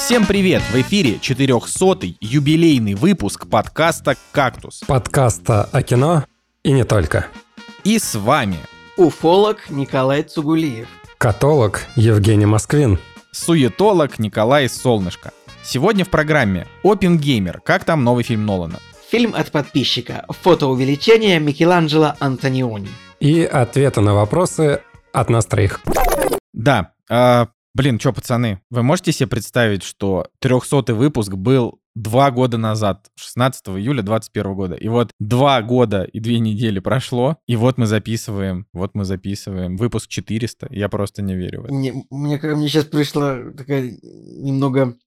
Всем привет! В эфире 400-й юбилейный выпуск подкаста «Кактус». Подкаста о кино и не только. И с вами уфолог Николай Цугулиев, католог Евгений Москвин, суетолог Николай Солнышко. Сегодня в программе «Оппенгеймер. Как там новый фильм Нолана?». Фильм от подписчика «Фотоувеличение Микеланджело Антониони». И ответы на вопросы от нас троих. Да, что, пацаны, вы можете себе представить, что 300-й выпуск был 2 года назад, 16 июля 2021 года. И вот 2 года и 2 недели прошло, и вот мы записываем выпуск 400. Я просто не верю в это. Мне сейчас пришла такая немного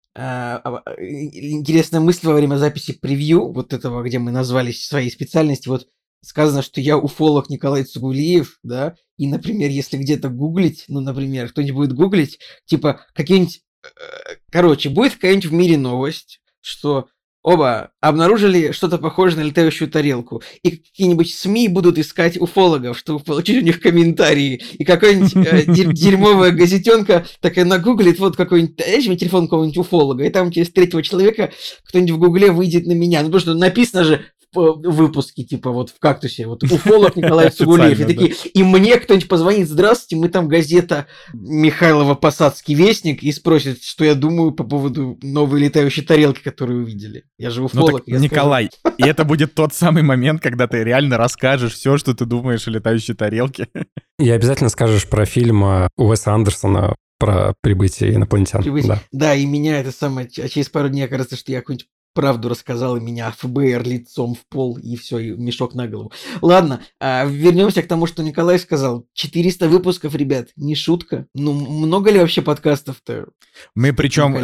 интересная мысль во время записи превью вот этого, где мы назвали свои специальности. Вот сказано, что я уфолог Николай Цугулиев, да, и, например, если где-то гуглить, например, кто-нибудь будет гуглить, типа, какие-нибудь, будет какая-нибудь в мире новость, что обнаружили что-то похожее на летающую тарелку, и какие-нибудь СМИ будут искать уфологов, чтобы получить у них комментарии, и какая-нибудь дерьмовая газетенка такая нагуглит, вот какой-нибудь, дайте мне телефон какого-нибудь уфолога, и там через третьего человека кто-нибудь в гугле выйдет на меня, потому что написано же в выпуске, типа вот в «Кактусе», вот уфолог Николай Цугулиев, и такие, и мне кто-нибудь позвонит: здравствуйте, мы там газета Михайлова-Посадский вестник, и спросит, что я думаю по поводу новой летающей тарелки, которую увидели. Я же уфолог. Николай, и это будет тот самый момент, когда ты реально расскажешь все, что ты думаешь о летающей тарелке. И обязательно скажешь про фильм Уэса Андерсона про прибытие инопланетян. Да, и меня это самое, через пару дней окажется, что я какую-нибудь правду рассказал, и меня ФБР лицом в пол, и все, и мешок на голову. Ладно, вернемся к тому, что Николай сказал. 400 выпусков, ребят, не шутка. Много ли вообще подкастов-то? Мы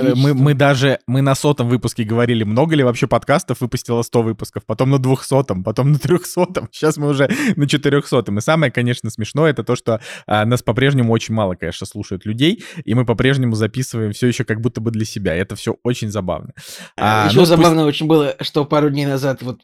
на 100-м выпуске говорили, много ли вообще подкастов выпустило 100 выпусков, потом на 200-м, потом на 300-м, сейчас мы уже на 400-м. И самое, конечно, смешное, это то, что нас по-прежнему очень мало, конечно, слушают людей, и мы по-прежнему записываем все еще как будто бы для себя. Это все очень забавно. Еще забавно очень было, что пару дней назад вот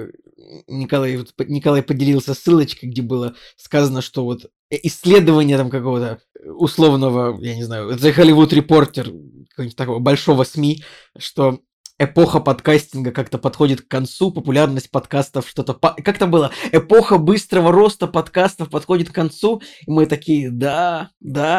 Николай поделился ссылочкой, где было сказано, что вот исследование там какого-то условного, я не знаю, The Hollywood Reporter, какого-нибудь такого большого СМИ, что эпоха подкастинга как-то подходит к концу, популярность подкастов что-то... Как там было? Эпоха быстрого роста подкастов подходит к концу, и мы такие, да.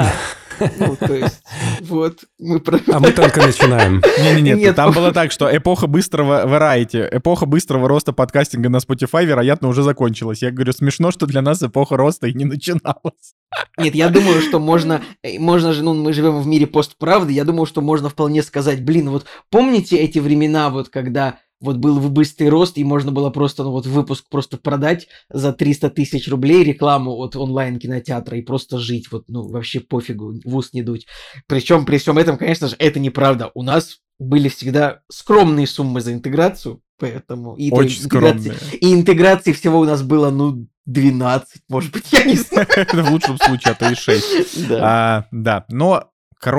То есть, вот. А мы только начинаем. Нет, там было так, что эпоха быстрого variety, эпоха быстрого роста подкастинга на Spotify, вероятно, уже закончилась. Я говорю, смешно, что для нас эпоха роста и не начиналась. Нет, я думаю, что можно же, мы живем в мире постправды, я думаю, что можно вполне сказать, вот помните эти времена, вот когда вот был быстрый рост, и можно было просто, выпуск просто продать за 300 тысяч рублей рекламу от онлайн-кинотеатра и просто жить, вообще пофигу, в ус не дуть. Причем при всем этом, конечно же, это неправда. У нас были всегда скромные суммы за интеграцию, поэтому... Очень скромные. И интеграции всего у нас было, 12, может быть, я не знаю. Это в лучшем случае, а то и 6. Да, но,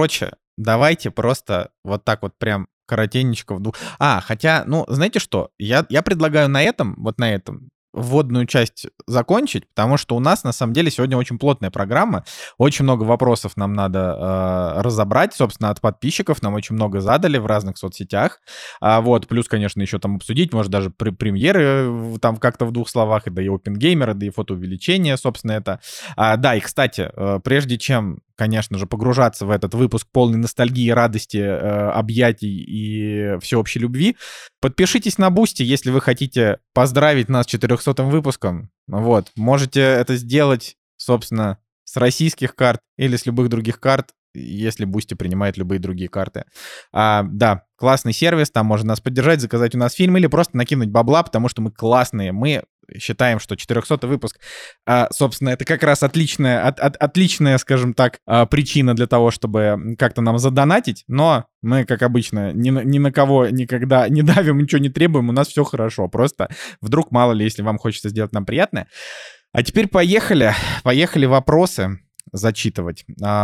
давайте просто вот так вот прям коротенечко хотя, знаете что, я предлагаю на этом вводную часть закончить, потому что у нас, на самом деле, сегодня очень плотная программа, очень много вопросов нам надо разобрать, собственно, от подписчиков, нам очень много задали в разных соцсетях, плюс, конечно, еще там обсудить, может, даже премьеры там как-то в 2 словах, да и оппенгеймера, да и фотоувеличение, собственно, это. Да, и, кстати, прежде чем, конечно же, погружаться в этот выпуск полный ностальгии, радости, объятий и всеобщей любви, подпишитесь на Boosty, если вы хотите поздравить нас с 400-м выпуском. Можете это сделать, собственно, с российских карт или с любых других карт, если Boosty принимает любые другие карты. Да, классный сервис, там можно нас поддержать, заказать у нас фильм или просто накинуть бабла, потому что мы классные. Мы считаем, что 400-й выпуск, собственно, это как раз отличная, скажем так, причина для того, чтобы как-то нам задонатить, но мы, как обычно, ни на кого никогда не давим, ничего не требуем, у нас все хорошо, просто вдруг, мало ли, если вам хочется сделать нам приятное. А теперь поехали вопросы зачитывать.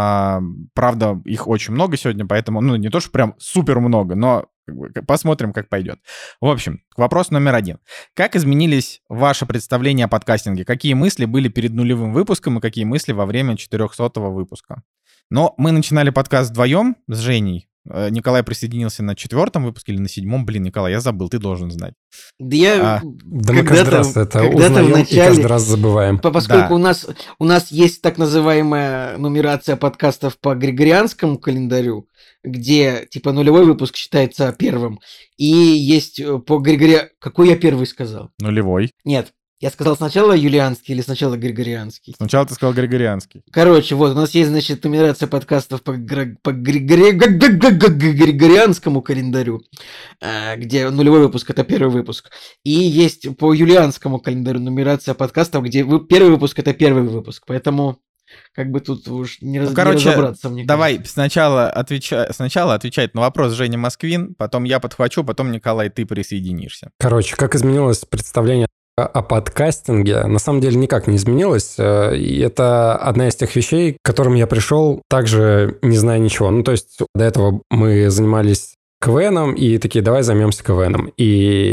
Правда, их очень много сегодня, поэтому, не то, что прям супер много, но посмотрим, как пойдет. В общем, к вопросу номер 1. Как изменились ваши представления о подкастинге? Какие мысли были перед нулевым выпуском и какие мысли во время 400-го выпуска? Но мы начинали подкаст вдвоем с Женей. Николай присоединился на 4-м выпуске или на 7-м. Блин, Николай, я забыл, ты должен знать. Да я Да мы каждый раз это узнаем и каждый раз забываем. Поскольку у нас есть так называемая нумерация подкастов по григорианскому календарю, где типа нулевой выпуск считается первым, и есть по Какой я первый сказал? Нулевой. Нет. Я сказал сначала юлианский или сначала григорианский? Сначала ты сказал григорианский. Короче, вот у нас есть, значит, нумерация подкастов по григорианскому календарю, где нулевой выпуск – это первый выпуск. И есть по юлианскому календарю нумерация подкастов, где первый выпуск – это первый выпуск. Поэтому как бы тут уж не разобраться, мне давай сначала отвечать на вопрос Женя Москвин, потом я подхвачу, потом, Николай, ты присоединишься. Короче, как изменилось представление о подкастинге, на самом деле никак не изменилось. И это одна из тех вещей, к которым я пришел, также не зная ничего. Ну, то есть до этого мы занимались КВНом и такие, давай займемся КВНом. И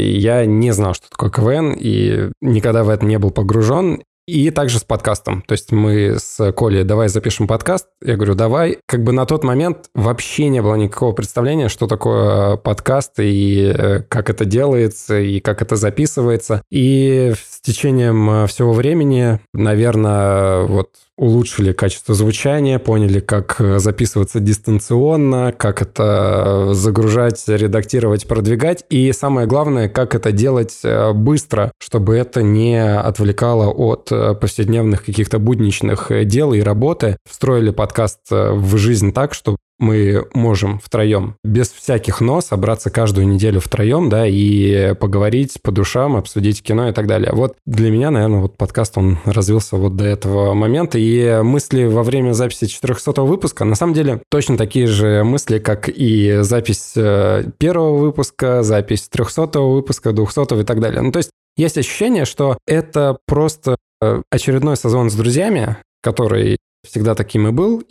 я не знал, что такое КВН, и никогда в это не был погружен. И также с подкастом. То есть мы с Колей, давай запишем подкаст. Я говорю, давай. Как бы на тот момент вообще не было никакого представления, что такое подкаст и как это делается, и как это записывается. И с течением всего времени, наверное, вот улучшили качество звучания, поняли, как записываться дистанционно, как это загружать, редактировать, продвигать. И самое главное, как это делать быстро, чтобы это не отвлекало от повседневных каких-то будничных дел и работы. Встроили подкаст в жизнь так, что мы можем втроем, без всяких «но», собраться каждую неделю втроем, да, и поговорить по душам, обсудить кино и так далее. Вот для меня, наверное, вот подкаст, он развился вот до этого момента, и мысли во время записи 400-го выпуска, на самом деле, точно такие же мысли, как и запись первого выпуска, запись 300-го выпуска, 200-го и так далее. Ну, то есть есть ощущение, что это просто очередной сезон с друзьями, который всегда таким и был,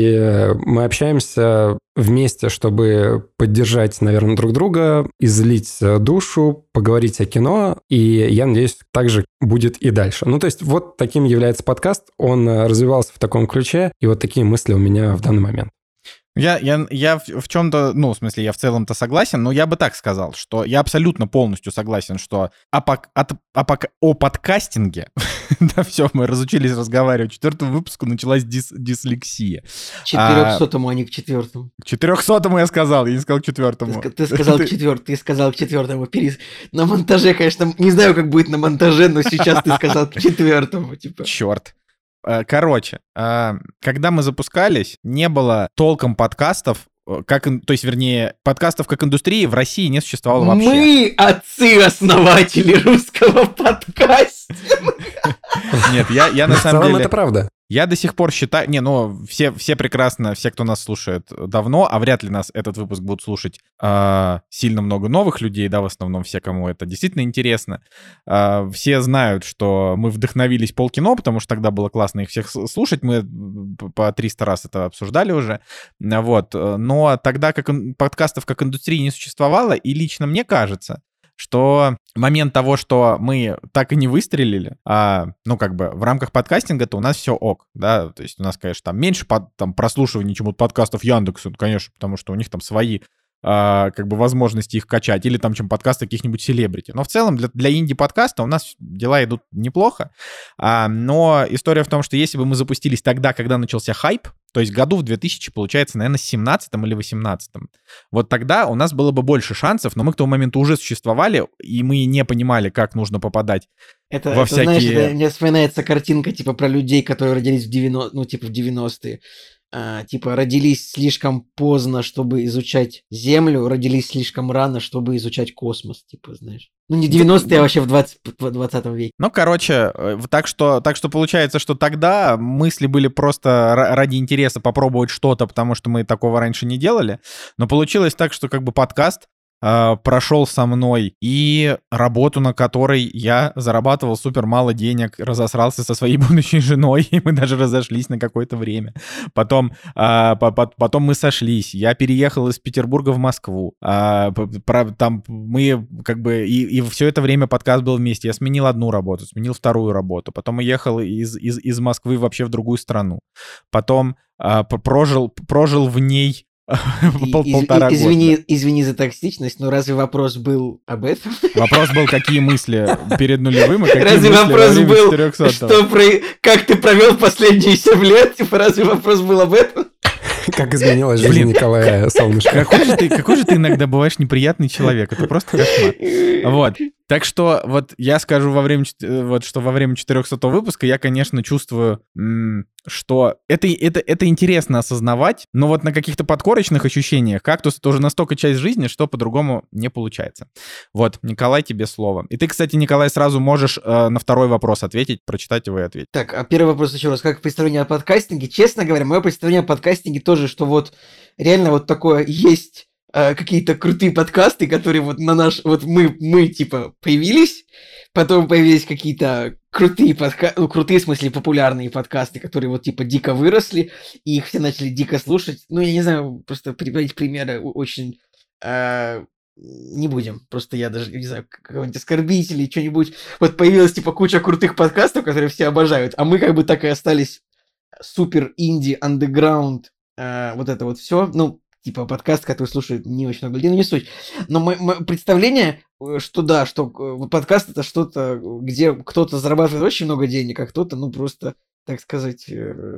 и мы общаемся вместе, чтобы поддержать, наверное, друг друга, излить душу, поговорить о кино, и я надеюсь, так же будет и дальше. Ну, то есть вот таким является подкаст, он развивался в таком ключе, и вот такие мысли у меня в данный момент. Я в чем-то, ну, в смысле, я в целом-то согласен, но я бы так сказал, что я абсолютно полностью согласен, что о подкастинге, да, все, мы разучились разговаривать, к 4-му выпуску началась дислексия. 400-му, а не к 4-му. К 400-му я сказал, я не сказал к 4-му. Ты сказал к 4-му. На монтаже, конечно, не знаю, как будет на монтаже, но сейчас ты сказал к 4-му. Типа. Черт. Короче, когда мы запускались, не было толком подкастов, подкастов как индустрии в России не существовало вообще. Мы отцы-основатели русского подкастинга. Нет, я на самом деле... это правда. Я до сих пор считаю... все прекрасно, все, кто нас слушает давно, а вряд ли нас этот выпуск будут слушать сильно много новых людей, да, в основном все, кому это действительно интересно. Все знают, что мы вдохновились полкино, потому что тогда было классно их всех слушать, мы по 300 раз это обсуждали уже, вот. Но тогда подкастов как индустрии не существовало, и лично мне кажется, что момент того, что мы так и не выстрелили, в рамках подкастинга-то у нас все ок, да, то есть у нас, конечно, там меньше прослушиваний, чем от подкастов Яндекса, конечно, потому что у них там свои возможности их качать, или там, чем подкасты каких-нибудь селебрити. Но в целом для инди-подкаста у нас дела идут неплохо, но история в том, что если бы мы запустились тогда, когда начался хайп, то есть году в 2000, получается, наверное, 17-м или 18-м, вот тогда у нас было бы больше шансов, но мы к тому моменту уже существовали, и мы не понимали, как нужно попадать во всякие... Знаешь, мне вспоминается картинка, типа, про людей, которые родились в 90-е. Родились слишком поздно, чтобы изучать Землю, родились слишком рано, чтобы изучать космос, знаешь. Ну, не 90-е, а вообще в 20 веке. Ну, короче, так что получается, что тогда мысли были просто ради интереса попробовать что-то, потому что мы такого раньше не делали. Но получилось так, что подкаст прошел со мной, и работу, на которой я зарабатывал супер мало денег, разосрался со своей будущей женой, и мы даже разошлись на какое-то время. Потом мы сошлись, я переехал из Петербурга в Москву, там мы и все это время подкаст был вместе. Я сменил одну работу, сменил вторую работу, потом уехал из Москвы вообще в другую страну, потом прожил в ней полтора года. Извини за токсичность, но разве вопрос был об этом? Вопрос был, какие мысли перед нулевым, и какие разве мысли во время был, 400-го. Как ты провел последние 7 лет? Типа, разве вопрос был об этом? Как изменилась жизнь Николая Солнышко. Какой же ты иногда бываешь неприятный человек. Это просто кошмар. Вот. Так что вот я скажу, что во время 400-го выпуска я, конечно, чувствую, что это интересно осознавать, но вот на каких-то подкорочных ощущениях кактус — это уже настолько часть жизни, что по-другому не получается. Вот, Николай, тебе слово. И ты, кстати, Николай, сразу можешь на второй вопрос ответить, прочитать его и ответить. Так, а первый вопрос еще раз. Как представление о подкастинге? Честно говоря, мое представление о подкастинге тоже, что вот реально вот такое есть... какие-то крутые подкасты, которые вот на наш... Вот мы типа появились, потом появились какие-то крутые подкасты, ну, крутые, в смысле, популярные подкасты, которые вот типа дико выросли, и их все начали дико слушать. Ну, я не знаю, просто приводить примеры очень... не будем. Просто я даже, не знаю, какого-нибудь оскорбителя или что-нибудь. Вот появилась типа куча крутых подкастов, которые все обожают, а мы как бы так и остались супер инди, андеграунд, вот это вот все. Ну, типа подкаст, который слушает не очень много людей, но не суть. Но мое представление, что да, что подкаст — это что-то, где кто-то зарабатывает очень много денег, а кто-то, ну, просто, так сказать,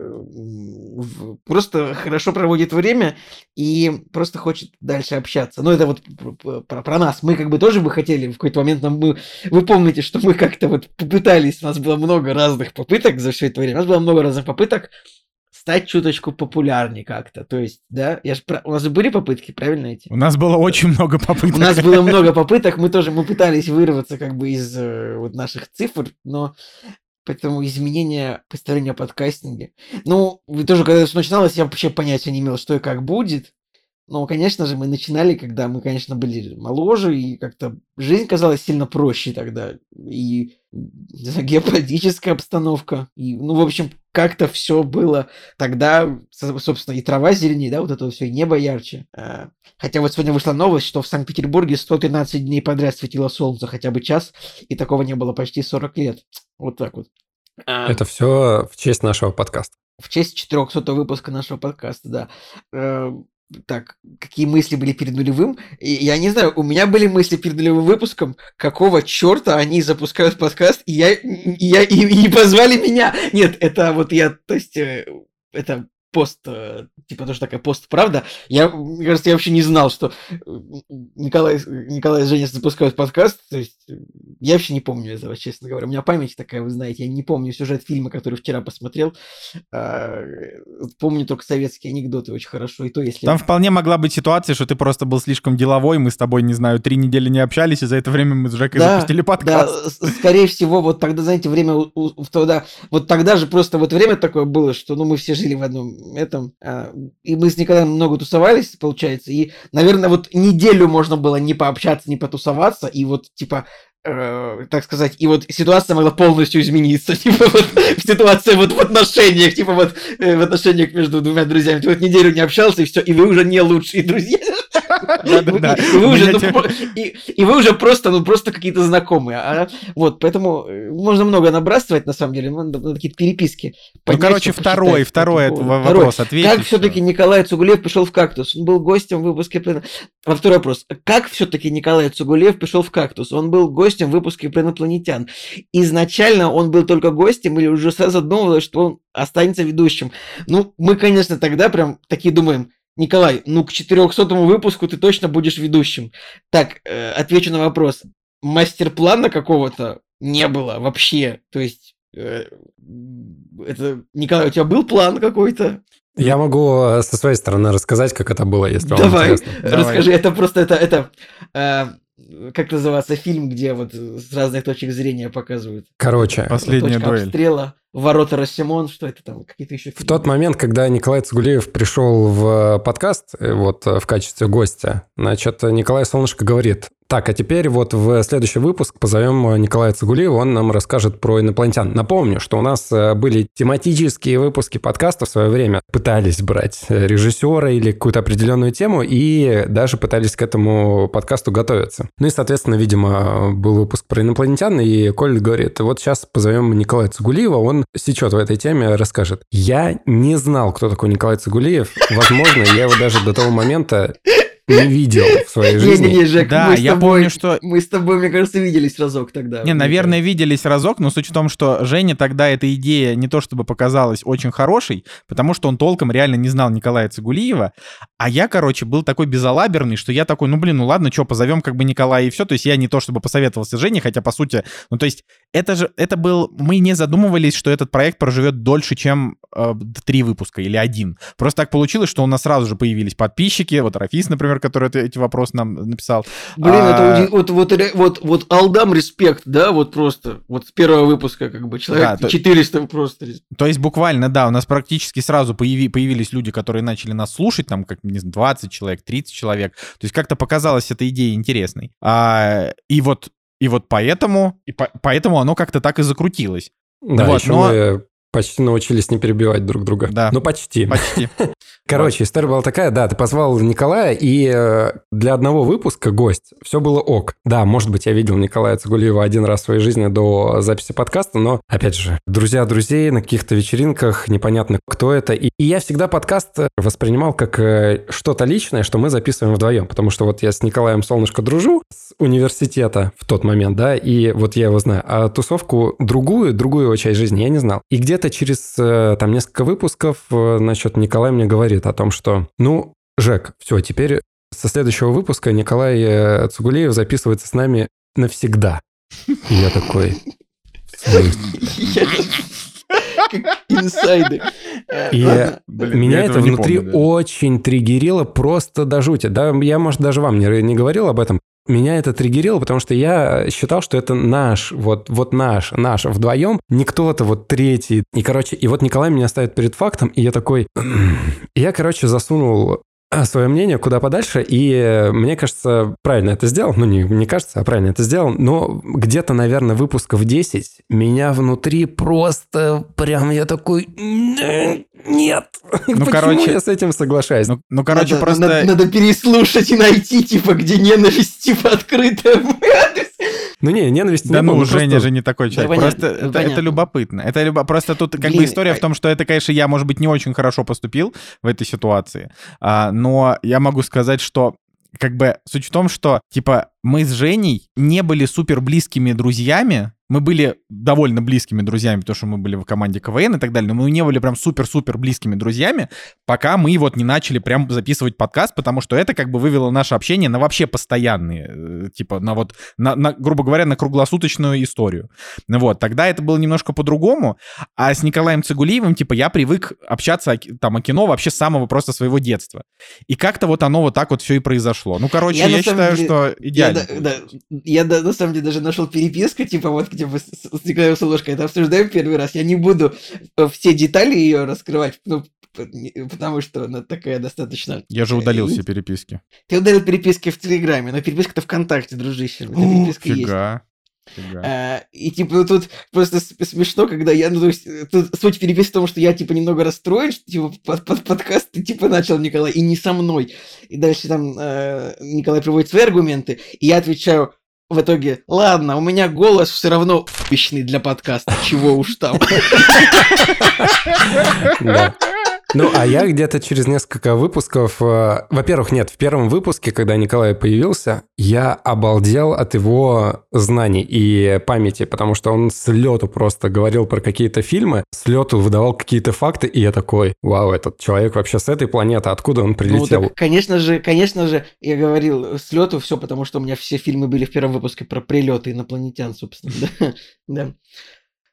просто хорошо проводит время и просто хочет дальше общаться. Ну, это вот про нас. Мы как бы тоже бы хотели в какой-то момент, вы помните, что мы как-то вот попытались, у нас было много разных попыток за все это время, у нас было много разных попыток стать чуточку популярнее как-то. То есть, да, у нас же были попытки, правильно эти? У нас было очень много попыток. У нас было много попыток, мы пытались вырваться как бы из вот наших цифр, но поэтому изменение представления о подкастинге. Ну, тоже, когда это начиналось, я вообще понятия не имел, что и как будет. Но, конечно же, мы начинали, когда мы, конечно, были моложе, и как-то жизнь казалась сильно проще тогда. И, не знаю, геополитическая обстановка. И, ну, в общем, как-то все было тогда, собственно, и трава зеленее, да, вот это все, и небо ярче. Хотя вот сегодня вышла новость, что в Санкт-Петербурге 113 дней подряд светило солнце хотя бы час, и такого не было почти 40 лет. Вот так вот. Это все в честь нашего подкаста. В честь 400-го выпуска нашего подкаста, да. Так, какие мысли были перед нулевым? Я не знаю, у меня были мысли перед нулевым выпуском, какого черта они запускают подкаст, и не позвали меня. Нет, это вот я, то есть, это пост, типа тоже такая пост-правда. Мне кажется, я вообще не знал, что Николай и Женя запускают подкаст. То есть, я вообще не помню этого, честно говоря. У меня память такая, вы знаете, я не помню сюжет фильма, который вчера посмотрел. Помню только советские анекдоты очень хорошо. И то, если... Там вполне могла быть ситуация, что ты просто был слишком деловой, мы с тобой, не знаю, 3 недели не общались, и за это время мы с Жекой запустили подкаст. Да, скорее всего, вот тогда, знаете, время... Вот тогда же просто вот время такое было, что, ну, мы все жили в одном этом, и мы с Николаем много тусовались, получается, и, наверное, вот неделю можно было не пообщаться, не потусоваться, и вот, типа, так сказать, и вот ситуация могла полностью измениться, типа, вот, ситуация вот в отношениях, типа, вот, в отношениях между двумя друзьями, ты вот неделю не общался, и все, и вы уже не лучшие друзья. И вы уже просто какие-то знакомые. Вот, поэтому можно много набрасывать, на самом деле, надо какие-то переписки. Ну, короче, второй вопрос ответить. Как все-таки Николай Цугулиев пришел в «Кактус»? Он был гостем в выпуске... Второй вопрос. Как все-таки Николай Цугулиев пришел в «Кактус»? Он был гостем в выпуске про инопланетян. Изначально он был только гостем или уже сразу думал, что он останется ведущим? Ну, мы, конечно, тогда прям такие думаем: Николай, ну к 400-му выпуску ты точно будешь ведущим. Так, отвечу на вопрос. Мастер-плана какого-то не было вообще. То есть, это... Николай, у тебя был план какой-то? Я могу со своей стороны рассказать, как это было, если вам интересно. Давай, расскажи. Это просто, как называется фильм, где вот с разных точек зрения показывают? Короче, «Последняя дуэль». Обстрела, «Ворота Рассимон», что это там, какие-то еще фильмы. В тот момент, когда Николай Цугулиев пришел в подкаст, вот в качестве гостя, значит, Николай Солнышко говорит: Так, а теперь вот в следующий выпуск позовем Николая Цигулиева, он нам расскажет про инопланетян. Напомню, что у нас были тематические выпуски подкаста в свое время. Пытались брать режиссера или какую-то определенную тему и даже пытались к этому подкасту готовиться. Ну и, соответственно, видимо, был выпуск про инопланетян, и Коля говорит, вот сейчас позовем Николая Цигулиева, он сечет в этой теме, расскажет. Я не знал, кто такой Николай Цигулиев. Возможно, я его даже до того момента не видел в своей жизни. Не-не-не, Жек, да, помню, что... Мы с тобой, мне кажется, виделись разок тогда. Не, наверное, виделись разок, но суть в том, что Жене тогда эта идея не то чтобы показалась очень хорошей, потому что он толком реально не знал Николая Цигулиева, а я, короче, был такой безалаберный, что я такой, ну ладно, что, позовем как бы Николая и все, то есть я не то чтобы посоветовался с Женей, хотя, по сути, ну то есть это был... Мы не задумывались, что этот проект проживет дольше, чем 3 выпуска или 1. Просто так получилось, что у нас сразу же появились подписчики, вот Рафис, например, который эти вопросы нам написал. Блин, это вот Алдам респект, да, вот просто, вот с первого выпуска как бы человек да, 400 просто. То есть буквально, да, у нас практически сразу появились люди, которые начали нас слушать, там, как, не знаю, 20 человек, 30 человек. То есть как-то показалась эта идея интересной. И вот поэтому оно как-то так и закрутилось. Да, вот, еще мы почти научились не перебивать друг друга. Да. Ну, почти. Почти. Короче, история была такая, да, ты позвал Николая, и для одного выпуска гость, все было ок. Да, может быть, я видел Николая Цигулиева один раз в своей жизни до записи подкаста, но, опять же, друзья друзей на каких-то вечеринках, непонятно, кто это. И я всегда подкаст воспринимал как что-то личное, что мы записываем вдвоем, потому что вот я с Николаем Солнышко дружу с университета в тот момент, да, и вот я его знаю, а тусовку другую его часть жизни я не знал. И где-то через там несколько выпусков, значит, Николай мне говорит о том, что, ну, Жек, все, теперь со следующего выпуска Николай Цигулиев записывается с нами навсегда. И я такой... Инсайды. И меня это внутри очень триггерило просто до жути. Да, я, может, даже вам не говорил об этом. Меня это триггерило, потому что я считал, что это наш, вот наш вдвоем, не кто-то вот третий. И, короче, и вот Николай меня ставит перед фактом, и я такой... Я, короче, засунул свое мнение куда подальше, и мне кажется, правильно это сделал. Ну, не кажется, а правильно это сделал. Но где-то, наверное, выпусков 10 меня внутри просто прям я такой... Нет. Ну, почему я с этим соглашаюсь? Ну, короче, просто... Надо переслушать и найти, типа, где ненависть, типа, открытая в адрес. Ну, ненависть да не было. Да ну, Женя же не такой человек. Да, просто это любопытно. Просто тут как бы история в том, что это, конечно, я, может быть, не очень хорошо поступил в этой ситуации, но я могу сказать, что как бы суть в том, что, типа, мы с Женей не были супер близкими друзьями. Мы были довольно близкими друзьями, потому что мы были в команде КВН и так далее, но мы не были прям супер-супер близкими друзьями, пока мы вот не начали прям записывать подкаст, потому что это как бы вывело наше общение на вообще постоянные, типа, грубо говоря, на круглосуточную историю. Вот, тогда это было немножко по-другому, а с Николаем Цигулиевым, типа, я привык общаться там о кино вообще с самого просто своего детства. И как-то вот оно вот так вот все и произошло. Ну, короче, я считаю, что идеально. Я на самом деле даже нашел переписку, типа, вот где мы с Николаем Солнышко это обсуждаем первый раз. Я не буду все детали ее раскрывать, ну, потому что она такая достаточно... Я же удалил все переписки. Ты удалил переписки в Телеграме, но переписка-то ВКонтакте, дружище. Эта переписка есть. И типа тут просто смешно, когда я... Ну, то есть, тут суть переписки в том, что я типа немного расстроен, что типа подкаст ты типа начал, Николай, и не со мной. И дальше там Николай приводит свои аргументы, и я отвечаю... В итоге, ладно, у меня голос все равно пищный для подкаста, чего уж там. Ну, а я где-то через несколько выпусков... Во-первых, нет, в первом выпуске, когда Николай появился, я обалдел от его знаний и памяти, потому что он с лету просто говорил про какие-то фильмы, с лету выдавал какие-то факты, и я такой, вау, этот человек вообще с этой планеты, откуда он прилетел? Ну, так, конечно же, я говорил с лету все, потому что у меня все фильмы были в первом выпуске про прилеты инопланетян, собственно, да.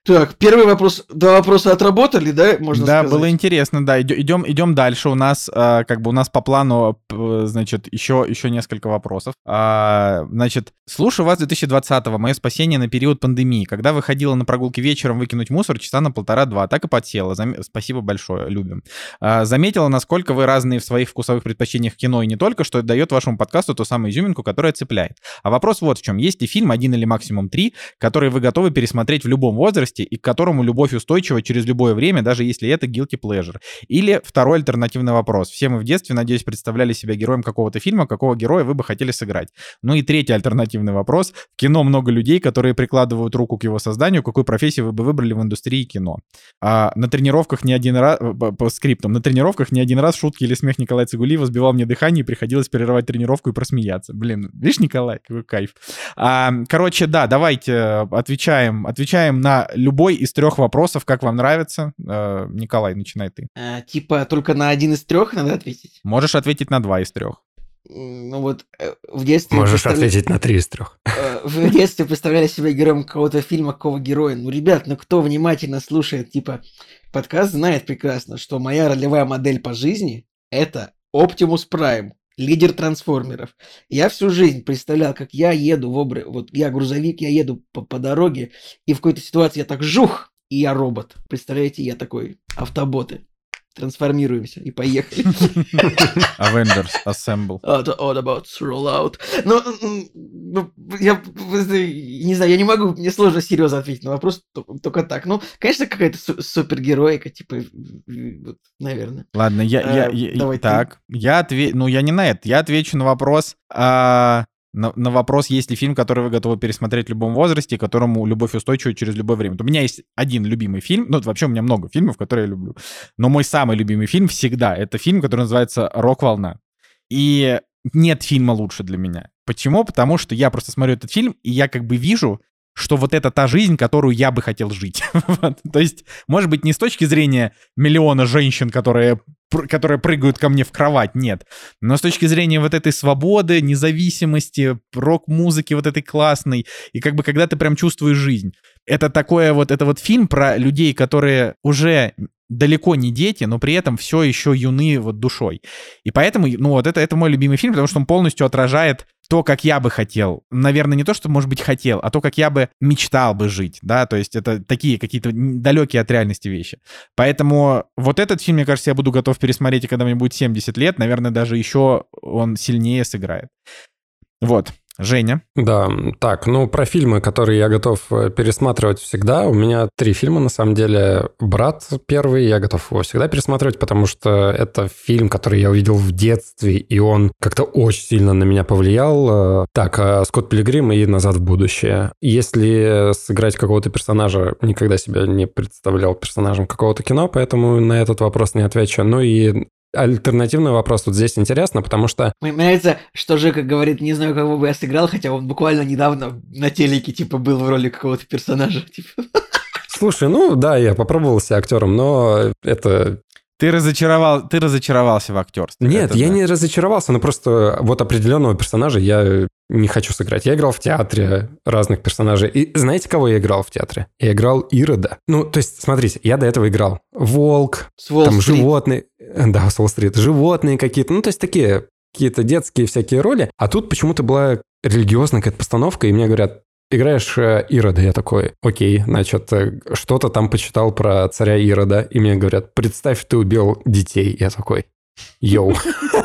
Так, первый вопрос, 2 вопроса отработали, да, можно сказать? Да, было интересно, да. Идем дальше. У нас по плану, значит, еще несколько вопросов. Значит, слушаю вас 2020-го, мое спасение на период пандемии. Когда выходила на прогулки вечером выкинуть мусор, часа на 1,5-2, так и подсела. Спасибо большое, любим. Заметила, насколько вы разные в своих вкусовых предпочтениях в кино, и не только, что это дает вашему подкасту ту самую изюминку, которая цепляет. А вопрос вот в чем. Есть ли фильм, 1 или максимум 3, который вы готовы пересмотреть в любом возрасте, и к которому любовь устойчива через любое время, даже если это guilty pleasure? Или второй альтернативный вопрос. Все мы в детстве, надеюсь, представляли себя героем какого-то фильма, какого героя вы бы хотели сыграть. Ну и третий альтернативный вопрос. В кино много людей, которые прикладывают руку к его созданию. Какую профессию вы бы выбрали в индустрии кино? На тренировках не один раз, по скриптам, на тренировках не один раз шутки или смех Николая Цигулиева сбивал мне дыхание, и приходилось перерывать тренировку и просмеяться. Блин, видишь, Николай, какой кайф. Короче, да, давайте отвечаем на любой из 3 вопросов, как вам нравится. Николай, начинай ты. Типа только на 1 из 3 надо ответить? Можешь ответить на 2 из 3. Ну вот в детстве... Можешь ответить на 3 из 3. В детстве представляли себя героем какого-то фильма, какого героя. Ну, ребят, кто внимательно слушает, типа, подкаст, знает прекрасно, что моя ролевая модель по жизни — это Оптимус Прайм, лидер трансформеров. Я всю жизнь представлял, как я еду вот я грузовик, я еду по дороге, и в какой-то ситуации я так жух, и я робот. Представляете, я такой, автоботы. Трансформируемся и поехали. Avengers Assemble. Autobots roll out. Ну, я не знаю, я не могу, мне сложно серьезно ответить на вопрос, только так. Ну, конечно, какая-то супергероика, типа, вот, наверное. Ладно, так, я не на это, я отвечу на вопрос, на вопрос, есть ли фильм, который вы готовы пересмотреть в любом возрасте, которому любовь устойчива через любое время. Вот у меня есть один любимый фильм, вообще у меня много фильмов, которые я люблю, но мой самый любимый фильм всегда — это фильм, который называется «Рок-волна». И нет фильма лучше для меня. Почему? Потому что я просто смотрю этот фильм, и я как бы вижу, что вот это та жизнь, которую я бы хотел жить. То есть, может быть, не с точки зрения миллиона женщин, которые прыгают ко мне в кровать, нет. Но с точки зрения вот этой свободы, независимости, рок-музыки вот этой классной, и как бы когда ты прям чувствуешь жизнь. Это вот фильм про людей, которые уже далеко не дети, но при этом все еще юны вот душой. И поэтому, это мой любимый фильм, потому что он полностью отражает то, как я бы хотел. Наверное, не то, что, может быть, хотел, а то, как я бы мечтал бы жить, да, то есть это такие какие-то далекие от реальности вещи. Поэтому вот этот фильм, мне кажется, я буду готов пересмотреть, и когда мне будет 70 лет, наверное, даже еще он сильнее сыграет. Вот. Женя? Да, так, про фильмы, которые я готов пересматривать всегда, у меня 3 фильма, на самом деле. «Брат» первый, я готов его всегда пересматривать, потому что это фильм, который я увидел в детстве, и он как-то очень сильно на меня повлиял. Так, «Скотт Пилигрим» и «Назад в будущее». Если сыграть какого-то персонажа, никогда себя не представлял персонажем какого-то кино, поэтому на этот вопрос не отвечу. Ну и альтернативный вопрос вот здесь интересно, потому что... Мне нравится, что Жека говорит, не знаю, кого бы я сыграл, хотя он буквально недавно на телеке, типа, был в роли какого-то персонажа. Типа. Слушай, да, я попробовал себя актером, но это... Ты разочаровался в актерстве. Нет, я не разочаровался, но просто вот определенного персонажа я не хочу сыграть. Я играл в театре разных персонажей. И знаете, кого я играл в театре? Я играл Ирода. То есть, смотрите, я до этого играл Волк, там животные... Да, с Уолл-стрит. Животные какие-то. То есть, такие какие-то детские всякие роли. А тут почему-то была религиозная какая-то постановка, и мне говорят, играешь Ирода. Я такой, окей, значит, что-то там почитал про царя Ирода. И мне говорят, представь, ты убил детей. Я такой, йоу.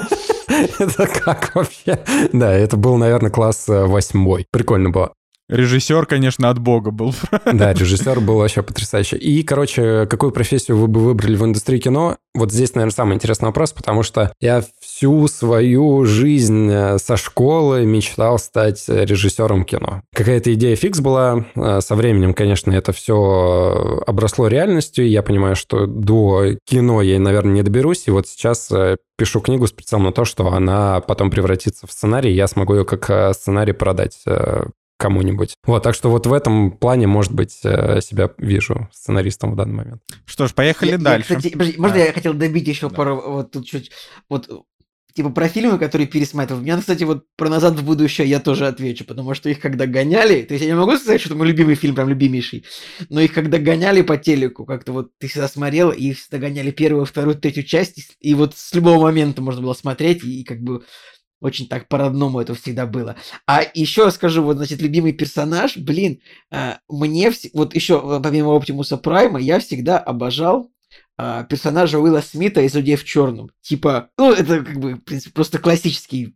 Это как вообще? Да, это был, наверное, класс 8. Прикольно было. Режиссер, конечно, от бога был. Да, режиссер был вообще потрясающий. И, короче, какую профессию вы бы выбрали в индустрии кино? Вот здесь, наверное, самый интересный вопрос, потому что я всю свою жизнь со школы мечтал стать режиссером кино. Какая-то идея фикс была. Со временем, конечно, это все обросло реальностью. Я понимаю, что до кино я, наверное, не доберусь. И вот сейчас пишу книгу с прицелом на то, что она потом превратится в сценарий, и я смогу ее как сценарий продать кому-нибудь. Вот, так что вот в этом плане, может быть, себя вижу сценаристом в данный момент. Что ж, поехали дальше. Кстати, подожди, можно я хотел добить еще пару, вот тут чуть, вот типа про фильмы, которые пересматривал. Меня, кстати, вот про «Назад в будущее» я тоже отвечу, потому что их когда гоняли, то есть я не могу сказать, что это мой любимый фильм, прям любимейший, но их когда гоняли по телеку, как-то вот ты всегда смотрел, и их всегда гоняли первую, вторую, третью часть, и вот с любого момента можно было смотреть, и как бы очень так по-родному это всегда было. А еще скажу, вот, значит, любимый персонаж, мне, вот еще помимо Оптимуса Прайма, я всегда обожал персонажа Уилла Смита из «Людей в черном». Типа, ну, это как бы, в принципе, просто классический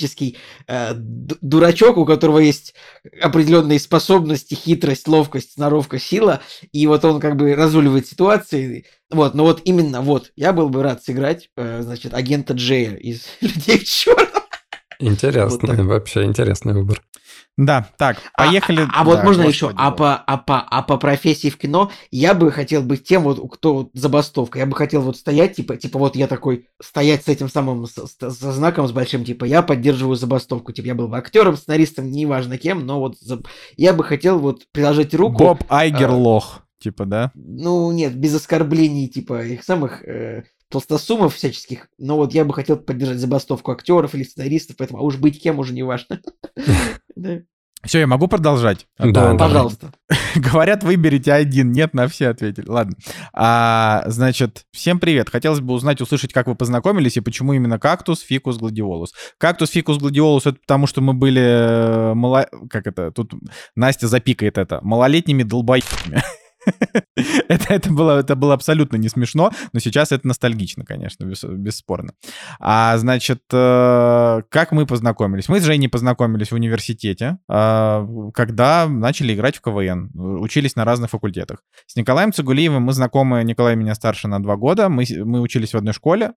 дурачок, у которого есть определенные способности, хитрость, ловкость, сноровка, сила, и вот он как бы разруливает ситуации. Вот, но вот именно вот, я был бы рад сыграть, значит, агента Джея из «Людей в черном». Интересный, вот вообще интересный выбор. Да, так, поехали. Вот можно еще, по профессии в кино я бы хотел быть тем, вот кто вот забастовка. Я бы хотел вот стоять, типа вот я такой, стоять с этим самым, со знаком, с большим, типа, я поддерживаю забастовку. Типа, я был бы актером, сценаристом, неважно кем, но вот я бы хотел вот приложить руку. Боб Айгер лох, типа, да? Ну, нет, без оскорблений, типа, их самых... толстосумов всяческих, но вот я бы хотел поддержать забастовку актеров или сценаристов, поэтому, а уж быть кем уже не важно. Все, я могу продолжать? Да, пожалуйста. Говорят, выберите один. Нет, на все ответили. Ладно. Значит, всем привет. Хотелось бы услышать, как вы познакомились и почему именно кактус, фикус, гладиолус. Кактус, фикус, гладиолус — это потому, что мы были... Тут Настя запикает это. Малолетними долбоебами. Это было абсолютно не смешно, но сейчас это ностальгично, конечно, бесспорно. Значит, как мы познакомились? Мы с Женей познакомились в университете, когда начали играть в КВН, учились на разных факультетах. С Николаем Цигулиевым мы знакомы, Николай меня старше на 2 года, мы учились в одной школе,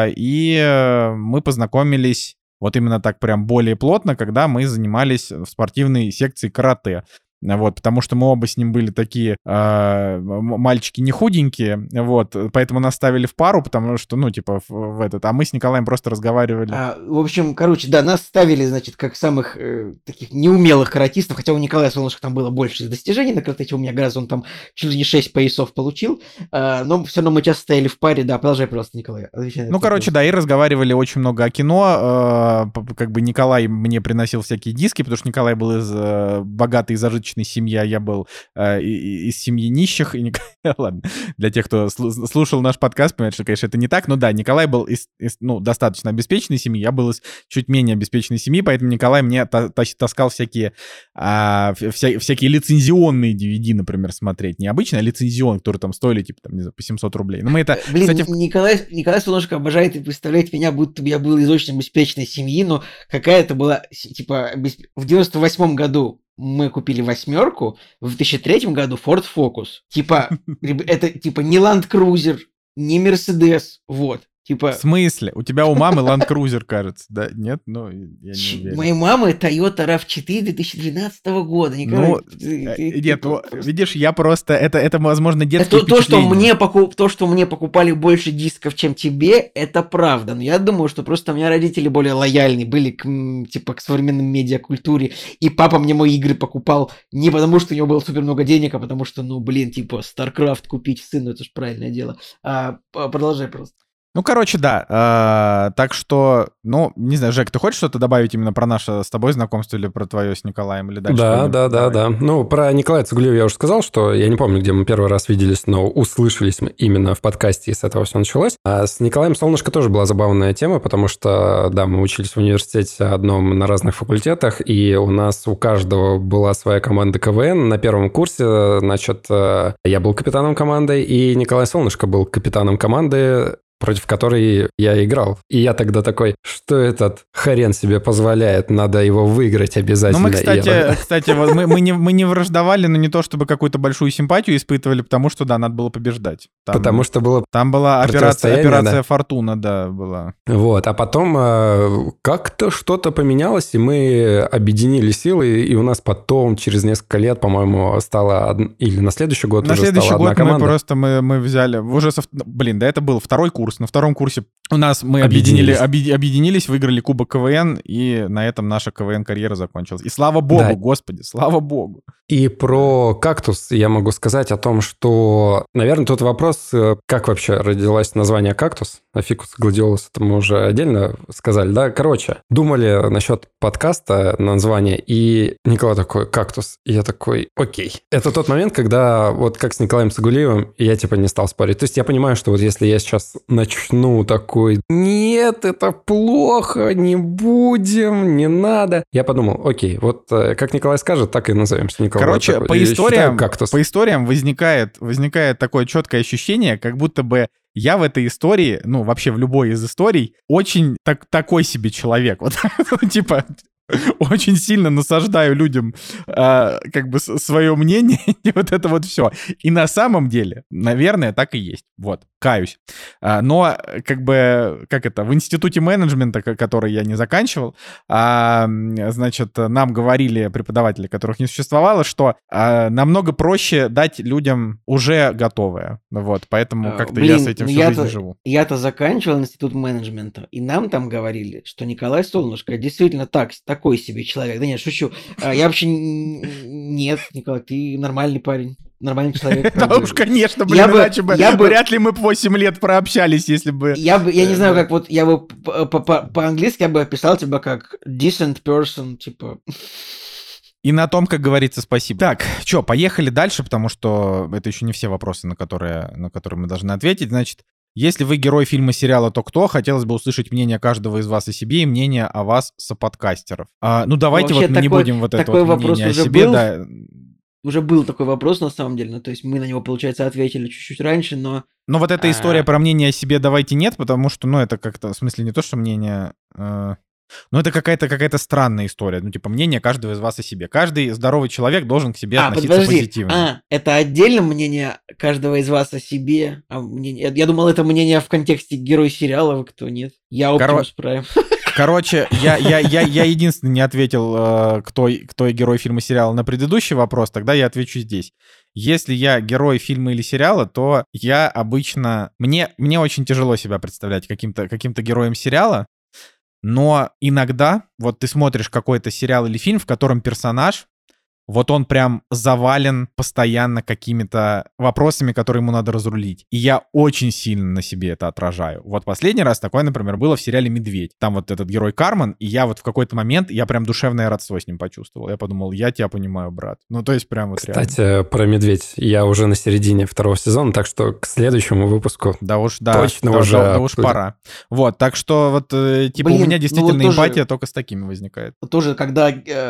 и мы познакомились вот именно так прям более плотно, когда мы занимались в спортивной секции карате. Вот, потому что мы оба с ним были такие мальчики не худенькие, вот, поэтому нас ставили в пару, потому что, ну, типа, а мы с Николаем просто разговаривали. В общем, короче, да, нас ставили, значит, как самых таких неумелых каратистов, хотя у Николая Солнышко там было больше достижений на карате, у меня гораздо он там чуть ли не 6 поясов получил, но все равно мы часто стояли в паре, да, продолжай просто, Николай. Ну, короче, да, и разговаривали очень много о кино, как бы Николай мне приносил всякие диски, потому что Николай был из богатой и зажиточной семьи, а я был из семьи нищих. Ладно, для тех, кто слушал наш подкаст, понимает, что, конечно, это не так, но да, Николай был из достаточно обеспеченной семьи, я был из чуть менее обеспеченной семьи, поэтому Николай мне таскал всякие лицензионные DVD, например, смотреть. Не обычно, а лицензионные, которые там стоили, типа, там, не знаю, по 700 рублей. Но мы это... Блин, кстати, Николай Солнышко обожает и представляет меня, будто бы я был из очень обеспеченной семьи, но какая-то была, типа, в 98-м году мы купили 8, в 2003 году Ford Focus. Типа, это типа не Land Cruiser, не Mercedes, вот. Типа... В смысле? У тебя у мамы Land Cruiser, кажется, да? Нет? Ну, я не уверен. Моей мамы Toyota RAV4 2012 года. Николай, нет, видишь, я просто... Это возможно, детские впечатления. То, что мне покупали больше дисков, чем тебе, это правда. Но я думаю, что просто у меня родители более лояльные были к современной медиакультуре. И папа мне мои игры покупал не потому, что у него было супер много денег, а потому что, StarCraft купить сыну, это же правильное дело. Продолжай просто. Ну, короче, да. Так что, не знаю, Жек, ты хочешь что-то добавить именно про наше с тобой знакомство или про твое с Николаем? Или дальше Да. Ну, про Николая Цигулиева я уже сказал, что я не помню, где мы первый раз виделись, но услышались мы именно в подкасте, и с этого все началось. А с Николаем Солнышко тоже была забавная тема, потому что, да, мы учились в университете одном на разных факультетах, и у нас у каждого была своя команда КВН. На первом курсе, значит, я был капитаном команды, и Николай Солнышко был капитаном команды, против которой я играл. И я тогда такой, что этот хрен себе позволяет, надо его выиграть обязательно. Ну, мы, кстати, мы не враждовали, но не то, чтобы какую-то большую симпатию испытывали, потому что, да, надо было побеждать. Потому что было... Там была операция «Фортуна», да, была. Вот, а потом как-то что-то поменялось, и мы объединили силы, и у нас потом, через несколько лет, по-моему, стало... Или на следующий год уже стала одна команда. Мы взяли... Уже да, это был второй курс. На втором курсе у нас мы объединились, выиграли Кубок КВН, и на этом наша КВН-карьера закончилась. И слава богу, да. Господи, слава богу. И про кактус я могу сказать о том, что, наверное, тут вопрос, как вообще родилось название кактус, а фикус гладиолус, это мы уже отдельно сказали, да? Короче, думали насчет подкаста, названия, и Николай такой, кактус. И я такой, окей. Это тот момент, когда вот как с Николаем Цигулиевым, я типа не стал спорить. То есть я понимаю, что вот если я сейчас начну такой, нет, это плохо, не будем, не надо. Я подумал, окей, вот как Николай скажет, так и назовемся. Николай. Короче, такой, по историям возникает такое четкое ощущение, как будто бы я в этой истории, ну, вообще в любой из историй, очень такой себе человек. Вот, типа, очень сильно насаждаю людям как бы свое мнение, и вот это вот все. И на самом деле, наверное, так и есть. Вот, каюсь. Но как бы, в институте менеджмента, который я не заканчивал, значит, нам говорили преподаватели, которых не существовало, что намного проще дать людям уже готовое. Вот, поэтому как-то я с этим всю жизнь живу. Я-то заканчивал институт менеджмента, и нам там говорили, что Николай Солнышко действительно такой себе человек. Да нет, шучу. Я вообще... Нет, Николай, ты нормальный парень. Нормальный человек. Да уж, конечно, блин, иначе бы вряд ли мы 8 лет прообщались, если бы... Я не знаю, как вот я бы по-английски я бы описал тебя как decent person, типа... И на том, как говорится, спасибо. Так, что, поехали дальше, потому что это еще не все вопросы, на которые мы должны ответить. Значит, если вы герой фильма, сериала, то кто? Хотелось бы услышать мнение каждого из вас о себе и мнение о вас соподкастеров. Ну, давайте вот мы не будем вот это вот мнение о себе. Да. Уже был такой вопрос, на самом деле. Ну, то есть мы на него, получается, ответили чуть-чуть раньше, но... Но вот эта история про мнение о себе давайте нет, потому что, ну, это как-то, в смысле, не то, что мнение... Ну, это какая-то странная история. Ну, типа, мнение каждого из вас о себе. Каждый здоровый человек должен к себе относиться позитивно. Это отдельно мнение каждого из вас о себе? Я думал, это мнение в контексте герой сериала, вы кто, нет? Я Оптимус Прайм. Короче, я единственный не ответил, кто герой фильма, сериала на предыдущий вопрос, тогда я отвечу здесь. Если я герой фильма или сериала, то я обычно... Мне очень тяжело себя представлять каким-то героем сериала, но иногда вот ты смотришь какой-то сериал или фильм, в котором персонаж, вот он прям завален постоянно какими-то вопросами, которые ему надо разрулить. И я очень сильно на себе это отражаю. Вот последний раз такое, например, было в сериале «Медведь». Там вот этот герой Кармен, и я вот в какой-то момент, я прям душевное родство с ним почувствовал. Я подумал, я тебя понимаю, брат. Ну, то есть прям вот Кстати, реально. Про «Медведь» я уже на середине второго сезона, так что к следующему выпуску точно уже пора. Вот, так что вот, типа, у меня действительно эмпатия только с такими возникает. Тоже, когда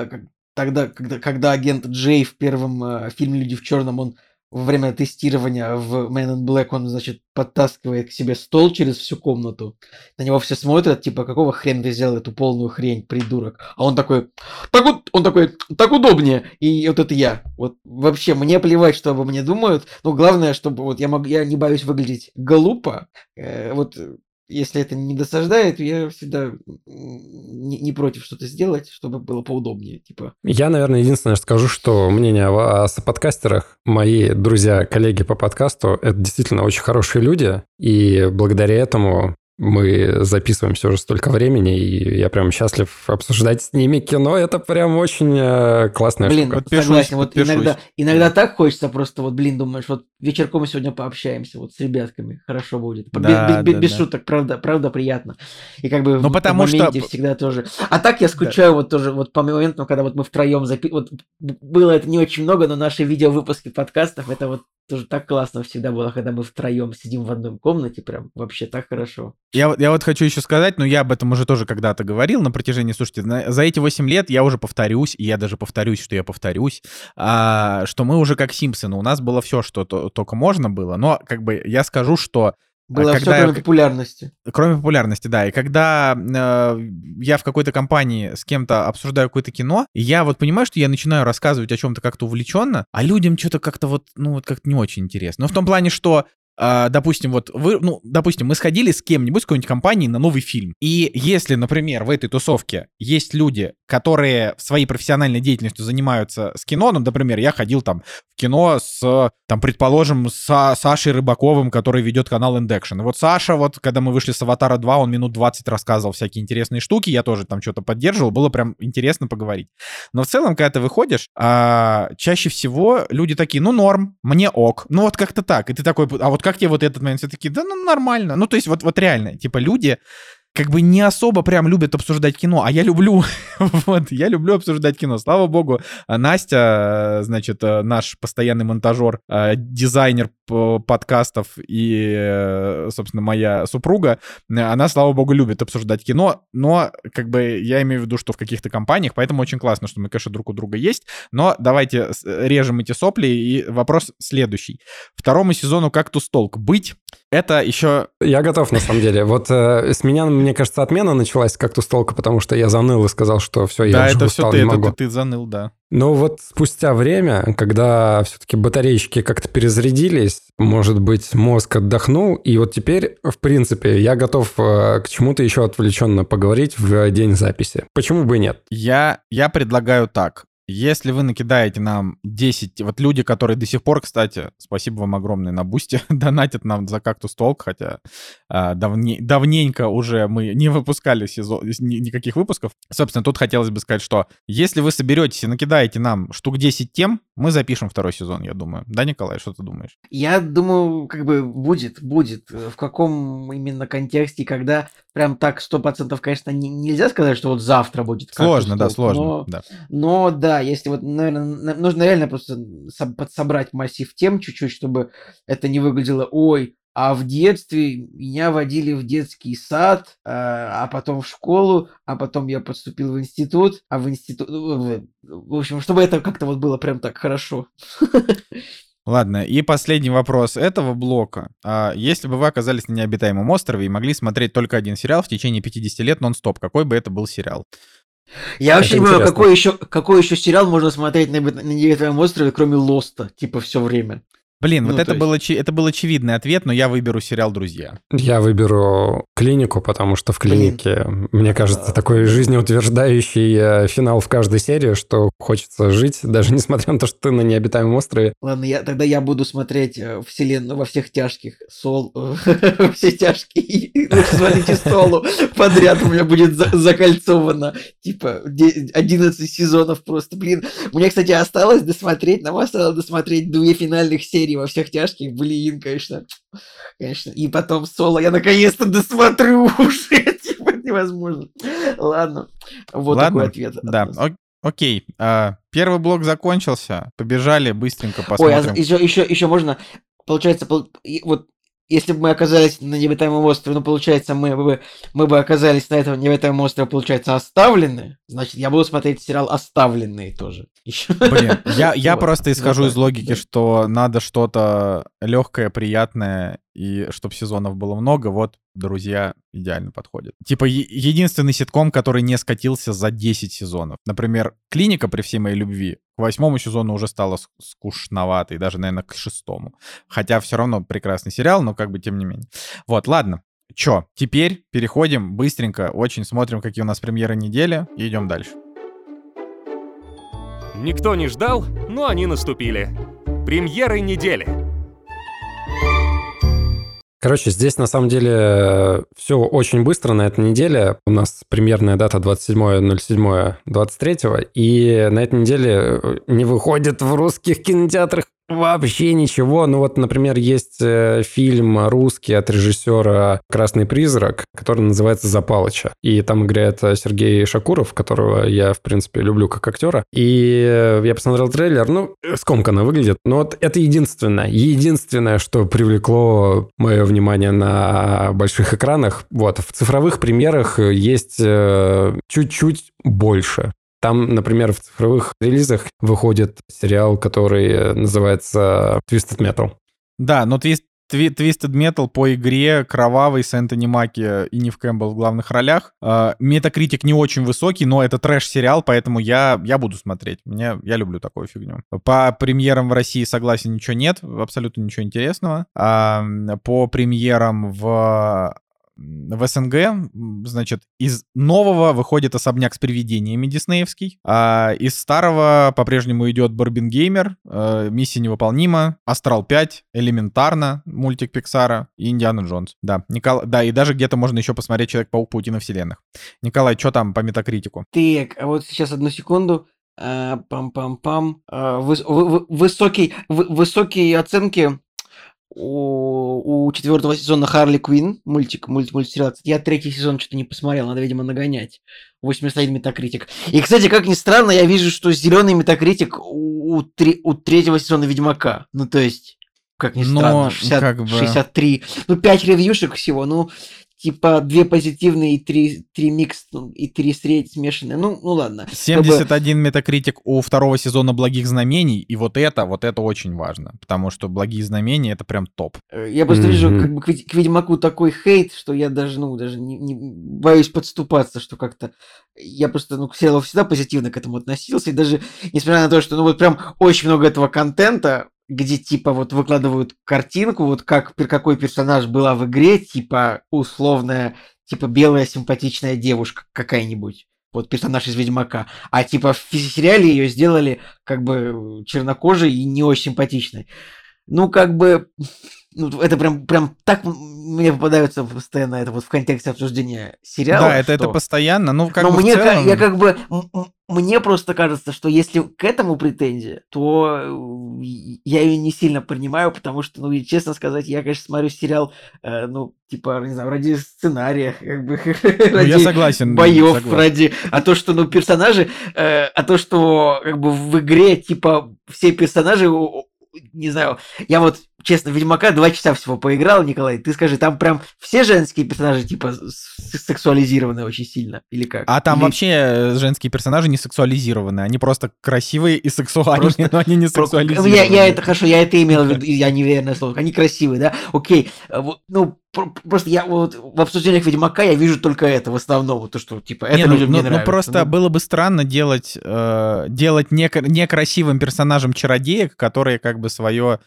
агент Джей в первом фильме «Люди в черном», он во время тестирования в Man in Black, он, значит, подтаскивает к себе стол через всю комнату. На него все смотрят, типа, какого хрена ты сделал эту полную хрень, придурок? А он такой, так удобнее. И вот это я. Вот вообще, мне плевать, что обо мне думают. Но главное, чтобы вот я не боюсь выглядеть глупо. Вот если это не досаждает, я всегда не против что-то сделать, чтобы было поудобнее. Типа. Я, наверное, единственное скажу, что мнение о соподкастерах, мои друзья, коллеги по подкасту, это действительно очень хорошие люди, и благодаря этому мы записываемся уже столько времени, и я прям счастлив обсуждать с ними кино. Это прям очень классная штука. Согласен. Вот иногда так хочется просто, вот, думаешь, вот вечерком сегодня пообщаемся вот с ребятками, хорошо будет. Без шуток, правда приятно. И как бы в моменте всегда тоже. А так я скучаю вот тоже вот по моменту, когда вот мы втроем вот было это не очень много, но наши видеовыпуски подкастов, это вот тоже так классно всегда было, когда мы втроем сидим в одной комнате, прям вообще так хорошо. Я вот хочу еще сказать, но я об этом уже тоже когда-то говорил на протяжении, слушайте, за эти 8 лет я уже повторюсь, и я даже повторюсь, что я повторюсь, что мы уже как Симпсоны, у нас было все, что только можно было, но как бы я скажу, что... Было все, кроме популярности. Кроме популярности, да. И когда я в какой-то компании с кем-то обсуждаю какое-то кино, и я вот понимаю, что я начинаю рассказывать о чем-то как-то увлеченно, а людям что-то как-то вот, ну, вот как-то не очень интересно. Но в том плане, что допустим, допустим, мы сходили с кем-нибудь, с какой-нибудь компанией на новый фильм. И если, например, в этой тусовке есть люди, которые в своей профессиональной деятельностью занимаются с кино, ну, например, я ходил там в кино с, там, предположим, с Сашей Рыбаковым, который ведет канал Индекшн. И вот Саша, вот, когда мы вышли с «Аватара 2», он минут 20 рассказывал всякие интересные штуки, я тоже там что-то поддерживал, было прям интересно поговорить. Но в целом, когда ты выходишь, чаще всего люди такие, ну, норм, мне ок, ну, вот как-то так. И ты такой, а вот как тебе вот этот момент? Все такие, да, ну, нормально. Ну, то есть вот реально, типа, люди как бы не особо прям любят обсуждать кино, а я люблю, вот, я люблю обсуждать кино. Слава богу, Настя, значит, наш постоянный монтажер, дизайнер подкастов и, собственно, моя супруга, она, слава богу, любит обсуждать кино, но, как бы, я имею в виду, что в каких-то компаниях, поэтому очень классно, что мы, конечно, друг у друга есть, но давайте режем эти сопли, и вопрос следующий. Второму сезону «Кактус Толк» быть? Это еще... Я готов, на самом деле. Вот с меня, мне кажется, отмена началась с «Кактус Толка», потому что я заныл и сказал, что все, я уже устал, не могу. Да, это ты заныл, да. Но вот спустя время, когда все-таки батареечки как-то перезарядились, может быть, мозг отдохнул, и вот теперь, в принципе, я готов к чему-то еще отвлеченно поговорить в день записи. Почему бы и нет? Я предлагаю так. Если вы накидаете нам 10... Вот люди, которые до сих пор, кстати, спасибо вам огромное на Бусти, донатят нам за «Кактус Толк», хотя давненько уже мы не выпускали никаких выпусков. Собственно, тут хотелось бы сказать, что если вы соберетесь и накидаете нам штук 10 тем, мы запишем второй сезон, я думаю. Да, Николай, что ты думаешь? Я думаю, как бы будет. В каком именно контексте, когда прям так 100%, конечно, нельзя сказать, что вот завтра будет «Кактус Сложно, да, Толк», сложно. Но да, если вот, наверное, нужно реально просто подсобрать массив тем чуть-чуть, чтобы это не выглядело, ой, а в детстве меня водили в детский сад, а потом в школу, а потом я поступил в институт, а в институт... В общем, чтобы это как-то вот было прям так хорошо. Ладно, и последний вопрос этого блока. Если бы вы оказались на необитаемом острове и могли смотреть только один сериал в течение 50 лет нон-стоп, какой бы это был сериал? Я вообще не понимаю, какой еще сериал можно смотреть на необитаемом острове, кроме «Лоста», типа, все время. Блин, вот это был очевидный ответ, но я выберу сериал «Друзья». Я выберу «Клинику», потому что в «Клинике», мне кажется, такой жизнеутверждающий финал в каждой серии, что хочется жить, даже несмотря на то, что ты на необитаемом острове. Ладно, тогда я буду смотреть вселенную во всех тяжких. Все тяжкие. Лучше смотрите «Солу» подряд, у меня будет закольцовано. Типа 11 сезонов просто. Блин, мне, кстати, нам осталось досмотреть 2 финальных серии во всех тяжких, блин, конечно. И потом «Соло» я наконец-то досмотрю уже, типа, невозможно. Ладно, вот такой ответ. Да, окей. Первый блок закончился, побежали, быстренько посмотрим. Ой, еще можно, получается, вот если бы мы оказались на необитаемом острове, получается, мы бы оказались на этом необитаемом острове, получается, оставлены, значит, я буду смотреть сериал «Оставленные» тоже. Блин, я просто исхожу из логики, что надо что-то легкое, приятное, и чтобы сезонов было много, вот «Друзья» идеально подходит. Типа единственный ситком, который не скатился за 10 сезонов. Например, «Клиника», при всей моей любви, к 8 сезону уже стало скучновато, и даже, наверное, к 6. Хотя все равно прекрасный сериал, но как бы тем не менее. Вот, ладно. Чё, теперь переходим быстренько, очень смотрим, какие у нас премьеры недели, и идем дальше. Никто не ждал, но они наступили. Премьеры недели. Короче, здесь на самом деле все очень быстро на этой неделе. У нас премьерная дата 27.07.23, и на этой неделе не выходит в русских кинотеатрах вообще ничего. Ну вот, например, есть фильм русский от режиссера «Красный призрак», который называется «За Палыча». И там играет Сергей Шакуров, которого я, в принципе, люблю как актера. И я посмотрел трейлер, скомканно выглядит. Но вот это единственное, что привлекло мое внимание на больших экранах. Вот, в цифровых премьерах есть чуть-чуть больше. Там, например, в цифровых релизах выходит сериал, который называется Twisted Metal. Да, но Twisted Metal по игре кровавый с Энтони Маки и Нив Кэмпбелл в главных ролях. Метакритик не очень высокий, но это трэш-сериал, поэтому я буду смотреть. Я люблю такую фигню. По премьерам в России, согласен, ничего нет, абсолютно ничего интересного. По премьерам в СНГ, значит, из нового выходит «Особняк с привидениями» диснеевский, а из старого по-прежнему идет «Барбенгеймер», «Миссия невыполнима», «Астрал 5», «Элементарно», мультик Пиксара и «Индиана Джонс». Да, да, и даже где-то можно еще посмотреть «Человек-паук. Паутина вселенных». Николай, что там по метакритику? Так, а вот сейчас одну секунду. Пам-пам-пам. Высокие оценки у 4-го сезона Харли Квинн, мультсериал. Я 3-й сезон что-то не посмотрел, надо, видимо, нагонять. 81 метакритик. И, кстати, как ни странно, я вижу, что зеленый метакритик у 3-го сезона Ведьмака. Ну, то есть, как ни странно, 63. 5 ревьюшек всего, типа 2 позитивные и 3 микс, и 3 смешанные. Ну ладно. 71 метакритик у 2-го сезона «Благих знамений», и вот это очень важно, потому что «Благие знамения» — это прям топ. Я просто вижу как бы к Ведьмаку такой хейт, что я даже не боюсь подступаться, что как-то... Я просто, к сериалу всегда позитивно к этому относился, и даже несмотря на то, что, прям очень много этого контента, где, типа, выкладывают картинку, какой персонаж была в игре, типа, условная, типа, белая симпатичная девушка какая-нибудь. Персонаж из Ведьмака. А, типа, в сериале ее сделали, как бы, чернокожей и не очень симпатичной. Это прям так мне попадаются постоянно это в контексте обсуждения сериала. Да, это постоянно, в целом... Мне просто кажется, что если к этому претензия, то я ее не сильно принимаю, потому что, честно сказать, я, конечно, смотрю сериал, не знаю, ради сценария, ради я согласен, боев, ради... А то, что, персонажи, что, в игре, типа, все персонажи... Не знаю, я честно, Ведьмака 2 часа всего поиграл, Николай, ты скажи, там прям все женские персонажи, типа, сексуализированы очень сильно, или как? А там вообще женские персонажи не сексуализированы, они просто красивые и сексуальные, но они не сексуализированы. Я это имел в виду, я неверное слово, они красивые, да, окей, просто я в обсуждениях Ведьмака я вижу только это в основном, то, что, типа, это людям не нравится. Просто было бы странно делать некрасивым персонажем чародеек, которые, как бы, свою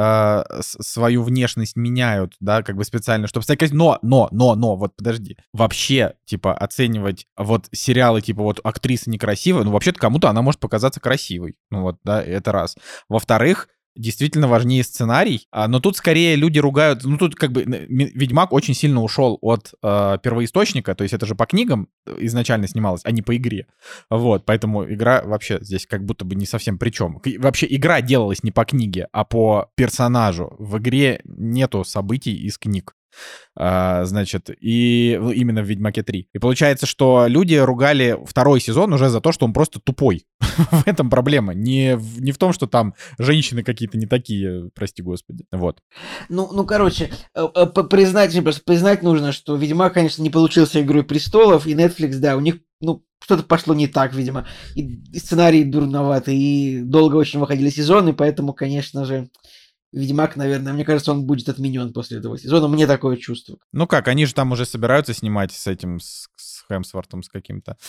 внешность меняют, да, как бы специально, чтобы стать красивым. Но, подожди. Вообще, типа, оценивать сериалы, типа, актриса некрасивая, вообще-то кому-то она может показаться красивой. Да, это раз. Во-вторых, действительно важнее сценарий, но тут скорее люди ругают, тут как бы Ведьмак очень сильно ушел от первоисточника, то есть это же по книгам изначально снималось, а не по игре, поэтому игра вообще здесь как будто бы не совсем при чем. Вообще игра делалась не по книге, а по персонажу. В игре нету событий из книг. Значит, и именно в «Ведьмаке 3». И получается, что люди ругали 2-й сезон уже за то, что он просто тупой. В этом проблема. Не в том, что там женщины какие-то не такие, прости господи. Короче, признать нужно, что «Ведьмак», конечно, не получился «Игрой престолов», и Netflix, да, у них, что-то пошло не так, видимо. И сценарий дурноватый, и долго очень выходили сезоны, поэтому, конечно же, Ведьмак, наверное, мне кажется, он будет отменен после этого сезона. Мне такое чувство. Они же там уже собираются снимать с этим, с Хемсвортом, с каким-то.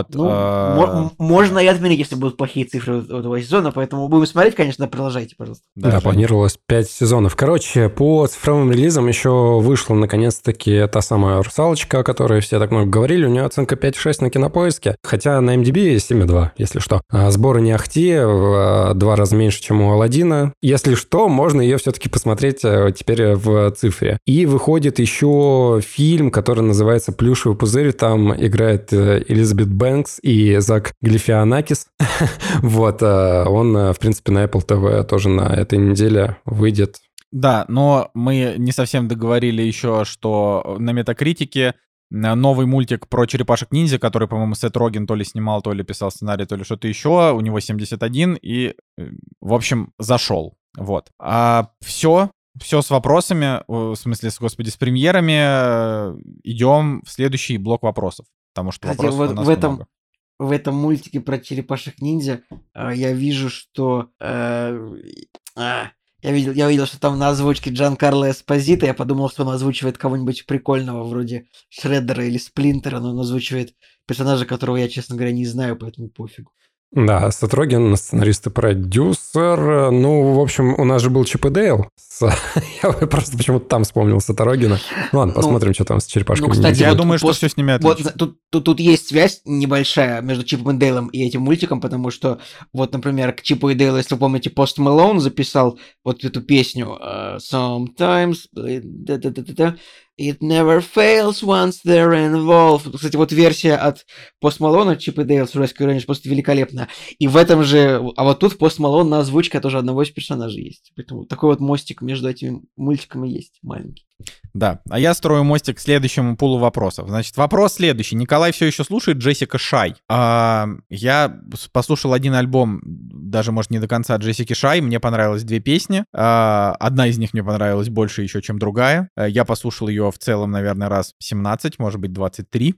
Можно и отменить, если будут плохие цифры этого сезона, поэтому будем смотреть, конечно, продолжайте, пожалуйста. Да, планировалось 5 сезонов. Короче, по цифровым релизам еще вышла, наконец-таки, та самая «Русалочка», о которой все так много говорили. У нее оценка 5,6 на Кинопоиске, хотя на MDB 7,2, если что. Сборы не ахти, в 2 раза меньше, чем у «Аладдина». Если что, можно ее все-таки посмотреть теперь в цифре. И выходит еще фильм, который называется «Плюшевый пузырь». Там играет Элизабет Бэнкс и Зак Галифианакис. Он, в принципе, на Apple TV тоже на этой неделе выйдет. Да, но мы не совсем договорили еще, что на Метакритике новый мультик про черепашек-ниндзя, который, по-моему, Сет Роген то ли снимал, то ли писал сценарий, то ли что-то еще, у него 71, и, в общем, зашел. Все с вопросами, в смысле, с премьерами. Идем в следующий блок вопросов, потому что вопросов у нас много. В этом мультике про черепашек-ниндзя я вижу, что... Я видел, что там на озвучке Джанкарло Эспозито, я подумал, что он озвучивает кого-нибудь прикольного, вроде Шреддера или Сплинтера, но он озвучивает персонажа, которого я, честно говоря, не знаю, поэтому пофигу. Да, Сет Роген, сценарист и продюсер. Ну, в общем, у нас же был Чип и Дейл. Я просто почему-то там вспомнил Сета Рогена. Ладно, посмотрим, что там с черепашками. Кстати, я думаю, что все с ними отлично. Вот тут есть связь небольшая между Чипом и Дейлом и этим мультиком, потому что, вот, например, к Чипу и Дейлу, если вы помните, Пост Мэлоун записал вот эту песню Sometimes It never fails once they're involved. Кстати, вот версия от Пост Малона, Чип и Дейл, Rescue Rangers, просто великолепная. И в этом же... А вот тут Пост Малон на озвучке тоже одного из персонажей есть. Поэтому такой вот мостик между этими мультиками есть, маленький. Да, а я строю мостик к следующему пулу вопросов. Значит, вопрос следующий. Николай все еще слушает Джессика Шай. Я послушал один альбом, даже, может, не до конца, Джессики Шай. Мне понравилось 2 песни. Одна из них мне понравилась больше еще, чем другая. Я послушал ее в целом, наверное, раз 17, может быть, 23.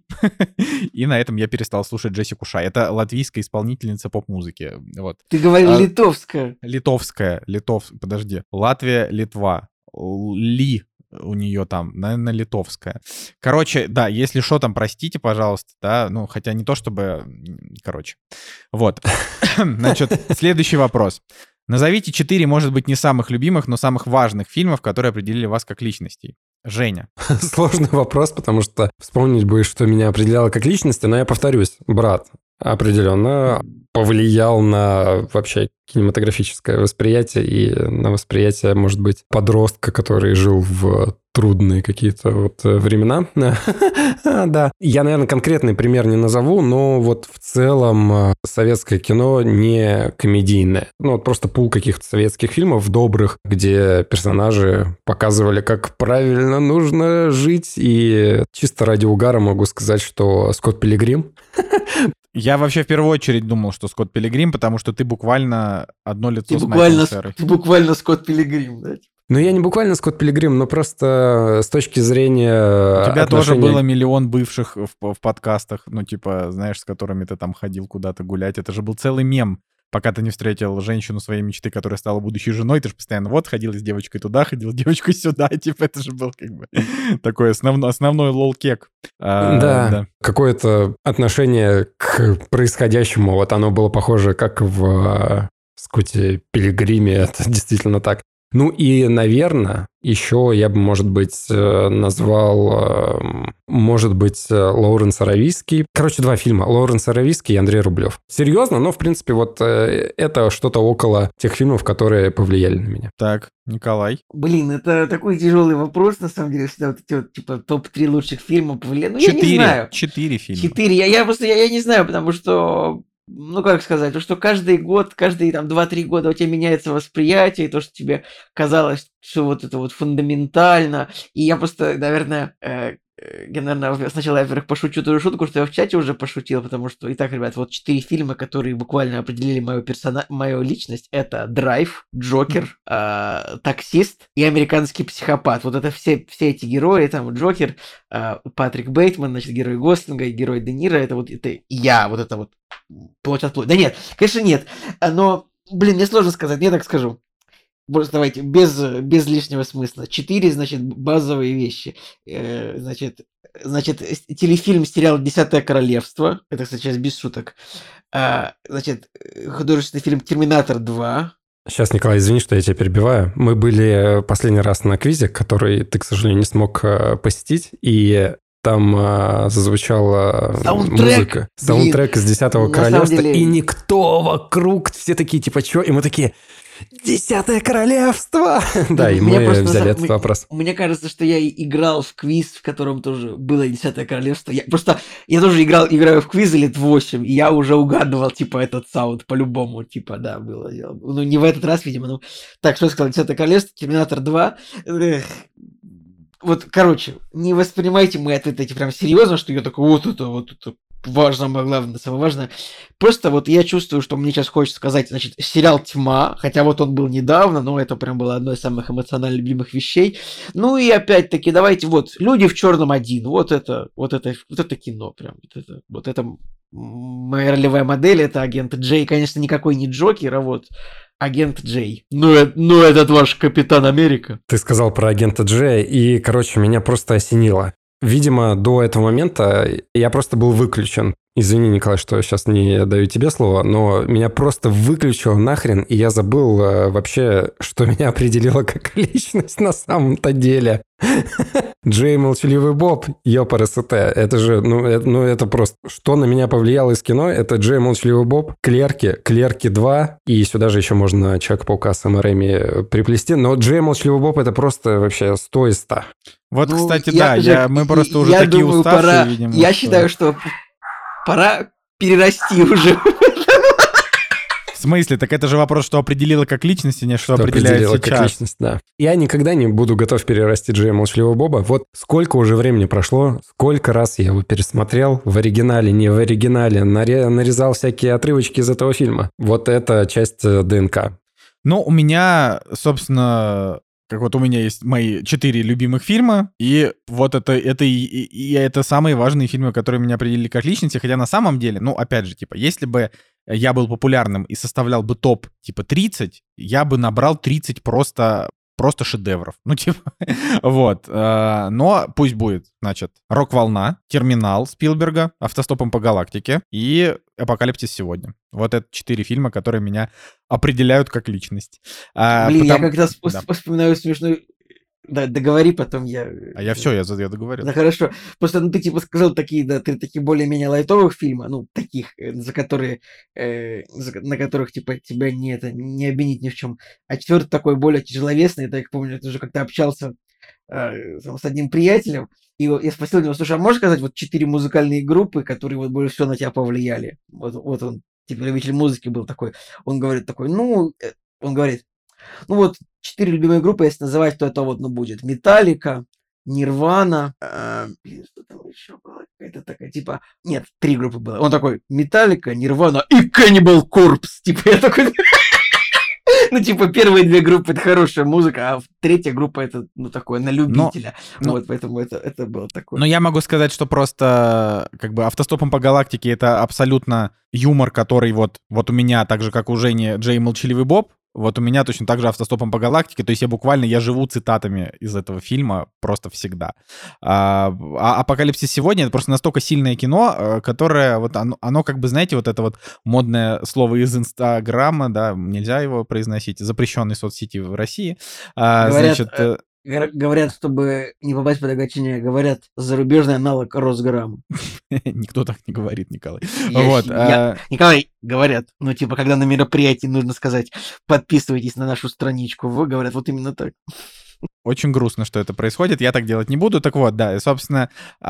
И на этом я перестал слушать Джессику Шай. Это латвийская исполнительница поп-музыки. Вот. Ты говорил литовская. Литовская. Подожди. Латвия, Литва. Ли. У нее там, наверное, литовская. Короче, да, если что, там, простите, пожалуйста, да, ну, хотя не то чтобы... Короче, вот. Значит, следующий вопрос. Назовите 4, может быть, не самых любимых, но самых важных фильмов, которые определили вас как личностей. Женя. Сложный вопрос, потому что вспомнить бы, что меня определяло как личность, но я повторюсь, брат определенно повлиял на вообще кинематографическое восприятие и на восприятие, может быть, подростка, который жил в трудные какие-то вот времена. Да. Я, наверное, конкретный пример не назову, но вот в целом советское кино не комедийное. Ну, вот просто пул каких-то советских фильмов добрых, где персонажи показывали, как правильно нужно жить. И чисто ради угара могу сказать, что Скотт Пилигрим. Я вообще в первую очередь думал, что Скотт Пилигрим, потому что ты буквально одно лицо с Майклом Церой. Ты буквально Скотт Пилигрим, да? Ну, я не буквально Скотт Пилигрим, но просто с точки зрения... У тебя тоже было миллион бывших в подкастах, ну, типа, знаешь, с которыми ты там ходил куда-то гулять. Это же был целый мем, пока ты не встретил женщину своей мечты, которая стала будущей женой. Ты же постоянно вот ходил с девочкой туда, ходил с девочкой сюда. Типа, это же был как бы такой основной лол-кек. Да, какое-то отношение к происходящему. Вот оно было похоже, как в Скотте Пилигриме. Это действительно так. Ну и, наверное, еще я бы, может быть, назвал, может быть, Лоуренс Аравийский. Короче, 2 фильма. Лоуренс Аравийский и Андрей Рублев. Серьезно, но, в принципе, вот это что-то около тех фильмов, которые повлияли на меня. Так, Николай. Блин, это такой тяжелый вопрос, на самом деле, всегда вот эти вот, типа, топ-3 лучших фильмов повлияли. Ну, 4, я не знаю. 4 фильма. 4. Я просто не знаю, потому что... Ну, как сказать, то, что каждый год, каждые там 2-3 года у тебя меняется восприятие, и то, что тебе казалось, что вот это вот фундаментально. И я просто, наверное, сначала я, во-первых, пошучу ту же шутку, что я в чате уже пошутил, потому что, итак, ребят, вот 4 фильма, которые буквально определили мою личность, это «Драйв», «Джокер», «Таксист» и «Американский психопат». Вот это все эти герои, там, Джокер, Патрик Бейтман, значит, герой Гослинга и герой Де Ниро, это я, вот это вот плоть от плоти. Да нет, конечно, нет. Но, блин, мне сложно сказать, я так скажу. Просто давайте, без лишнего смысла. 4, значит, базовые вещи. Значит, телефильм, сериал «Десятое королевство». Это, кстати, сейчас без шуток. Значит, художественный фильм «Терминатор 2». Сейчас, Николай, извини, что я тебя перебиваю. Мы были последний раз на квизе, который ты, к сожалению, не смог посетить, и там зазвучала музыка. Саундтрек из «Десятого королевства». Деле... И никто вокруг, все такие, типа, чё? И мы такие... 10-е королевство! Да, и мы взяли этот вопрос. Мне кажется, что я играл в квиз, в котором тоже было 10-е королевство. Я тоже играю в квиз лет 8, и я уже угадывал, типа, этот саунд по-любому. Типа, да, было дело. Ну, не в этот раз, видимо. Ну, так, что я сказал, 10-е королевство, Терминатор 2. Вот, короче, не воспринимайте мои ответы эти прям серьезно, что я такой, вот это важно, самое главное, самое важное. Просто вот я чувствую, что мне сейчас хочется сказать, значит, сериал «Тьма», хотя вот он был недавно, но это прям было одной из самых эмоционально любимых вещей. Ну и опять-таки, давайте вот, «Люди в черном 1», вот это кино прям, вот это моя ролевая модель — это агент Джей. Конечно, никакой не Джокер, а вот агент Джей. Ну, этот ваш Капитан Америка. Ты сказал про агента Джея, и, короче, меня просто осенило. Видимо, до этого момента я просто был выключен. Извини, Николай, что я сейчас не даю тебе слово, но меня просто выключило нахрен, и я забыл вообще, что меня определило как личность на самом-то деле. Джей Молчаливый Боб, ёпрст, это же, это просто... Что на меня повлияло из кино, это Джей Молчаливый Боб, Клерки 2, и сюда же еще можно Человека-паука с Рэйми приплести, но Джей Молчаливый Боб это просто вообще 100 из 100. Вот, кстати, мы просто уже такие уставшие, видимо. Я считаю, что пора перерасти уже. В смысле? Так это же вопрос, что определило как личность, а не что определяет сейчас. Как личность, да. Я никогда не буду готов перерасти Джея Молчаливого Боба. Вот сколько уже времени прошло, сколько раз я его пересмотрел в оригинале, не в оригинале, нарезал всякие отрывочки из этого фильма. Вот это часть ДНК. Ну, у меня, собственно... Как вот у меня есть мои 4 любимых фильма, и вот это самые важные фильмы, которые меня определили как личности, хотя на самом деле, ну, опять же, типа, если бы я был популярным и составлял бы топ, типа, 30, я бы набрал 30 просто шедевров. Ну, типа, вот. Но пусть будет, значит, «Рок-волна», «Терминал» Спилберга, «Автостопом по галактике» и «Апокалипсис сегодня». Вот это 4 фильма, которые меня определяют как личность. Я когда вспоминаю смешную... Да, договори, потом я... я договорил. Да, хорошо. Просто, ты типа сказал такие, да, 3 такие более-менее лайтовых фильма, таких, на которых, типа, тебя не обвинить ни в чем. А 4 такой более тяжеловесный, это, я помню, ты уже как-то общался с одним приятелем, и я спросил него: слушай, а можешь сказать вот 4 музыкальные группы, которые вот больше всего на тебя повлияли? Вот он, типа, любитель музыки был такой. Он говорит, 4 любимые группы, если называть, то это будет Металлика, Нирвана, что там еще было? Какая-то такая, типа... Нет, 3 группы было. Он такой: Металлика, Нирвана и Cannibal Corpse. Типа, я такой... первые 2 группы — это хорошая музыка, а 3-я группа — это, такое, на любителя. Поэтому это было такое. Но я могу сказать, что просто, как бы, «Автостопом по галактике» — это абсолютно юмор, который вот у меня, так же, как у Жени, Джей Молчаливый Боб, вот у меня точно так же «Автостопом по галактике». То есть я живу цитатами из этого фильма просто всегда. А «Апокалипсис сегодня» — это просто настолько сильное кино, которое вот оно как бы, знаете, вот это вот модное слово из Инстаграма, да, нельзя его произносить, запрещенной соцсети в России. Говорят, чтобы не попасть под огорчение, говорят, зарубежный аналог Росграма. Никто так не говорит, Николай. Николай, говорят, когда на мероприятии нужно сказать: подписывайтесь на нашу страничку, говорят вот именно так. Очень грустно, что это происходит, я так делать не буду. Так вот, да, и, собственно,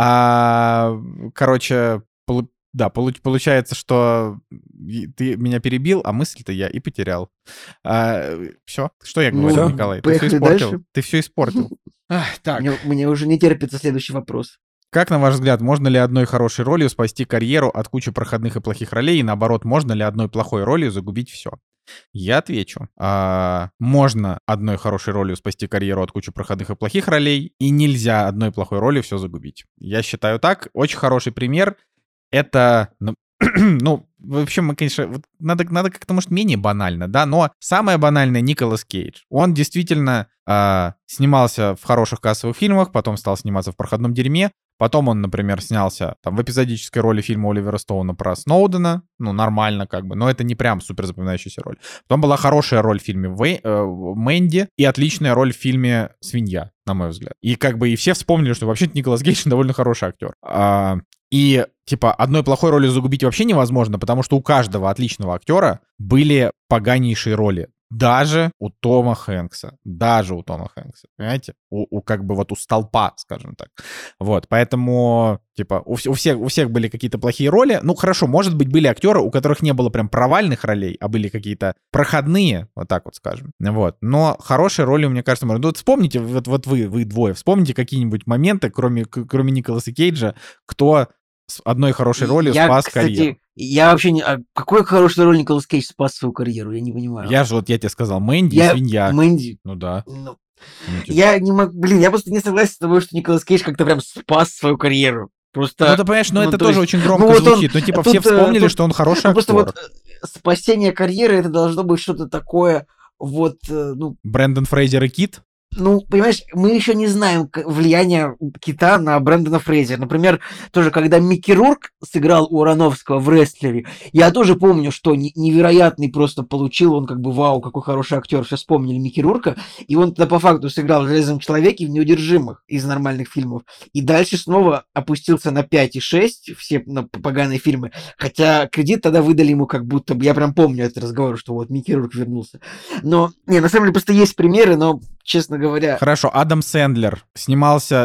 получается, что ты меня перебил, а мысль-то я и потерял. Все, что я говорю, Николай? Ты все испортил. Дальше. Ты все испортил. Так. Мне уже не терпится следующий вопрос. Как, на ваш взгляд, можно ли одной хорошей ролью спасти карьеру от кучи проходных и плохих ролей, и наоборот, можно ли одной плохой ролью загубить все? Я отвечу. Можно одной хорошей ролью спасти карьеру от кучи проходных и плохих ролей, и нельзя одной плохой ролью все загубить. Я считаю так. Очень хороший пример. Это, вообще, мы, конечно, надо как-то, может, менее банально, да, но самое банальное — Николас Кейдж. Он действительно снимался в хороших кассовых фильмах, потом стал сниматься в проходном дерьме, потом он, например, снялся там в эпизодической роли фильма Оливера Стоуна про Сноудена, нормально как бы, но это не прям супер запоминающаяся роль. Потом была хорошая роль в фильме «Мэнди» и отличная роль в фильме «Свинья», на мой взгляд. И как бы и все вспомнили, что вообще-то Николас Кейдж довольно хороший актер. И, типа, одной плохой ролью загубить вообще невозможно, потому что у каждого отличного актера были поганейшие роли. Даже у Тома Хэнкса. Понимаете? Как бы вот у столпа, скажем так. Вот, поэтому, типа, у всех были какие-то плохие роли. Ну, хорошо, может быть, были актеры, у которых не было прям провальных ролей, а были какие-то проходные, вот так вот скажем. Вот. Но хорошие роли, мне кажется, можно. Вот вспомните, вот вы двое, вспомните какие-нибудь моменты, кроме Николаса Кейджа, кто с одной хорошей ролью спас карьеру. Я вообще не... какой хороший роль Николас Кейдж спас свою карьеру? Я не понимаю. Я тебе сказал, «Мэнди» и «Свинья». «Мэнди». Ну да. Я не могу... я просто не согласен с тобой, что Николас Кейдж как-то прям спас свою карьеру. Просто, Ну, ты понимаешь, это то тоже есть, очень громко вот звучит. Ну, типа, все вспомнили, что он хороший актер. Просто вот спасение карьеры, это должно быть что-то такое, вот, Брэндон Фрейзер и Кит? Ну, понимаешь, мы еще не знаем влияния Кита на Брэндона Фрейзера. Например, тоже, когда Микки Рурк сыграл у Аронофского в «Рестлере», я тоже помню, что невероятный просто получил, он как бы, вау, какой хороший актер, все вспомнили Микки Рурка, и он тогда по факту сыграл в «Железном человеке» в «Неудержимых» из нормальных фильмов. И дальше снова опустился на 5 и 6, все поганые фильмы, хотя кредит тогда выдали ему как будто бы, я прям помню этот разговор, что вот Микки Рурк вернулся. Но, на самом деле, просто есть примеры, но, честно говоря... Хорошо, Адам Сэндлер снимался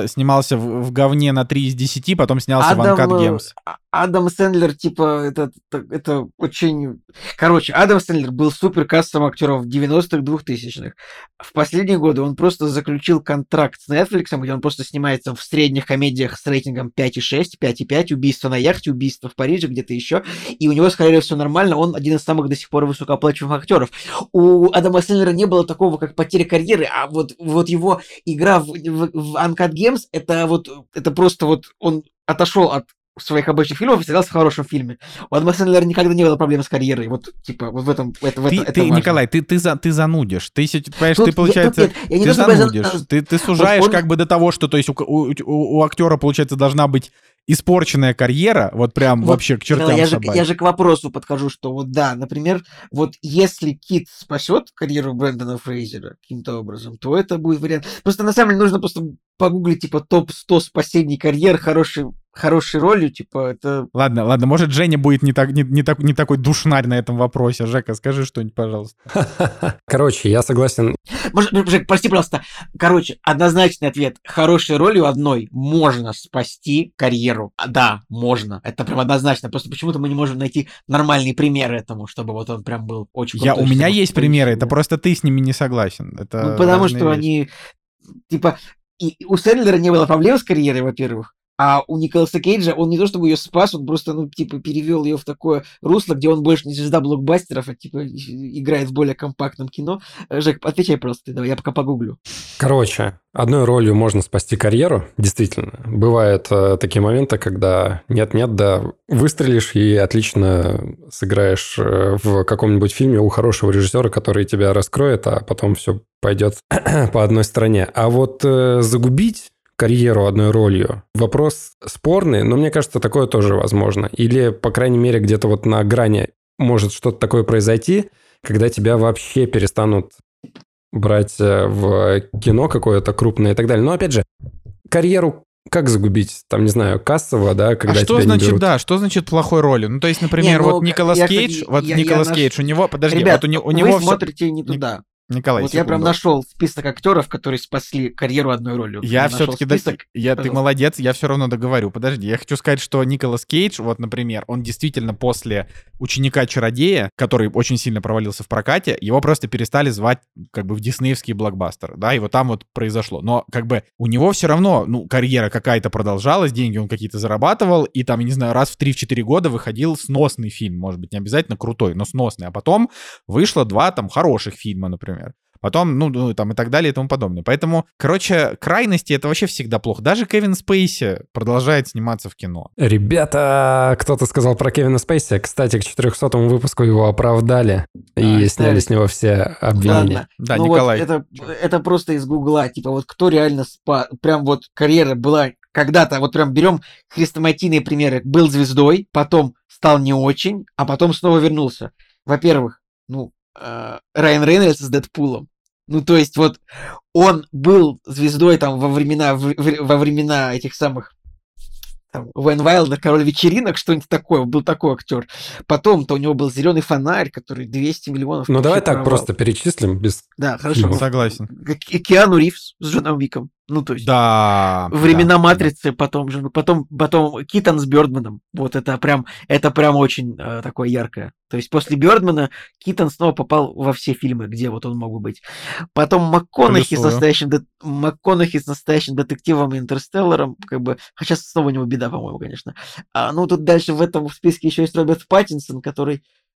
в говне на 3 из 10, потом снялся в Uncut Gems. Адам Сэндлер, типа, это очень... Короче, Адам Сэндлер был супер кассовым актером в 90-х, 2000-х. В последние годы он просто заключил контракт с Netflix, где он просто снимается в средних комедиях с рейтингом 5,6, 5,5, убийство на яхте, убийство в Париже, где-то еще. И у него с карьерой все нормально, он один из самых до сих пор высокооплачиваемых актеров. У Адама Сэндлера не было такого, как потеря карьеры, а вот его игра в Uncut Gems, это просто вот он отошел от своих обычных фильмов и сыгрался в хорошем фильме. У Адама Сэндлера никогда не было проблем с карьерой. Вот, типа, вот в этом это важно. Николай, ты занудишь. Ты, понимаешь, ты, получается, ты занудишь. Ты сужаешь вот как бы до того, что, то есть, у актера, получается, должна быть испорченная карьера, вот прям вот, вообще к чертям собачьим. Я же к вопросу подхожу, что вот да, например, вот если Кит спасет карьеру Брэндона Фрейзера каким-то образом, то это будет вариант. Просто на самом деле нужно просто погуглить, типа, топ-100 спасений карьер хорошей ролью, типа, это... Ладно, может, Женя будет не такой душнарь на этом вопросе. Жека, скажи что-нибудь, пожалуйста. Короче, я согласен. Жек, прости, пожалуйста. Короче, однозначный ответ. Хорошей ролью одной можно спасти карьеру. Да, можно. Это прям однозначно. Просто почему-то мы не можем найти нормальные примеры этому, чтобы вот он прям был очень крутой. У меня есть примеры, это просто ты с ними не согласен. Это потому что они... Типа, и у Сэндлера не было проблем с карьерой, во-первых. А у Николаса Кейджа он не то чтобы ее спас, он просто, перевел ее в такое русло, где он больше не звезда блокбастеров, а играет в более компактном кино. Жек, отвечай просто, давай, я пока погуглю. Короче, одной ролью можно спасти карьеру, действительно. Бывают такие моменты, когда нет-нет, да, выстрелишь и отлично сыграешь в каком-нибудь фильме у хорошего режиссера, который тебя раскроет, а потом все пойдет по одной стороне. А вот загубить карьеру одной ролью. Вопрос спорный, но мне кажется, такое тоже возможно. Или, по крайней мере, где-то вот на грани может что-то такое произойти, когда тебя вообще перестанут брать в кино какое-то крупное и так далее. Но, опять же, карьеру как загубить? Там, не знаю, кассово, да, когда тебя не берут. Да, что значит плохой ролью? Ну, то есть, например, вот Николас Кейдж, у него, подожди, ребят, вот у него вы смотрите не туда. Николай, вот секунду. Я прям нашел список актеров, которые спасли карьеру одной ролью. Я все-таки... Ты молодец, я все равно договорю. Подожди, я хочу сказать, что Николас Кейдж, вот, например, он действительно после «Ученика-чародея», который очень сильно провалился в прокате, его просто перестали звать как бы в диснеевские блокбастеры, да, и вот там вот произошло. Но как бы у него все равно, карьера какая-то продолжалась, деньги он какие-то зарабатывал, и там, я не знаю, раз в 3-4 года выходил сносный фильм, может быть, не обязательно крутой, но сносный. А потом вышло 2 там хороших фильма, например. Потом, там и так далее и тому подобное. Поэтому, короче, крайности — это вообще всегда плохо. Даже Кевин Спейси продолжает сниматься в кино. Ребята, кто-то сказал про Кевина Спейси. Кстати, к 400-му выпуску его оправдали и сняли с него все обвинения. Ладно. Да, Николай. Вот это просто из Гугла. Типа вот кто реально прям вот карьера была когда-то, вот прям берем хрестоматийные примеры. Был звездой, потом стал не очень, а потом снова вернулся. Во-первых, Райан Рейнольдс с Дэдпулом. То есть вот он был звездой там во времена этих самых Уэйн Уайлдер, Король вечеринок, что-нибудь такое, был такой актер. Потом-то у него был «Зеленый фонарь», который 200 миллионов. Давай так просто перечислим без... Да, хорошо. Согласен. Киану Ривз с Джоном Уиком. То есть да, времена «Матрицы», потом Китон с Бёрдманом. Вот это прям очень такое яркое. То есть после Бёрдмана Китон снова попал во все фильмы, где вот он мог быть. Потом МакКонахи с настоящим детективом и Интерстелларом, как бы, хотя снова у него беда, по-моему, конечно. Тут дальше в этом списке еще есть Роберт Паттинсон, который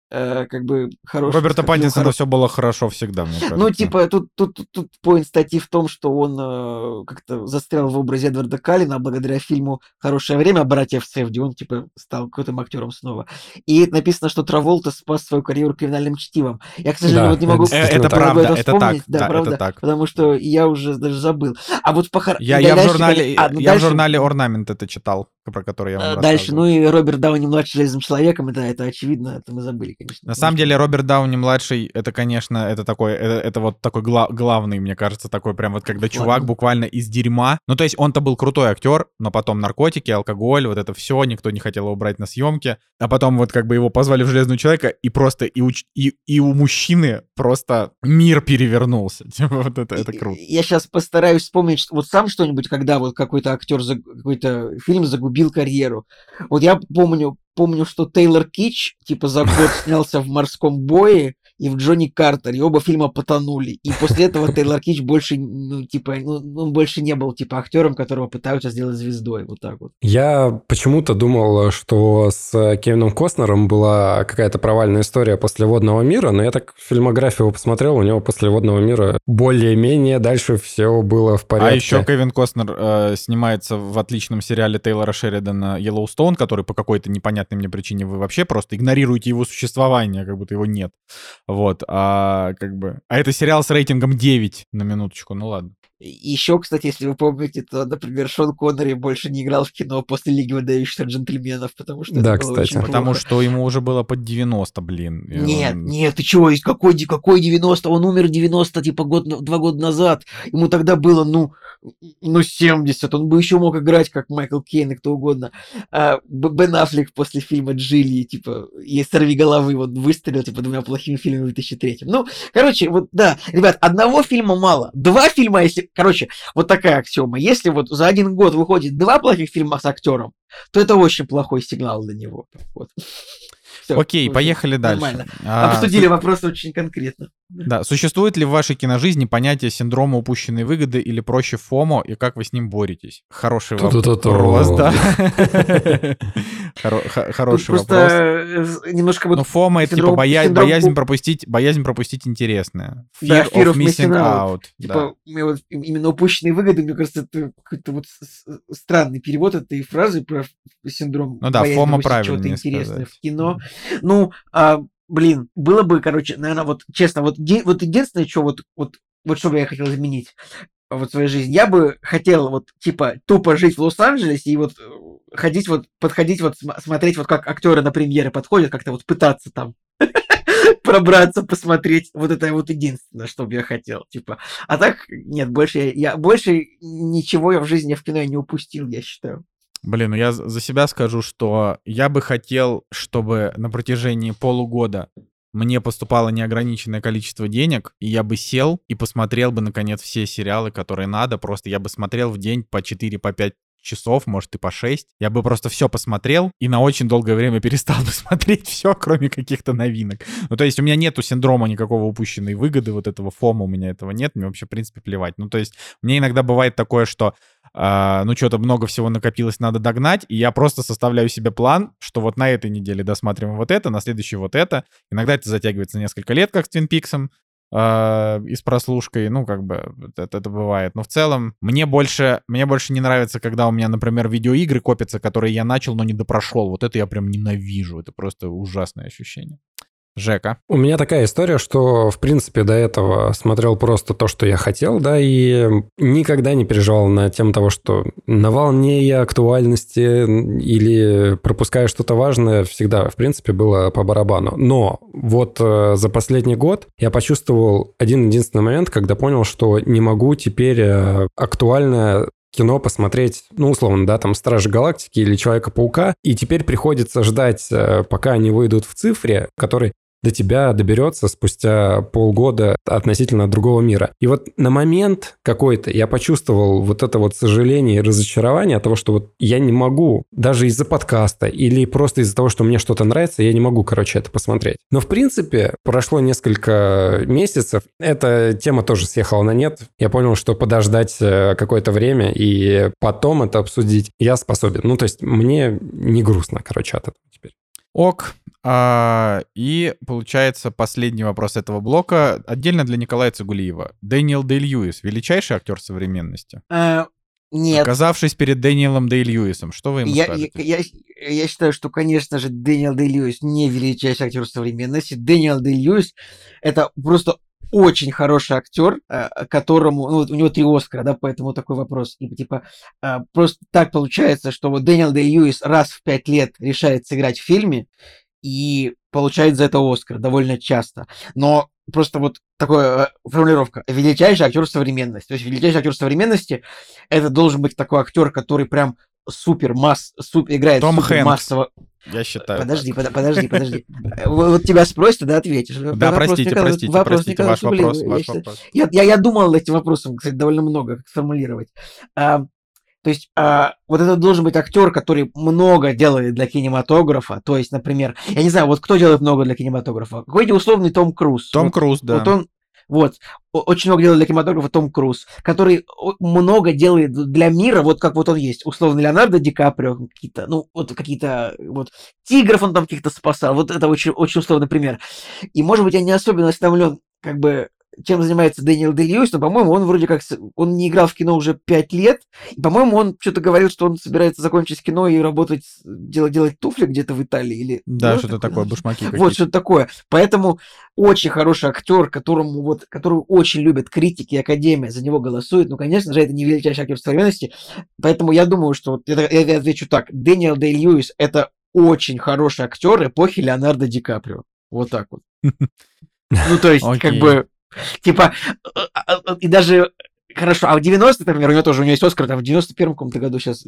как бы хороший. Роберта Паттинсона все было хорошо всегда, мне кажется. Ну, типа, тут поинт статьи в том, что он как-то застрял в образе Эдварда Каллена, а благодаря фильму «Хорошее время» «Братьев Сэфди» он, типа, стал крутым актером снова. И написано, что Траволта спас свою карьеру криминальным чтивом. Я, к сожалению, вот не могу... Это правда, это так. Да, правда, это так. потому что я уже даже забыл. А вот я в журнале «Орнамент» это читал, про который я вам рассказывал. Дальше, ну и Роберт Дауни-младший «Железным человеком», это очевидно, это мы забыли, конечно. На самом деле, Роберт Дауни-младший, это, конечно, это вот такой главный, мне кажется, такой прям вот, когда чувак буквально из дерьма. Ну, то есть он-то был крутой актер, но потом наркотики, алкоголь, вот это все, никто не хотел его брать на съемки. А потом вот как бы его позвали в «Железного человека», и просто и у мужчины просто мир перевернулся. Вот это круто. Я сейчас постараюсь вспомнить вот сам что-нибудь, когда вот какой-то актер, какой-то фильм загубил карьеру. Вот я помню, что Тейлор Китч, типа, за год снялся в «Морском бое» и в «Джонни Картере», и оба фильма потонули. И после этого Тейлор Китч больше, он больше не был, типа, актером, которого пытаются сделать звездой, вот так вот. Я почему-то думал, что с Кевином Костнером была какая-то провальная история после «Водного мира», но я так фильмографию посмотрел, у него после «Водного мира» более-менее дальше все было в порядке. А еще Кевин Костнер снимается в отличном сериале Тейлора Шеридана «Йеллоустоун», который по какой-то непонятной мне причине вы вообще просто игнорируете его существование, как будто его нет. Вот, а это сериал с рейтингом 9, на минуточку, ну ладно. Еще, кстати, если вы помните, то, например, Шон Коннери больше не играл в кино после «Лиги выдающихся джентльменов», потому что да, это было кстати. очень Потому плохо. что ему уже было под 90, блин. Нет, ты чего, какой 90? Он умер 90, типа, 2 года назад. Ему тогда было, 70. Он бы еще мог играть, как Майкл Кейн и кто угодно. Бен Аффлек после фильма «Джилли», типа, и «Сорвиголовы», вот, выстрелил, типа, 2 плохими фильмами в 2003. Ну, короче, вот, да, ребят, одного фильма мало. 2 фильма, если... Короче, вот такая аксиома. Если вот за 1 год выходит 2 плохих фильма с актером, то это очень плохой сигнал для него. Вот. Всё, Окей, поехали дальше. Нормально. Обсудили вопрос очень конкретно. Да, существует ли в вашей киножизни понятие синдрома упущенной выгоды или проще ФОМО, и как вы с ним боретесь? Хороший вопрос, да. Хороший вопрос. Немножко вот... Ну, ФОМО — это типа боязнь пропустить интересное. Fear of missing out. Типа, именно упущенные выгоды, мне кажется, это какой-то вот странный перевод этой фразы про синдром боязни пропустить чего-то интересное в кино. Ну, блин, было бы, короче, наверное, вот честно, вот единственное, что вот что бы я хотел изменить вот в своей жизни, я бы хотел вот типа тупо жить в Лос-Анджелесе и вот подходить, смотреть, вот как актеры на премьеры подходят, как-то вот пытаться там пробраться, посмотреть. Вот это вот единственное, что бы я хотел. Типа. А так, нет, больше ничего я в жизни в кино не упустил, я считаю. Блин, ну я за себя скажу, что я бы хотел, чтобы на протяжении полугода мне поступало неограниченное количество денег, и я бы сел и посмотрел бы, наконец, все сериалы, которые надо. Просто я бы смотрел в день по 4, по 5 часов, может, и по 6. Я бы просто все посмотрел и на очень долгое время перестал бы смотреть все, кроме каких-то новинок. Ну, то есть у меня нету синдрома никакого упущенной выгоды, вот этого фома у меня этого нет, мне вообще, в принципе, плевать. Ну, то есть мне иногда бывает такое, что что-то много всего накопилось, надо догнать, и я просто составляю себе план, что вот на этой неделе досматриваем вот это, на следующей вот это. Иногда это затягивается несколько лет, как с Twin Peaks'ом, и с прослушкой, это бывает. Но в целом мне больше не нравится, когда у меня, например, видеоигры копятся, которые я начал, но не допрошел. Вот это я прям ненавижу. Это просто ужасное ощущение. Жека? У меня такая история, что, в принципе, до этого смотрел просто то, что я хотел, да, и никогда не переживал на тему того, что на волне я актуальности или пропускаю что-то важное, всегда, в принципе, было по барабану. Но вот за последний год я почувствовал один-единственный момент, когда понял, что не могу теперь актуальное кино посмотреть, условно, да, там «Стражи Галактики» или «Человека-паука», и теперь приходится ждать, пока они выйдут в цифре, который до тебя доберется спустя полгода относительно другого мира. И вот на момент какой-то я почувствовал вот это вот сожаление и разочарование от того, что вот я не могу, даже из-за подкаста или просто из-за того, что мне что-то нравится, я не могу, это посмотреть. Но, в принципе, прошло несколько месяцев, эта тема тоже съехала на нет. Я понял, что подождать какое-то время и потом это обсудить я способен. То есть мне не грустно, от этого теперь. Ок. И получается последний вопрос этого блока. Отдельно для Николая Цигулиева. Дэниел Дэй-Льюис — величайший актер современности? Нет. Оказавшись перед Дэниелом Дэй-Льюисом, что вы ему скажете? Я считаю, что, конечно же, Дэниел Дэй-Льюис не величайший актер современности. Дэниел Дэй-Льюис — это просто очень хороший актер, которому... Ну, вот у него 3 Оскара, да, поэтому такой вопрос. И, типа, просто так получается, что вот Дэниел Дэй-Льюис раз в 5 лет решает сыграть в фильме и получает за это Оскар довольно часто. Но просто вот такая формулировка. Величайший актер современности. То есть величайший актер современности — это должен быть такой актер, который прям супер играет Том супер Хэнкс, массово. я считаю. Подожди. Вот тебя спросят, да, ответишь. Да, простите, ваш вопрос. Я думал над этим вопросом, кстати, довольно много, как сформулировать. То есть вот это должен быть актер, который много делает для кинематографа. То есть, например, я не знаю, вот кто делает много для кинематографа? Какой-нибудь условный Том Круз. Том Круз, да. Вот он очень много делает для кинематографа Том Круз, который много делает для мира, вот как вот он есть. Условно Леонардо Ди Каприо, какие-то тигров он там каких-то спасал. Вот это очень, очень условный пример. И, может быть, я не особенно остановлен, как бы, чем занимается Дэниел Дэй-Льюис, но, по-моему, он вроде как... Он не играл в кино уже 5 лет, и, по-моему, он что-то говорил, что он собирается закончить кино и работать, делать туфли где-то в Италии. Или... Да, что-то такое, башмаки какие-то. Вот, что-то такое. Поэтому очень хороший актер, которого очень любят критики, Академия за него голосует. Ну, конечно же, это не величайший актер современности. Поэтому я думаю, что... Я отвечу так. Дэниел Дэй-Льюис — это очень хороший актер эпохи Леонардо Ди Каприо. Вот так вот. Ну, то есть, как бы... Типа, и даже, хорошо, а в 90-х, например, у него есть Оскар, там, в 91-м каком-то году, сейчас, в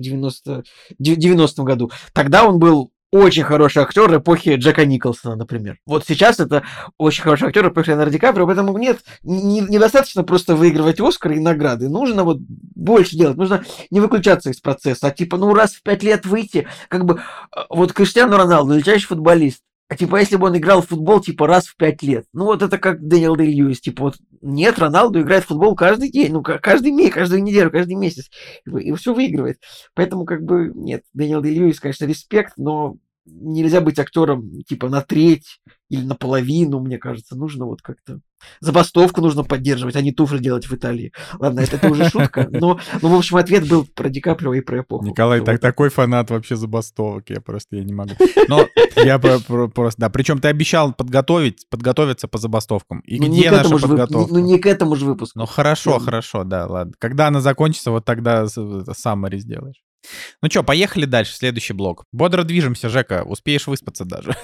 90-м году, тогда он был очень хороший актер эпохи Джека Николсона, например. Вот сейчас это очень хороший актер эпохи Леонардо Ди Каприо, поэтому нет, недостаточно просто выигрывать Оскар и награды, нужно вот больше делать, нужно не выключаться из процесса, а типа, раз в 5 лет выйти, как бы, вот Криштиану Роналду, величайший футболист, а типа, если бы он играл в футбол, типа, раз в 5 лет. Ну, вот это как Дэниел Дэй-Льюис. Типа, вот нет, Роналду играет в футбол каждый день, каждую неделю, каждый месяц. И все выигрывает. Поэтому, как бы, нет, Дэниел Дэй-Льюис, конечно, респект, но нельзя быть актером, типа, на треть или наполовину, мне кажется. Нужно вот как-то... Забастовку нужно поддерживать, а не туфли делать в Италии. Ладно, это уже шутка, но, в общем, ответ был про Ди Каприо и про эпоху. Николай, такой фанат вообще забастовок, я не могу. Но я просто, да, причем ты обещал подготовиться по забастовкам. И где наша подготовка? Не к этому же выпуску. Ну, хорошо, да, ладно. Когда она закончится, вот тогда саммари сделаешь. Ну что, поехали дальше, следующий блок. Бодро движемся, Жека, успеешь выспаться даже.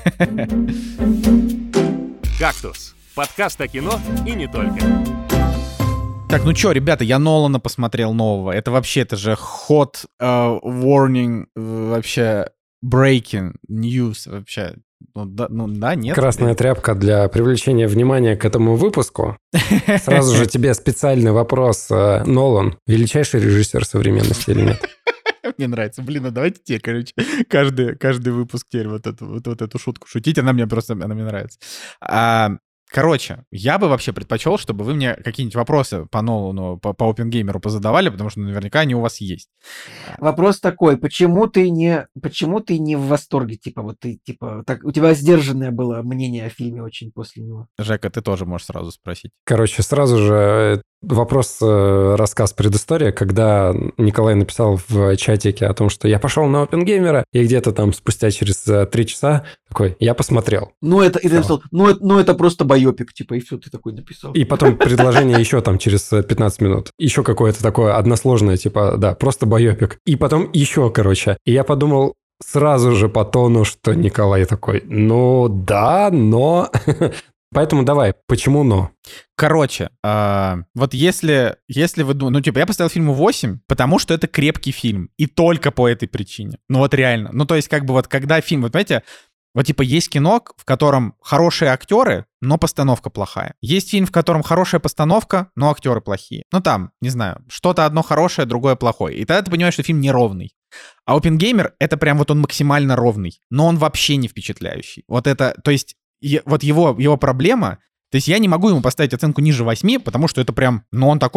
«Кактус» — подкаст о кино и не только. Так, ну чё, ребята, я Нолана посмотрел нового. Это же hot warning, вообще breaking news вообще. Нет. Красная тряпка для привлечения внимания к этому выпуску. Сразу же тебе специальный вопрос. Нолан — величайший режиссер современности или нет? Мне нравится. А давайте тебе, каждый выпуск теперь вот эту шутку шутить. Она мне нравится. Короче, я бы вообще предпочел, чтобы вы мне какие-нибудь вопросы по Нолану, по OpenGamer позадавали, потому что наверняка они у вас есть. Вопрос такой: почему ты не в восторге? Типа, вот ты, типа, так, у тебя сдержанное было мнение о фильме очень после него. Жека, ты тоже можешь сразу спросить. Короче, сразу же вопрос, рассказ, предыстория, когда Николай написал в чатике о том, что я пошел на OpenGamer, и где-то там спустя через 3 часа такой, я посмотрел. Ты написал, это просто байопик, типа, и все, ты такой написал. И потом предложение еще там через 15 минут. Еще какое-то такое односложное, типа, да, просто байопик. И потом еще, короче. И я подумал сразу же по тону, что Николай такой, да, но... Поэтому давай, почему но? Короче, вот если вы думаете, я поставил фильму 8, потому что это крепкий фильм. И только по этой причине. Ну вот реально. Ну то есть как бы вот когда фильм, вот понимаете, вот типа есть кино, в котором хорошие актеры, но постановка плохая. Есть фильм, в котором хорошая постановка, но актеры плохие. Ну там, не знаю, что-то одно хорошее, другое плохое. И тогда ты понимаешь, что фильм неровный. А OpenGamer — это прям вот он максимально ровный, но он вообще не впечатляющий. Вот это, то есть вот его проблема, то есть я не могу ему поставить оценку ниже 8, потому что это прям, он такой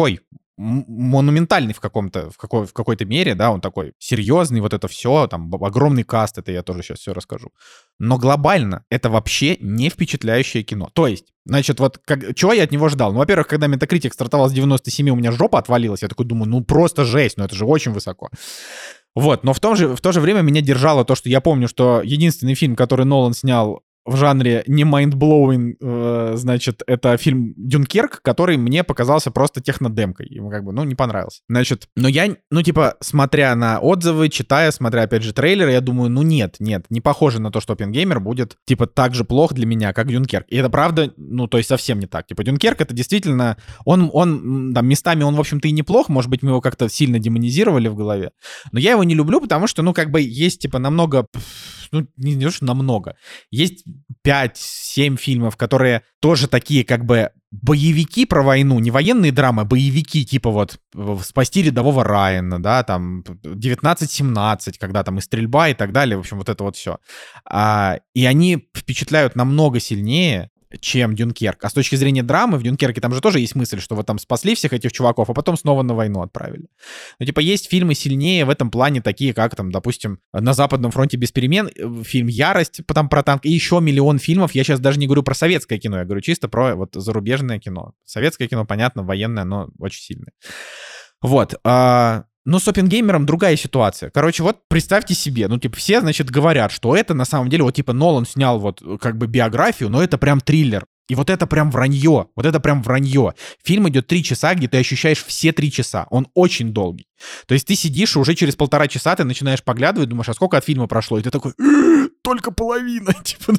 монументальный в какой-то мере, да, он такой серьезный, вот это все, там огромный каст, это я тоже сейчас все расскажу. Но глобально это вообще не впечатляющее кино. То есть, значит, вот чего я от него ждал? Ну, во-первых, когда Metacritic стартовал с 97, у меня жопа отвалилась, я такой думаю, ну просто жесть, ну это же очень высоко. Вот, но в то же время меня держало то, что я помню, что единственный фильм, который Нолан снял в жанре не mind-blowing, значит, это фильм «Дюнкерк», который мне показался просто технодемкой. Ему как бы, не понравился. Значит, но я, смотря на отзывы, смотря, опять же, трейлеры, я думаю, нет, не похоже на то, что «Оппенгеймер» будет, так же плох для меня, как «Дюнкерк». И это правда, то есть совсем не так. «Дюнкерк» — это действительно, он там, местами он, в общем-то, и неплох, может быть, мы его как-то сильно демонизировали в голове, но я его не люблю, потому что, есть, намного... не то, что намного. Есть 5-7 фильмов, которые тоже такие, боевики про войну, не военные драмы, а боевики, «Спасти рядового Райана», да, там, 1917, когда там и стрельба и так далее, в общем, вот это вот все. И они впечатляют намного сильнее, чем «Дюнкерк». А с точки зрения драмы, в «Дюнкерке» там же тоже есть мысль, что вот там спасли всех этих чуваков, а потом снова на войну отправили. Есть фильмы сильнее в этом плане, такие как, там, допустим, «На Западном фронте без перемен», фильм «Ярость», там про танк, и еще миллион фильмов. Я сейчас даже не говорю про советское кино, я говорю чисто про вот зарубежное кино. Советское кино, понятно, военное, но очень сильное. Вот. Но с «Оппенгеймером» другая ситуация. Короче, вот представьте себе, все, значит, говорят, что это на самом деле, Нолан снял биографию, но это прям триллер. И вот это прям вранье, Фильм идет 3 часа, где ты ощущаешь все 3 часа. Он очень долгий. То есть ты сидишь, и уже через 1,5 часа ты начинаешь поглядывать, думаешь, а сколько от фильма прошло? И ты такой, только половина.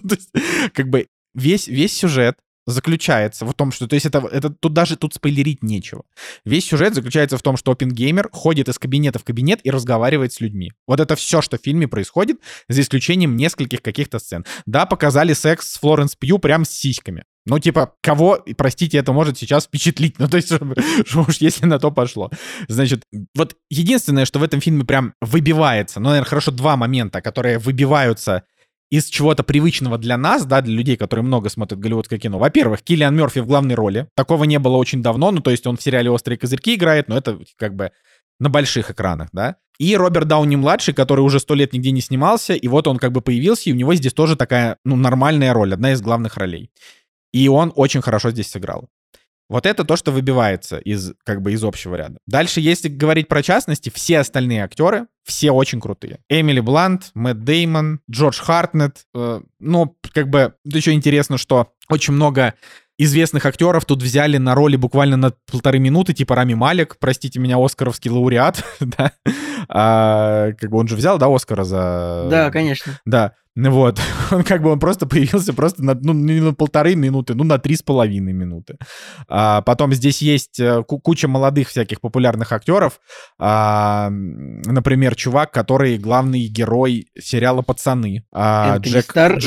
Весь сюжет заключается в том, что, то есть тут спойлерить нечего. Весь сюжет заключается в том, что Оппенгеймер ходит из кабинета в кабинет и разговаривает с людьми. Вот это все, что в фильме происходит, за исключением нескольких каких-то сцен. Да, показали секс с Флоренс Пью прям с сиськами. Кого, простите, это может сейчас впечатлить? То есть, уж если на то пошло. Значит, вот единственное, что в этом фильме прям выбивается, наверное, хорошо 2 момента, которые выбиваются из чего-то привычного для нас, да, для людей, которые много смотрят голливудское кино. Во-первых, Киллиан Мёрфи в главной роли. Такого не было очень давно, то есть он в сериале «Острые козырьки» играет, но это на больших экранах, да. И Роберт Дауни-младший, который уже 100 лет нигде не снимался, и вот он появился, и у него здесь тоже такая, нормальная роль, одна из главных ролей. И он очень хорошо здесь сыграл. Вот это то, что выбивается из общего ряда. Дальше, если говорить про частности, все остальные актеры, все очень крутые. Эмили Блант, Мэтт Дэймон, Джордж Хартнетт. Еще интересно, что очень много известных актеров тут взяли на роли буквально на 1,5 минуты, типа Рами Малек, простите меня, оскаровский лауреат, да. Он же взял, да, Оскара за... Да, конечно. Да. Вот, он просто появился просто не на 1,5 минуты, на 3,5 минуты. Потом здесь есть куча молодых всяких популярных актеров. Например, чувак, который главный герой сериала «Пацаны». Джек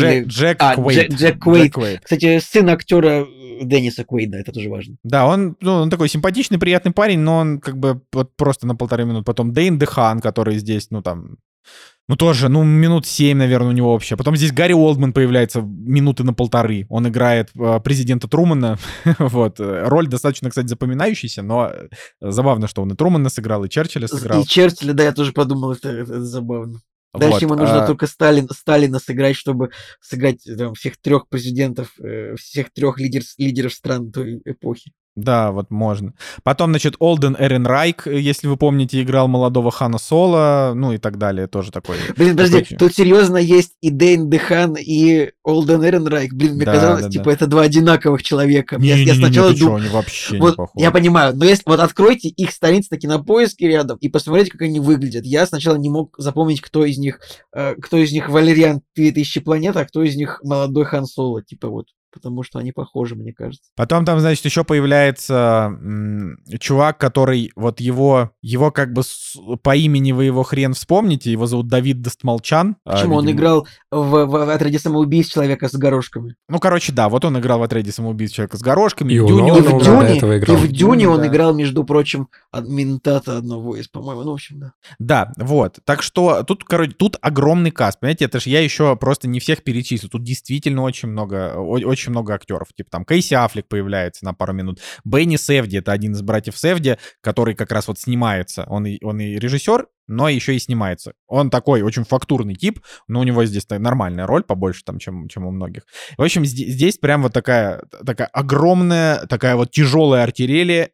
Квейд. Кстати, сын актера Денниса Куэйда, это тоже важно. Да, он такой симпатичный, приятный парень, но он просто на 1,5 минуты. Потом Дэйн Дехан, который здесь, тоже, минут 7, наверное, у него вообще. Потом здесь Гарри Олдман появляется минуты на 1,5. Он играет президента Трумана. Вот. Роль достаточно, кстати, запоминающаяся, но забавно, что он и Трумана сыграл, и Черчилля сыграл. И Черчилля, да, я тоже подумал, это забавно. Дальше ему нужно только Сталина сыграть, чтобы сыграть всех 3 президентов, всех 3 лидеров стран той эпохи. Да, вот можно. Потом, значит, Олден Эренрайк, если вы помните, играл молодого Хана Соло, и так далее, тоже такой. Блин, подожди, тут серьезно есть и Дэйн Дехан, и Олден Эренрайк. Блин, мне казалось, это 2 одинаковых человека. Я сначала думал, они вообще не похожи. Я понимаю, но если откройте их страницы на Кинопоиске рядом и посмотрите, как они выглядят. Я сначала не мог запомнить, кто из них Валериан 2000 планет, а кто из них молодой Хан Соло, потому что они похожи, мне кажется. Потом там, значит, еще появляется чувак, который его по имени вы его хрен вспомните, его зовут Давид Дастмолчан. Почему? Он играл в «Отряде самоубийц» человека с горошками. Да, вот он играл в «Отряде самоубийц» человека с горошками. И в «Дюне» он играл, между прочим, админтата одного из, по-моему, в общем, да. Да, вот. Так что тут огромный каст, понимаете, это же я еще просто не всех перечислю. Тут действительно очень очень много актеров. Типа там Кейси Аффлек появляется на пару минут. Бенни Сэвди, это один из братьев Сэвди, который как раз вот снимается. Он и режиссер, но еще и снимается. Он такой очень фактурный тип, но у него здесь нормальная роль, побольше там, чем у многих. В общем, здесь прям вот такая огромная, такая вот тяжелая артиллерия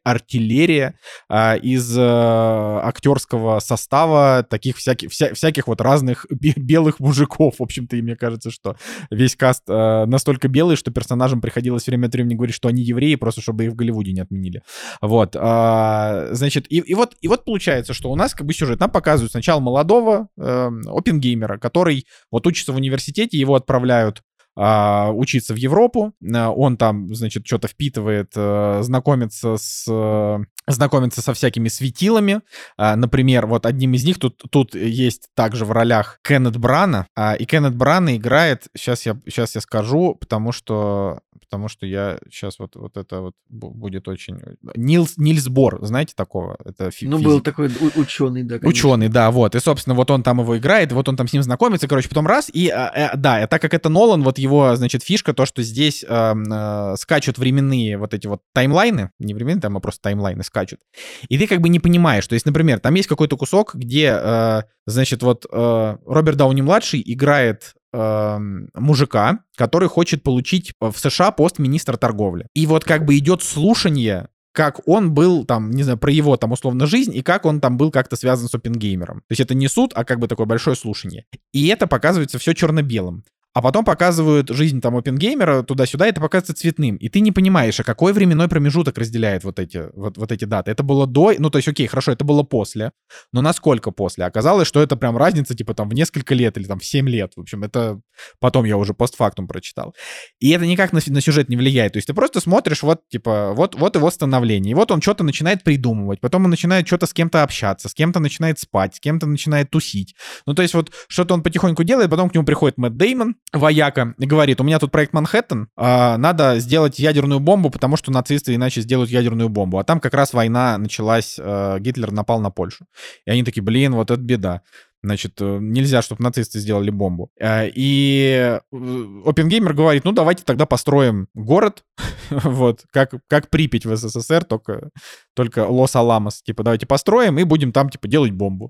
из актерского состава таких всяких вот разных белых мужиков. В общем-то, и мне кажется, что весь каст настолько белый, что персонажам приходилось время от времени говорить, что они евреи, просто чтобы их в Голливуде не отменили. Вот. Значит, и вот получается, что у нас как бы сюжет. Нам показывают сначала молодого Оппенгеймера, который вот учится в университете, его отправляют учиться в Европу. Он там, значит, что-то впитывает, знакомится со всякими светилами. Например, вот одним из них тут есть также в ролях Кеннет Брана. И Кеннет Брана играет, сейчас я скажу, потому что я сейчас вот это вот будет очень... Нильс Бор, знаете такого? Это Ну, был такой ученый, да, конечно. Ученый, да, вот. И, собственно, вот он там его играет, и вот он там с ним знакомится, короче, потом раз, и да, так как это Нолан, вот его, значит, фишка, то, что здесь скачут временные вот эти вот таймлайны, не временные, там, а просто таймлайны скачут. И ты как бы не понимаешь, то есть, например, там есть какой-то кусок, где, значит, вот Роберт Дауни-младший играет мужика, который хочет получить в США пост министра торговли. И вот как бы идет слушание, как он был там, не знаю, про его там условно жизнь, и как он там был как-то связан с Оппенгеймером. То есть это не суд, а как бы такое большое слушание. И это показывается все черно-белым. А потом показывают жизнь там Оппенгеймера туда-сюда, и это показывается цветным. И ты не понимаешь, а какой временной промежуток разделяет вот эти даты. Это было до... Ну, то есть, окей, хорошо, это было после. Но насколько после? Оказалось, что это прям разница, типа, там, в несколько лет или там в 7 лет. В общем, это потом я уже постфактум прочитал. И это никак на сюжет не влияет. То есть ты просто смотришь, вот, типа, вот его становление. И вот он что-то начинает придумывать. Потом он начинает что-то с кем-то общаться, с кем-то начинает спать, с кем-то начинает тусить. Ну, то есть вот что-то он потихоньку делает, потом к нему приходит Мэтт Дэймон, вояка, и говорит: у меня тут проект Манхэттен, надо сделать ядерную бомбу, потому что нацисты иначе сделают ядерную бомбу. А там как раз война началась, Гитлер напал на Польшу. И они такие: блин, вот это беда. Значит, нельзя, чтобы нацисты сделали бомбу. И Оппенгеймер говорит: ну, давайте тогда построим город, вот, как Припять в СССР, только Лос-Аламос. Типа, давайте построим и будем там, типа, делать бомбу.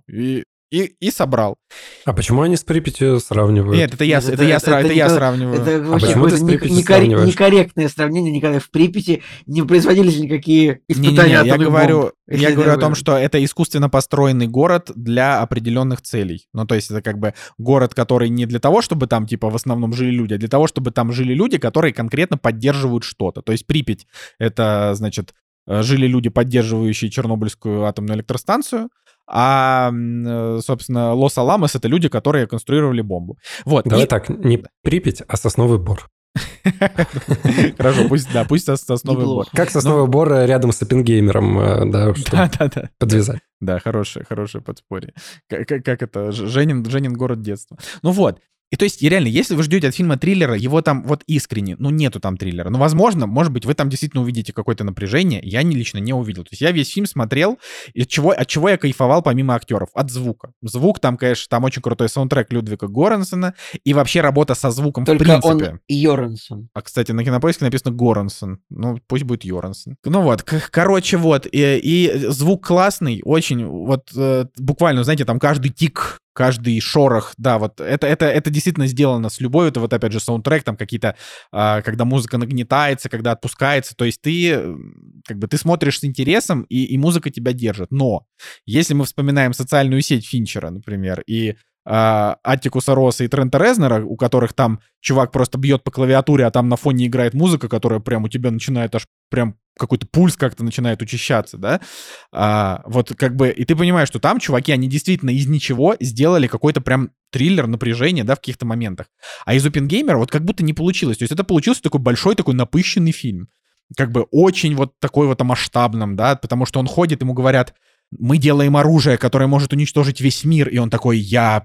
И собрал. А почему они с Припятью сравнивают? Нет, это я сравниваю. Это вообще некорректное сравнение. Никогда в Припяти не производились никакие испытания атомных бомб. Я говорю о том, что это искусственно построенный город для определенных целей. Ну, то есть это как бы город, который не для того, чтобы там, типа, в основном жили люди, а для того, чтобы там жили люди, которые конкретно поддерживают что-то. То есть Припять — это, значит, жили люди, поддерживающие Чернобыльскую атомную электростанцию, а, собственно, Лос-Аламос — это люди, которые конструировали бомбу. Вот. Давай так, не Припять, а Сосновый Бор. Хорошо, пусть Сосновый Бор. Как Сосновый Бор рядом с Оппенгеймером, да, чтобы подвязать. Да, хорошее подспорье. Как это? Женин город детства. Ну вот. И то есть, и реально, если вы ждете от фильма триллера, его там вот искренне, ну, нету там триллера. Ну, возможно, может быть, вы там действительно увидите какое-то напряжение. Я лично не увидел. То есть я весь фильм смотрел, и от чего я кайфовал помимо актеров? От звука. Звук там, конечно, там очень крутой саундтрек Людвига Горансона, и вообще работа со звуком только в принципе. Только он Йорансон. А, кстати, на Кинопоиске написано Горансон. Ну, пусть будет Йорансон. Ну вот, короче, вот. И звук классный, очень, вот, буквально, знаете, там каждый тик, каждый шорох, да, вот это действительно сделано с любовью. Это вот опять же саундтрек, там какие-то, когда музыка нагнетается, когда отпускается, то есть ты смотришь с интересом, и музыка тебя держит. Но если мы вспоминаем социальную сеть Финчера, например, и Аттикуса Росса и Трента Резнера, у которых там чувак просто бьет по клавиатуре, а там на фоне играет музыка, которая прям у тебя начинает аж прям какой-то пульс как-то начинает учащаться, да, вот как бы, и ты понимаешь, что там чуваки, они действительно из ничего сделали какой-то прям триллер, напряжение, да, в каких-то моментах. А из Оппенгеймера вот как будто не получилось, то есть это получился такой большой, такой напыщенный фильм, как бы очень вот такой вот масштабным, да, потому что он ходит, ему говорят: мы делаем оружие, которое может уничтожить весь мир, и он такой: я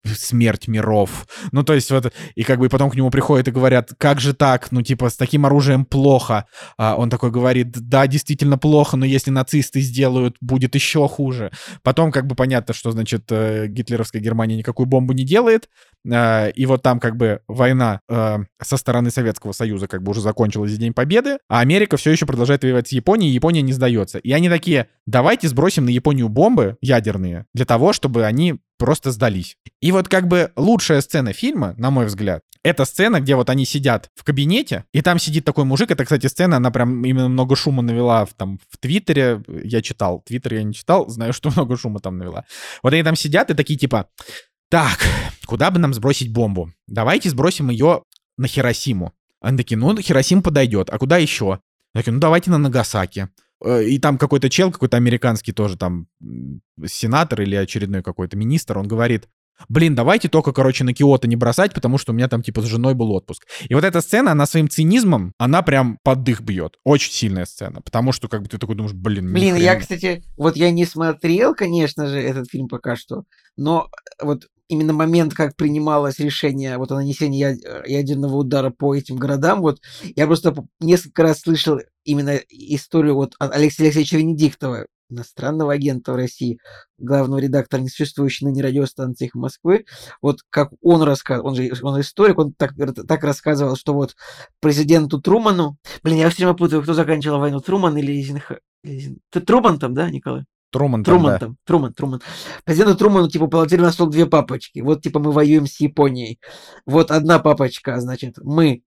смерть миров. Ну, то есть вот, и как бы потом к нему приходят и говорят, как же так, ну, типа, с таким оружием плохо. Он такой говорит, да, действительно плохо, но если нацисты сделают, будет еще хуже. Потом как бы понятно, что, значит, гитлеровская Германия никакую бомбу не делает, и вот там как бы война со стороны Советского Союза как бы уже закончилась в День Победы, а Америка все еще продолжает воевать с Японией, и Япония не сдается. И они такие, давайте сбросим на Японию бомбы ядерные для того, чтобы они просто сдались. И вот как бы лучшая сцена фильма, на мой взгляд, это сцена, где вот они сидят в кабинете, и там сидит такой мужик. Это, кстати, сцена, она прям именно много шума навела в Твиттере. Я читал. Твиттер я не читал, знаю, что много шума там навела. Вот они там сидят и такие типа, так, куда бы нам сбросить бомбу? Давайте сбросим ее на Хиросиму. Они такие, ну, Хиросима подойдет. А куда еще? Они такие, ну, давайте на Нагасаки. И там какой-то чел, какой-то американский тоже там сенатор или очередной какой-то министр, он говорит, блин, давайте только, короче, на Киото не бросать, потому что у меня там, типа, с женой был отпуск. И вот эта сцена, она своим цинизмом, она прям под дых бьет. Очень сильная сцена, потому что, как бы, ты такой думаешь, блин, я, кстати, вот я не смотрел, конечно же, этот фильм пока что, но вот именно момент, как принималось решение вот о нанесении ядерного удара по этим городам, вот я просто несколько раз слышал именно историю вот от Алексея Алексеевича Венедиктова, иностранного агента в России, главного редактора несуществующей ныне радиостанции Москвы, вот как он рассказывал, он историк, он так рассказывал, что вот президенту Труману, я все время путаю, кто заканчивал войну, Труман или Труман там, да, Николай? Труман. Президенту Труману, типа, положили на стол 2 папочки. Вот, типа, мы воюем с Японией. Вот одна папочка, значит, мы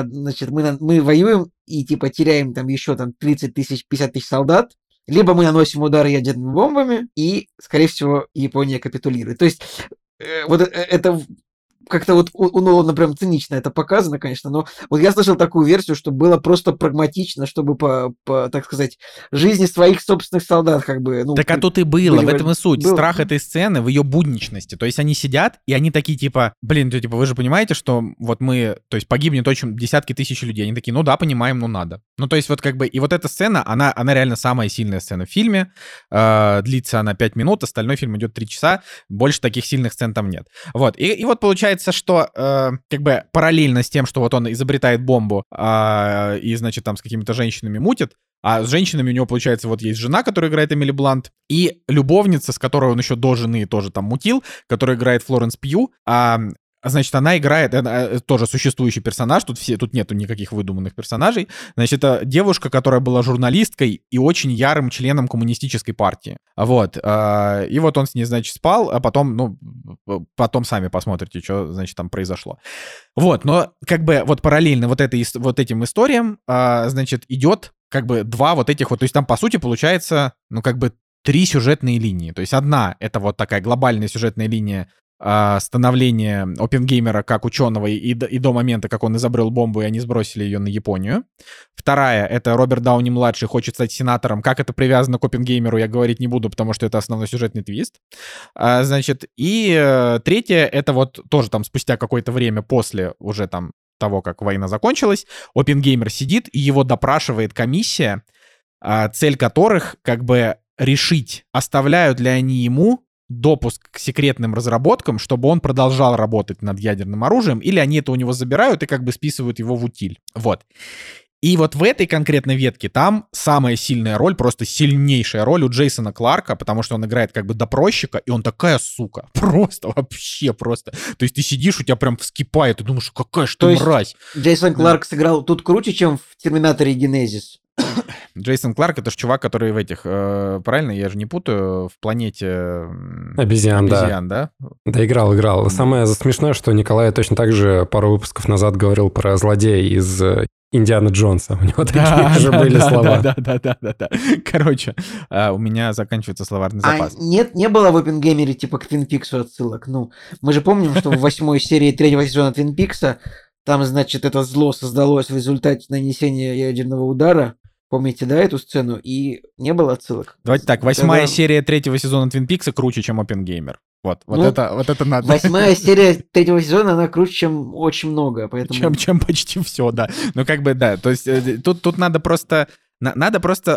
воюем и, типа, теряем там еще там 30 тысяч, 50 тысяч солдат. Либо мы наносим удары ядерными бомбами, и, скорее всего, Япония капитулирует. То есть, вот это как-то вот у Нолана прям цинично это показано, конечно, но вот я слышал такую версию, что было просто прагматично, чтобы по так сказать, жизни своих собственных солдат как бы... Ну, так а тут и было, в этом и суть. Страх этой сцены в ее будничности. То есть они сидят, и они такие типа, блин, типа, вы же понимаете, что вот мы, то есть погибнет очень десятки тысяч людей. Они такие, ну да, понимаем, ну надо. Ну то есть вот как бы, и вот эта сцена, она реально самая сильная сцена в фильме. Длится она 5 минут, остальной фильм идет 3 часа. Больше таких сильных сцен там нет. Вот, и вот получается, что как бы параллельно с тем, что вот он изобретает бомбу и, значит, там с какими-то женщинами мутит, а с женщинами у него, получается, вот есть жена, которая играет Эмили Блант, и любовница, с которой он еще до жены тоже там мутил, которая играет Флоренс Пью, значит, она играет, тоже существующий персонаж, тут нету никаких выдуманных персонажей. Значит, это девушка, которая была журналисткой и очень ярым членом коммунистической партии. Вот. И вот он с ней, значит, спал, а потом, потом сами посмотрите, что, значит, там произошло. Вот, но как бы вот параллельно вот этим историям, значит, идет как бы 2 вот этих вот, то есть там, по сути, получается, ну, как бы 3 сюжетные линии. То есть одна — это вот такая глобальная сюжетная линия становления Оппенгеймера как ученого и до момента, как он изобрел бомбу, и они сбросили ее на Японию. Вторая — это Роберт Дауни-младший хочет стать сенатором. Как это привязано к Оппенгеймеру, я говорить не буду, потому что это основной сюжетный твист. Значит, и третья — это вот тоже там спустя какое-то время после уже там того, как война закончилась, Оппенгеймер сидит, и его допрашивает комиссия, цель которых как бы решить, оставляют ли они ему допуск к секретным разработкам, чтобы он продолжал работать над ядерным оружием, или они это у него забирают и как бы списывают его в утиль. Вот. И вот в этой конкретной ветке там самая сильная роль, просто сильнейшая роль у Джейсона Кларка, потому что он играет как бы допросчика, и он такая сука. Просто, вообще просто. То есть ты сидишь, у тебя прям вскипает, и думаешь, какая ж ты мразь. Джейсон Кларк сыграл тут круче, чем в «Терминаторе» Генезис. Джейсон Кларк — это же чувак, который в этих, правильно, я же не путаю, в «Планете обезьян, да? Да, играл. Самое смешное, что Николай точно так же пару выпусков назад говорил про злодея из Индиана Джонса. У него такие же были слова. Да. Короче, у меня заканчивается словарный запас. Не было в Оппенгеймере типа к Твин Пиксу отсылок? Ну, мы же помним, что в 8-й серии 3-го сезона Твин Пикса там, значит, это зло создалось в результате нанесения ядерного удара. Помните, да, эту сцену? И не было отсылок. Давайте так, 8-я серия 3-го сезона Твин Пикса круче, чем Оппенгеймер. Вот это надо. 8-я серия 3-го сезона, она круче, чем очень много. Поэтому... Чем почти все, да. Ну, как бы, да. То есть тут надо просто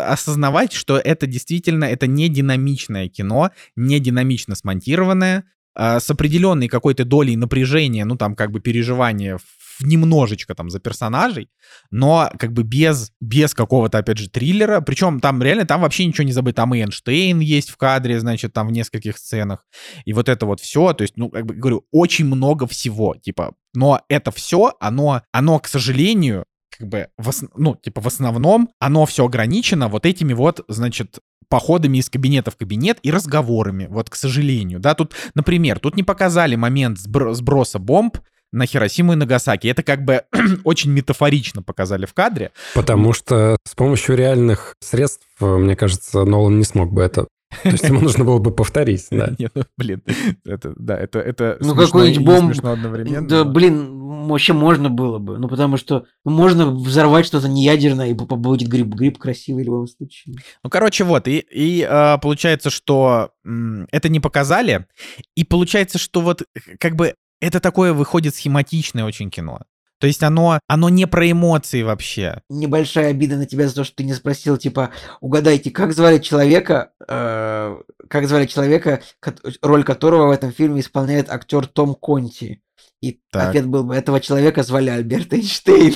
осознавать, что это действительно, это не динамичное кино, не динамично смонтированное. с определенной какой-то долей напряжения, ну, там, как бы переживания немножечко там за персонажей, но как бы без какого-то, опять же, триллера. Причем там реально, там вообще ничего не забыто. Там и Эйнштейн есть в кадре, значит, там в нескольких сценах. И вот это вот все. То есть, ну, как бы говорю, очень много всего. Типа, но это все, оно, к сожалению, как бы, в основном, оно все ограничено вот этими вот, значит, походами из кабинета в кабинет и разговорами. Вот, к сожалению. Да, тут, например, тут не показали момент сброса бомб на Хиросиму и Нагасаки. Это как бы очень метафорично показали в кадре. Потому что с помощью реальных средств, мне кажется, Нолан не смог бы это. То есть ему нужно было бы повторить, да. Нет, ну, блин, это ну, смешно и смешно одновременно. Да, блин, вообще можно было бы. Ну, потому что можно взорвать что-то неядерное, и будет гриб красивый в любом случае. Ну, короче, вот, и получается, что это не показали, и получается, что вот как бы это такое выходит схематичное очень кино. То есть оно не про эмоции вообще. Небольшая обида на тебя за то, что ты не спросил, типа, угадайте, как звали человека, роль которого в этом фильме исполняет актер Том Конти. И так. Ответ был бы, этого человека звали Альберт Эйнштейн.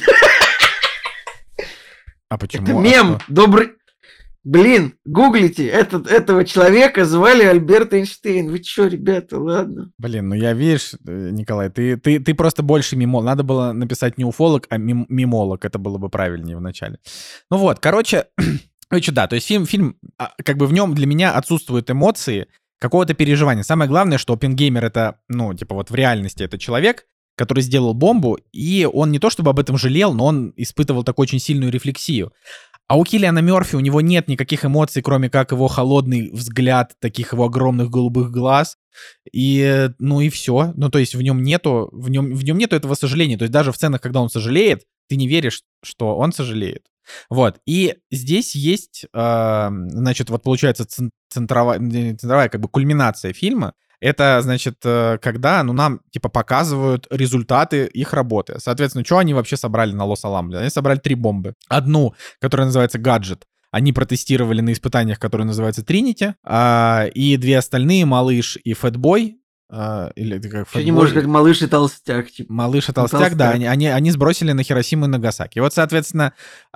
А почему? Это мем, добрый... Блин, гуглите, этого человека звали Альберт Эйнштейн. Вы чё, ребята, ладно? Блин, ну я, видишь, Николай, ты просто больше мимолог. Надо было написать не уфолог, а мимолог. Это было бы правильнее вначале. Ну вот, короче, да, то есть фильм, как бы в нем для меня отсутствуют эмоции, какого-то переживания. Самое главное, что Оппенгеймер это, ну, типа вот в реальности это человек, который сделал бомбу, и он не то чтобы об этом жалел, но он испытывал такую очень сильную рефлексию. А у Киллиана Мёрфи у него нет никаких эмоций, кроме как его холодный взгляд, таких его огромных голубых глаз. И, ну и все. Ну, то есть в нем нету этого сожаления. То есть даже в сценах, когда он сожалеет, ты не веришь, что он сожалеет. Вот. И здесь есть, значит, вот получается центровая как бы кульминация фильма. Это, значит, когда, ну, нам, типа, показывают результаты их работы. Соответственно, что они вообще собрали на Лос-Аламосе? Они собрали 3 бомбы. Одну, которая называется «Гаджет», они протестировали на испытаниях, которые называются «Тринити», и 2 остальные, «Малыш» и «Фэтбой», или как Фэтбой. Не можешь как «Малыш и толстяк». Типа. «Малыш и толстяк», да, они сбросили на Хиросиму и Нагасаки. И вот, соответственно,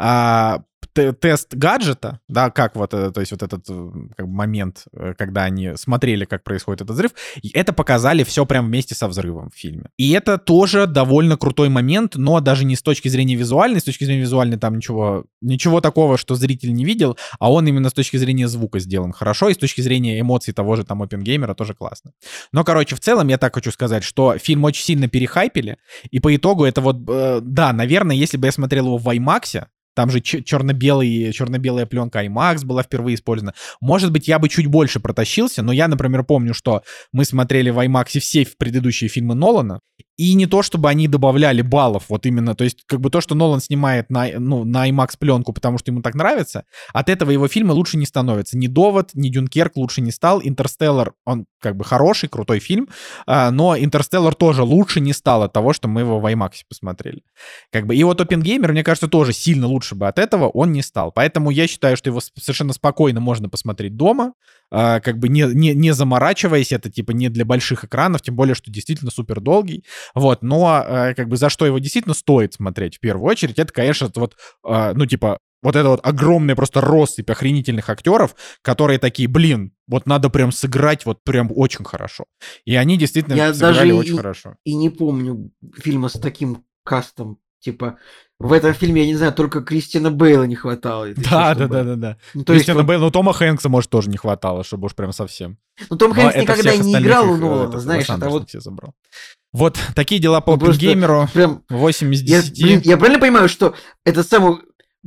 тест гаджета, да, как вот, то есть вот этот как бы момент, когда они смотрели, как происходит этот взрыв, это показали все прям вместе со взрывом в фильме. И это тоже довольно крутой момент, но даже не с точки зрения визуальной, с точки зрения визуальной там ничего такого, что зритель не видел, а он именно с точки зрения звука сделан хорошо, и с точки зрения эмоций того же там Оппенгеймера тоже классно. Но, короче, в целом я так хочу сказать, что фильм очень сильно перехайпили, и по итогу это вот, да, наверное, если бы я смотрел его в IMAX, там же черно-белая пленка IMAX была впервые использована. Может быть, я бы чуть больше протащился, но я, например, помню, что мы смотрели в IMAX все предыдущие фильмы Нолана, и не то, чтобы они добавляли баллов, вот именно, то есть как бы то, что Нолан снимает на IMAX пленку, потому что ему так нравится, от этого его фильмы лучше не становятся. Ни «Довод», ни «Дюнкерк» лучше не стал. «Интерстеллар», он как бы хороший, крутой фильм, но «Интерстеллар» тоже лучше не стал от того, что мы его в IMAX посмотрели. Как бы, и вот «Оппенгеймер», мне кажется, тоже сильно лучше бы от этого он не стал. Поэтому я считаю, что его совершенно спокойно можно посмотреть дома, как бы не заморачиваясь, это типа не для больших экранов, тем более, что действительно супер долгий. Вот, но как бы за что его действительно стоит смотреть в первую очередь, это, конечно, вот, ну, типа, вот это вот огромная просто россыпь охренительных актеров, которые такие, блин, вот надо прям сыграть вот прям очень хорошо. И они действительно сыграли очень хорошо. И не помню фильма с таким кастом. Типа, в этом фильме, я не знаю, только Кристиана Бейла не хватало. Да. Ну, Кристиана Бейла, ну, Тома Хэнкса, может, тоже не хватало, чтобы уж прям совсем. Ну, Том Хэнкс никогда не играл у Нолана, знаешь, это вот... Все забрал. Вот такие дела по Оппенгеймеру. 8 из 10. Я правильно понимаю, что этот самый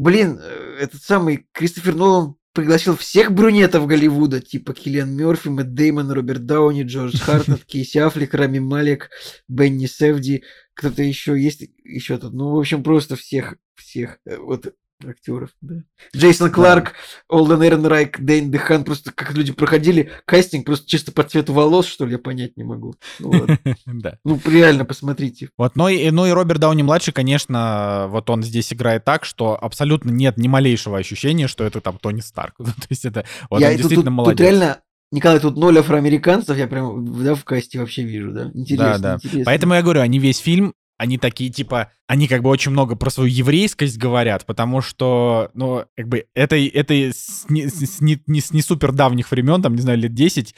Кристофер Нолан пригласил всех брюнетов Голливуда, типа Киллиан Мёрфи, Мэтт Дэймон, Роберт Дауни, Джордж Хартнетт, Кейси Аффлек, Рами Малек, Бенни Севди, кто-то еще есть, еще тут, ну, в общем, просто всех вот актеров, да. Джейсон Кларк, Олден Эренрайк, Дэйн Дехан, просто как люди проходили кастинг просто чисто по цвету волос, что ли, я понять не могу. Ну, реально, посмотрите. Вот, ну и Роберт Дауни-младший, конечно, вот он здесь играет так, что абсолютно нет ни малейшего ощущения, что это там Тони Старк. То есть это, вот он действительно молодец. Тут реально Николай, тут 0 афроамериканцев, я прям в касте вообще вижу, да? Интересно, Да. интересно. Поэтому я говорю, они весь фильм, они такие, типа, они как бы очень много про свою еврейскость говорят, потому что, ну, как бы, это с не супер давних времен, там, не знаю, лет 10,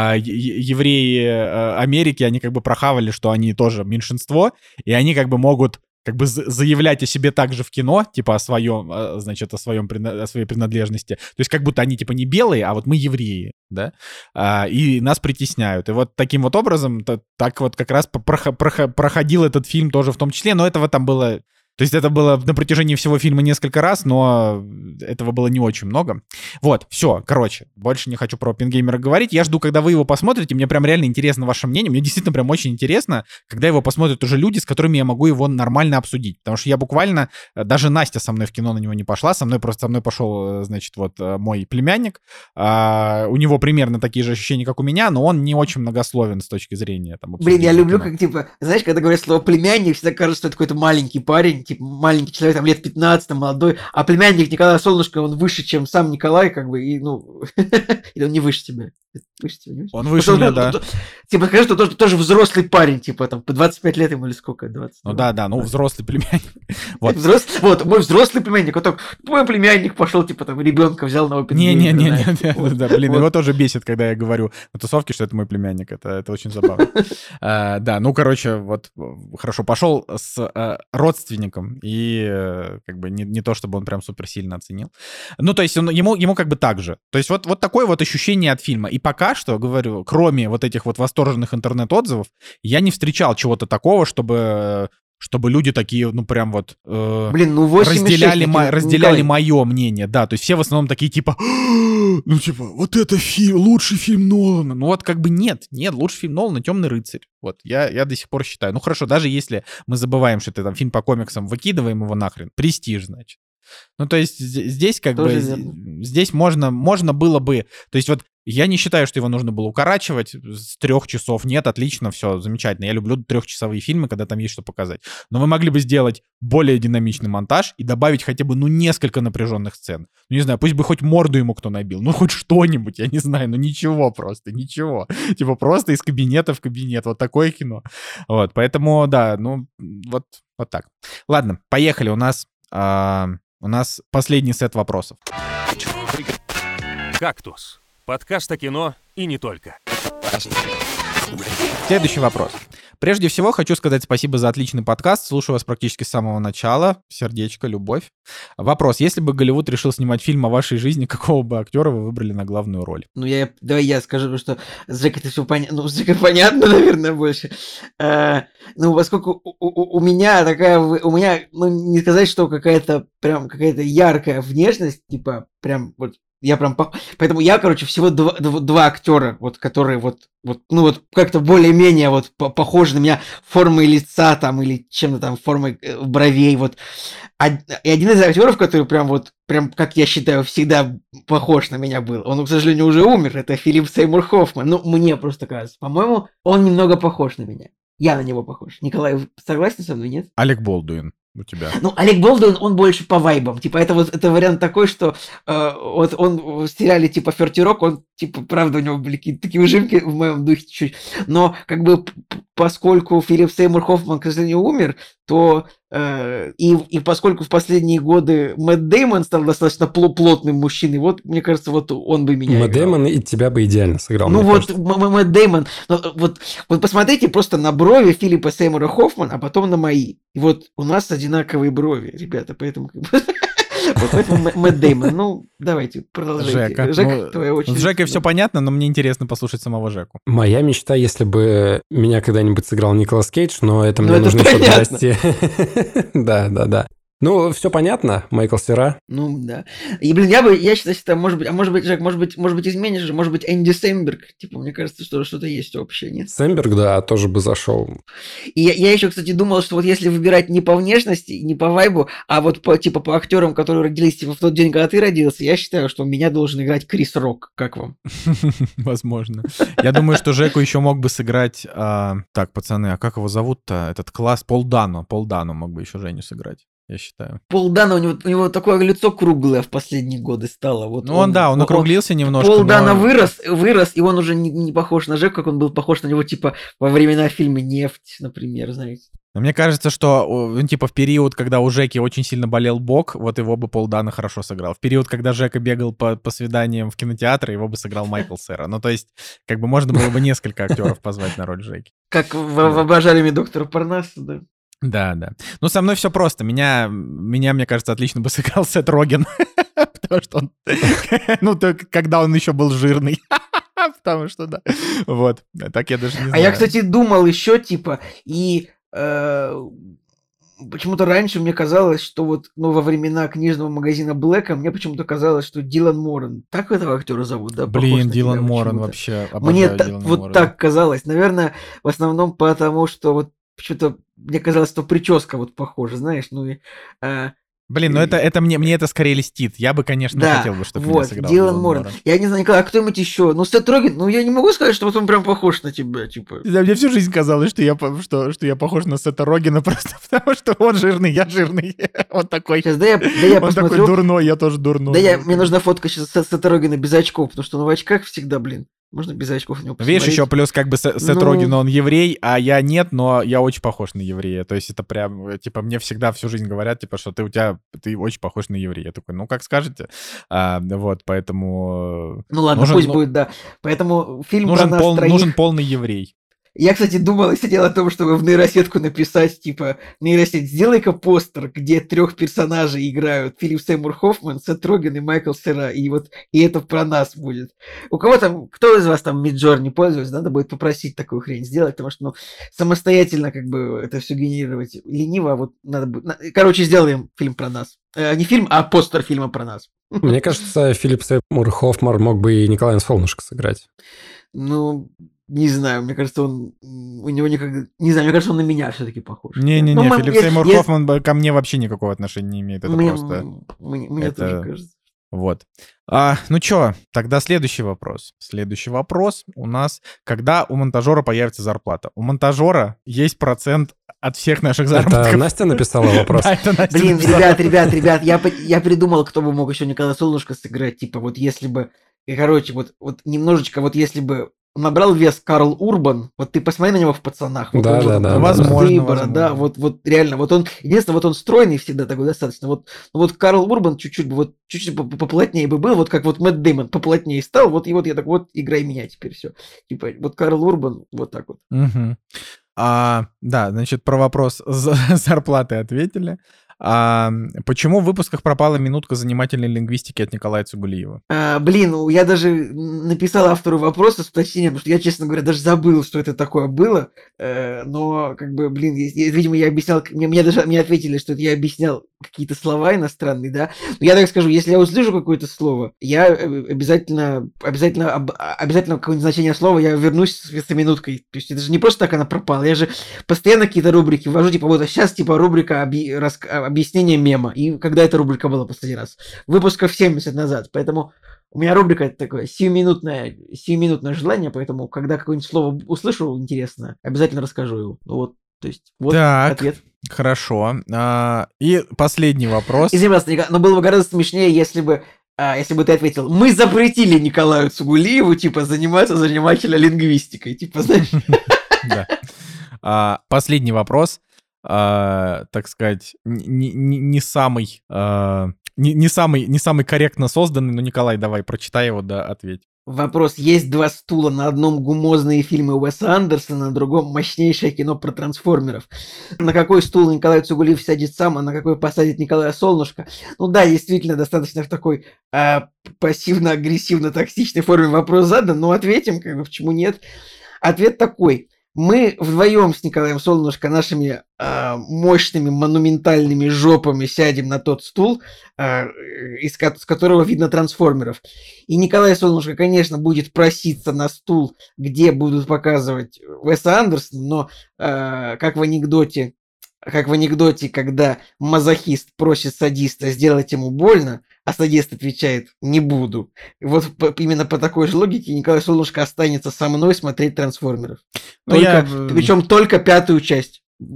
евреи Америки, они как бы прохавали, что они тоже меньшинство, и они как бы могут как бы заявлять о себе также в кино, типа о своем, значит, о своей принадлежности. То есть как будто они типа не белые, а вот мы евреи, да, и нас притесняют. И вот таким вот образом, так вот как раз проходил этот фильм тоже в том числе, но этого там было... То есть это было на протяжении всего фильма несколько раз, но этого было не очень много. Вот, все, короче, больше не хочу про Оппенгеймера говорить. Я жду, когда вы его посмотрите. Мне прям реально интересно ваше мнение. Мне действительно прям очень интересно, когда его посмотрят уже люди, с которыми я могу его нормально обсудить. Потому что я буквально... Даже Настя со мной в кино на него не пошла. Со мной пошел, значит, вот мой племянник. У него примерно такие же ощущения, как у меня, но он не очень многословен с точки зрения там... Блин, я люблю, как, типа, знаешь, когда говорят слово «племянник», всегда кажется, что это какой-то маленький парень, типа, маленький человек, там, лет 15, молодой, а племянник Николая Солнышко, он выше, чем сам Николай, как бы, и, ну, или он не выше тебя. Выше тебя, не он выше меня, да. Типа, скажи, что тоже взрослый парень, типа, там, по 25 лет ему или сколько, 20. Ну да, ну, взрослый племянник. Вот, мой взрослый племянник, вот так, мой племянник пошел, типа, там, ребенка взял на Оппенгеймера. Не, блин, его тоже бесит, когда я говорю на тусовке, что это мой племянник, это очень забавно. Да, ну, короче, вот, хорошо, пошел с родственником, и как бы не то, чтобы он прям супер сильно оценил. Ну, то есть ему как бы так же. То есть вот такое вот ощущение от фильма. И пока что, говорю, кроме вот этих вот восторженных интернет-отзывов, я не встречал чего-то такого, чтобы люди такие, ну, прям вот блин, ну 8 разделяли мое мнение, да, то есть все в основном такие, типа, ну, типа, вот это лучший фильм Нолана. Ну, вот как бы нет, лучший фильм Нолана «Темный рыцарь». Вот, я до сих пор считаю. Ну, хорошо, даже если мы забываем, что это там фильм по комиксам, выкидываем его нахрен, «Престиж», значит. Ну, то есть здесь как бы, здесь можно было бы, то есть вот я не считаю, что его нужно было укорачивать с 3 часов. Нет, отлично, все, замечательно. Я люблю 3-часовые фильмы, когда там есть что показать. Но вы могли бы сделать более динамичный монтаж и добавить хотя бы, ну, несколько напряженных сцен. Ну, не знаю, пусть бы хоть морду ему кто набил, ну, хоть что-нибудь, я не знаю, ну, ничего просто, ничего. Типа просто из кабинета в кабинет, вот такое кино. Вот, поэтому, да, ну, вот так. Ладно, поехали, у нас последний сет вопросов. «Кактус». Подкаст о кино и не только. Следующий вопрос. Прежде всего, хочу сказать спасибо за отличный подкаст. Слушаю вас практически с самого начала. Сердечко, любовь. Вопрос. Если бы Голливуд решил снимать фильм о вашей жизни, какого бы актера вы выбрали на главную роль? Ну, давай я скажу, что с Джекой это все понятно. Ну, с Джекой понятно, наверное, больше. Ну, поскольку у меня, ну, не сказать, что какая-то яркая внешность, типа, прям вот. Поэтому я, короче, всего два актера, вот, которые ну вот как-то более-менее вот похожи на меня формой лица там или чем-то там формой бровей, вот. И один из актеров, который прям, как я считаю, всегда похож на меня был, он, к сожалению, уже умер, это Филипп Сеймур Хоффман. Ну, мне просто кажется, по-моему, он немного похож на меня. Я на него похож. Николай, вы согласны со мной, нет? Алек Болдуин. У тебя. Ну, Алек Болдуин, он больше по вайбам. Типа, это вариант такой, что вот он в сериале типа «Ферти Рок», он, типа, правда, у него были какие-то такие ужимки в моем духе чуть-чуть. Но, как бы, поскольку Филипп Сеймур Хоффман, к сожалению, умер, то и поскольку в последние годы Мэтт Дэймон стал достаточно плотным мужчиной, вот, мне кажется, вот он бы меня Мэтт Дэймон и тебя бы идеально сыграл. Ну вот, Мэтт Дэймон, вот посмотрите просто на брови Филиппа Сеймура Хоффмана, а потом на мои. И вот у нас одинаковые брови, ребята, поэтому... Вот поэтому Мэтт Дэймон. Ну, давайте, продолжайте. Жека, твоя очередь. С Жекой все понятно, но мне интересно послушать самого Жеку. Моя мечта, если бы меня когда-нибудь сыграл Николас Кейдж, но это мне нужно еще дорасти. Да. Ну, все понятно, Майкл Сера. Ну, да. И, блин, я считаю, что может быть, Жек, может быть, изменишь же, может быть, Энди Сэмберг. Типа, мне кажется, что что-то есть общее, нет? Сэмберг, да, тоже бы зашел. И я еще, кстати, думал, что вот если выбирать не по внешности, не по вайбу, а вот по актерам, которые родились типа в тот день, когда ты родился, я считаю, что меня должен играть Крис Рок. Как вам? Возможно. Я думаю, что Жеку еще мог бы сыграть... Так, пацаны, а как его зовут-то? Этот класс? Пол Дано мог бы еще Женю сыграть. я считаю. Пол Дана, у него такое лицо круглое в последние годы стало. Вот он округлился немножко. Пол Дана вырос, и он уже не похож на Жека, как он был похож на него, типа, во времена фильма «Нефть», например, знаете. Но мне кажется, что, типа, в период, когда у Жеки очень сильно болел бок, вот его бы Пол Дана хорошо сыграл. В период, когда Жека бегал по свиданиям в кинотеатре, его бы сыграл Майкл Сера. Ну, то есть, как бы можно было бы несколько актеров позвать на роль Жеки. Как в «Обожали доктора Парнаса», да? Да. Ну, со мной все просто. Меня, мне кажется, отлично бы сыграл Сет Роген. Потому что он... Ну, когда он еще был жирный. Потому что, да. Вот. Так я даже не знаю. А я, кстати, думал еще, типа, и... Почему-то раньше мне казалось, что вот, во времена книжного магазина Блэка, мне почему-то казалось, что Дилан Моран. Так этого актера зовут, да? Блин, Дилан Моран вообще. Мне вот так казалось. Наверное, в основном потому, что вот почему-то мне казалось, что прическа вот похожа, знаешь, Блин, ну это мне это скорее льстит. Я бы, конечно, хотел бы, чтобы меня сыграл Дилан Моран. Я не знаю, Николай, а кто-нибудь еще? Ну, Сет Роген, я не могу сказать, что вот он прям похож на тебя, типа. Да, мне всю жизнь казалось, что я похож на Сета Рогена просто потому, что он жирный, я жирный. Он такой. Сейчас, я он посмотрю. Такой дурной, я тоже дурной. Мне нужна фотка сейчас Сета Рогена без очков, потому что он в очках всегда, блин. Можно без очков на него посмотреть. Видишь, еще плюс как бы Сет Роген, он еврей, а я нет, но я очень похож на еврея. То есть это прям, типа, мне всегда всю жизнь говорят, типа, что ты очень похож на еврея. Я такой, как скажете. Вот, поэтому... Ну ладно, пусть будет, да. Поэтому фильм нужен нужен полный еврей. Я, кстати, думал и сидел о том, чтобы в нейросетку написать, типа, нейросеть, сделай-ка постер, где 3 персонажей играют. Филипп Сеймур Хоффман, Сет Роген и Майкл Сера. И это про нас будет. У кого там, кто из вас там Midjourney пользуется, надо будет попросить такую хрень сделать, потому что, самостоятельно как бы это все генерировать лениво, а вот надо будет... Короче, сделаем фильм про нас. Не фильм, а постер фильма про нас. Мне кажется, Филипп Сеймур Хоффман мог бы и Николая Солнышко сыграть. Не знаю, мне кажется, у него никогда... Не знаю, мне кажется, он на меня все-таки похож. Не-не-не, Филипп Сеймур Хоффман ко мне вообще никакого отношения не имеет. Это просто... Мне тоже кажется. Вот. Ну чё, тогда следующий вопрос. Следующий вопрос у нас, когда у монтажера появится зарплата? У монтажера есть процент от всех наших заработков. Это Настя написала вопрос? Да, это Настя. Блин, ребят, я придумал, кто бы мог еще Николая Солнышко сыграть. Типа вот если бы... Короче, вот немножечко, вот если бы набрал вес Карл Урбан, вот ты посмотри на него в «Пацанах». Вот да. Возможно. Да, вот реально, вот он, единственное, вот он стройный всегда такой достаточно. Вот Карл Урбан чуть-чуть поплотнее бы был, вот как вот Мэтт Дэймон поплотнее стал, вот я так вот играй меня теперь все. Типа вот Карл Урбан вот так вот. Угу. Да, значит, про вопрос зарплаты ответили. Почему в выпусках пропала минутка занимательной лингвистики от Николая Цугулиева? Я даже написал автору вопроса с уточнением, потому что я, честно говоря, даже забыл, что это такое было. Но, как бы, видимо, я объяснял, мне ответили, что я объяснял какие-то слова иностранные, да. Но я так скажу, если я услышу какое-то слово, я обязательно какое-нибудь значение слова я вернусь с минуткой. То есть это же не просто так она пропала. Я же постоянно какие-то рубрики ввожу, типа вот сейчас типа рубрика объяснение мема. И когда эта рубрика была последний раз? Выпусков 70 назад. Поэтому у меня рубрика это такое сиюминутное желание, поэтому когда какое-нибудь слово услышу интересное, обязательно расскажу его. Вот, то есть, вот так, ответ. Хорошо. И последний вопрос. Извини, пожалуйста, но было бы гораздо смешнее, если бы ты ответил, мы запретили Николаю Цугулиеву, типа, заниматься занимательной лингвистикой. Типа, знаешь? Да. Последний вопрос. Так сказать, не самый корректно созданный, но, Николай, давай, прочитай его, да, ответь. Вопрос. Есть 2 стула, на одном гумозные фильмы Уэса Андерсона, на другом мощнейшее кино про трансформеров. На какой стул Николай Цугулиев сядет сам, а на какой посадит Николая Солнышко? Ну да, действительно, достаточно в такой пассивно-агрессивно-токсичной форме вопрос задан, но ответим, как бы, почему нет. Ответ такой. Мы вдвоем с Николаем Солнышко нашими мощными монументальными жопами сядем на тот стул, с которого видно трансформеров. И Николай Солнышко, конечно, будет проситься на стул, где будут показывать Уэса Андерсона, но как в анекдоте, когда мазохист просит садиста сделать ему больно, а садист отвечает «не буду». Вот именно по такой же логике Николай Солнышко останется со мной смотреть «Трансформеров». Причем только 5-ю часть.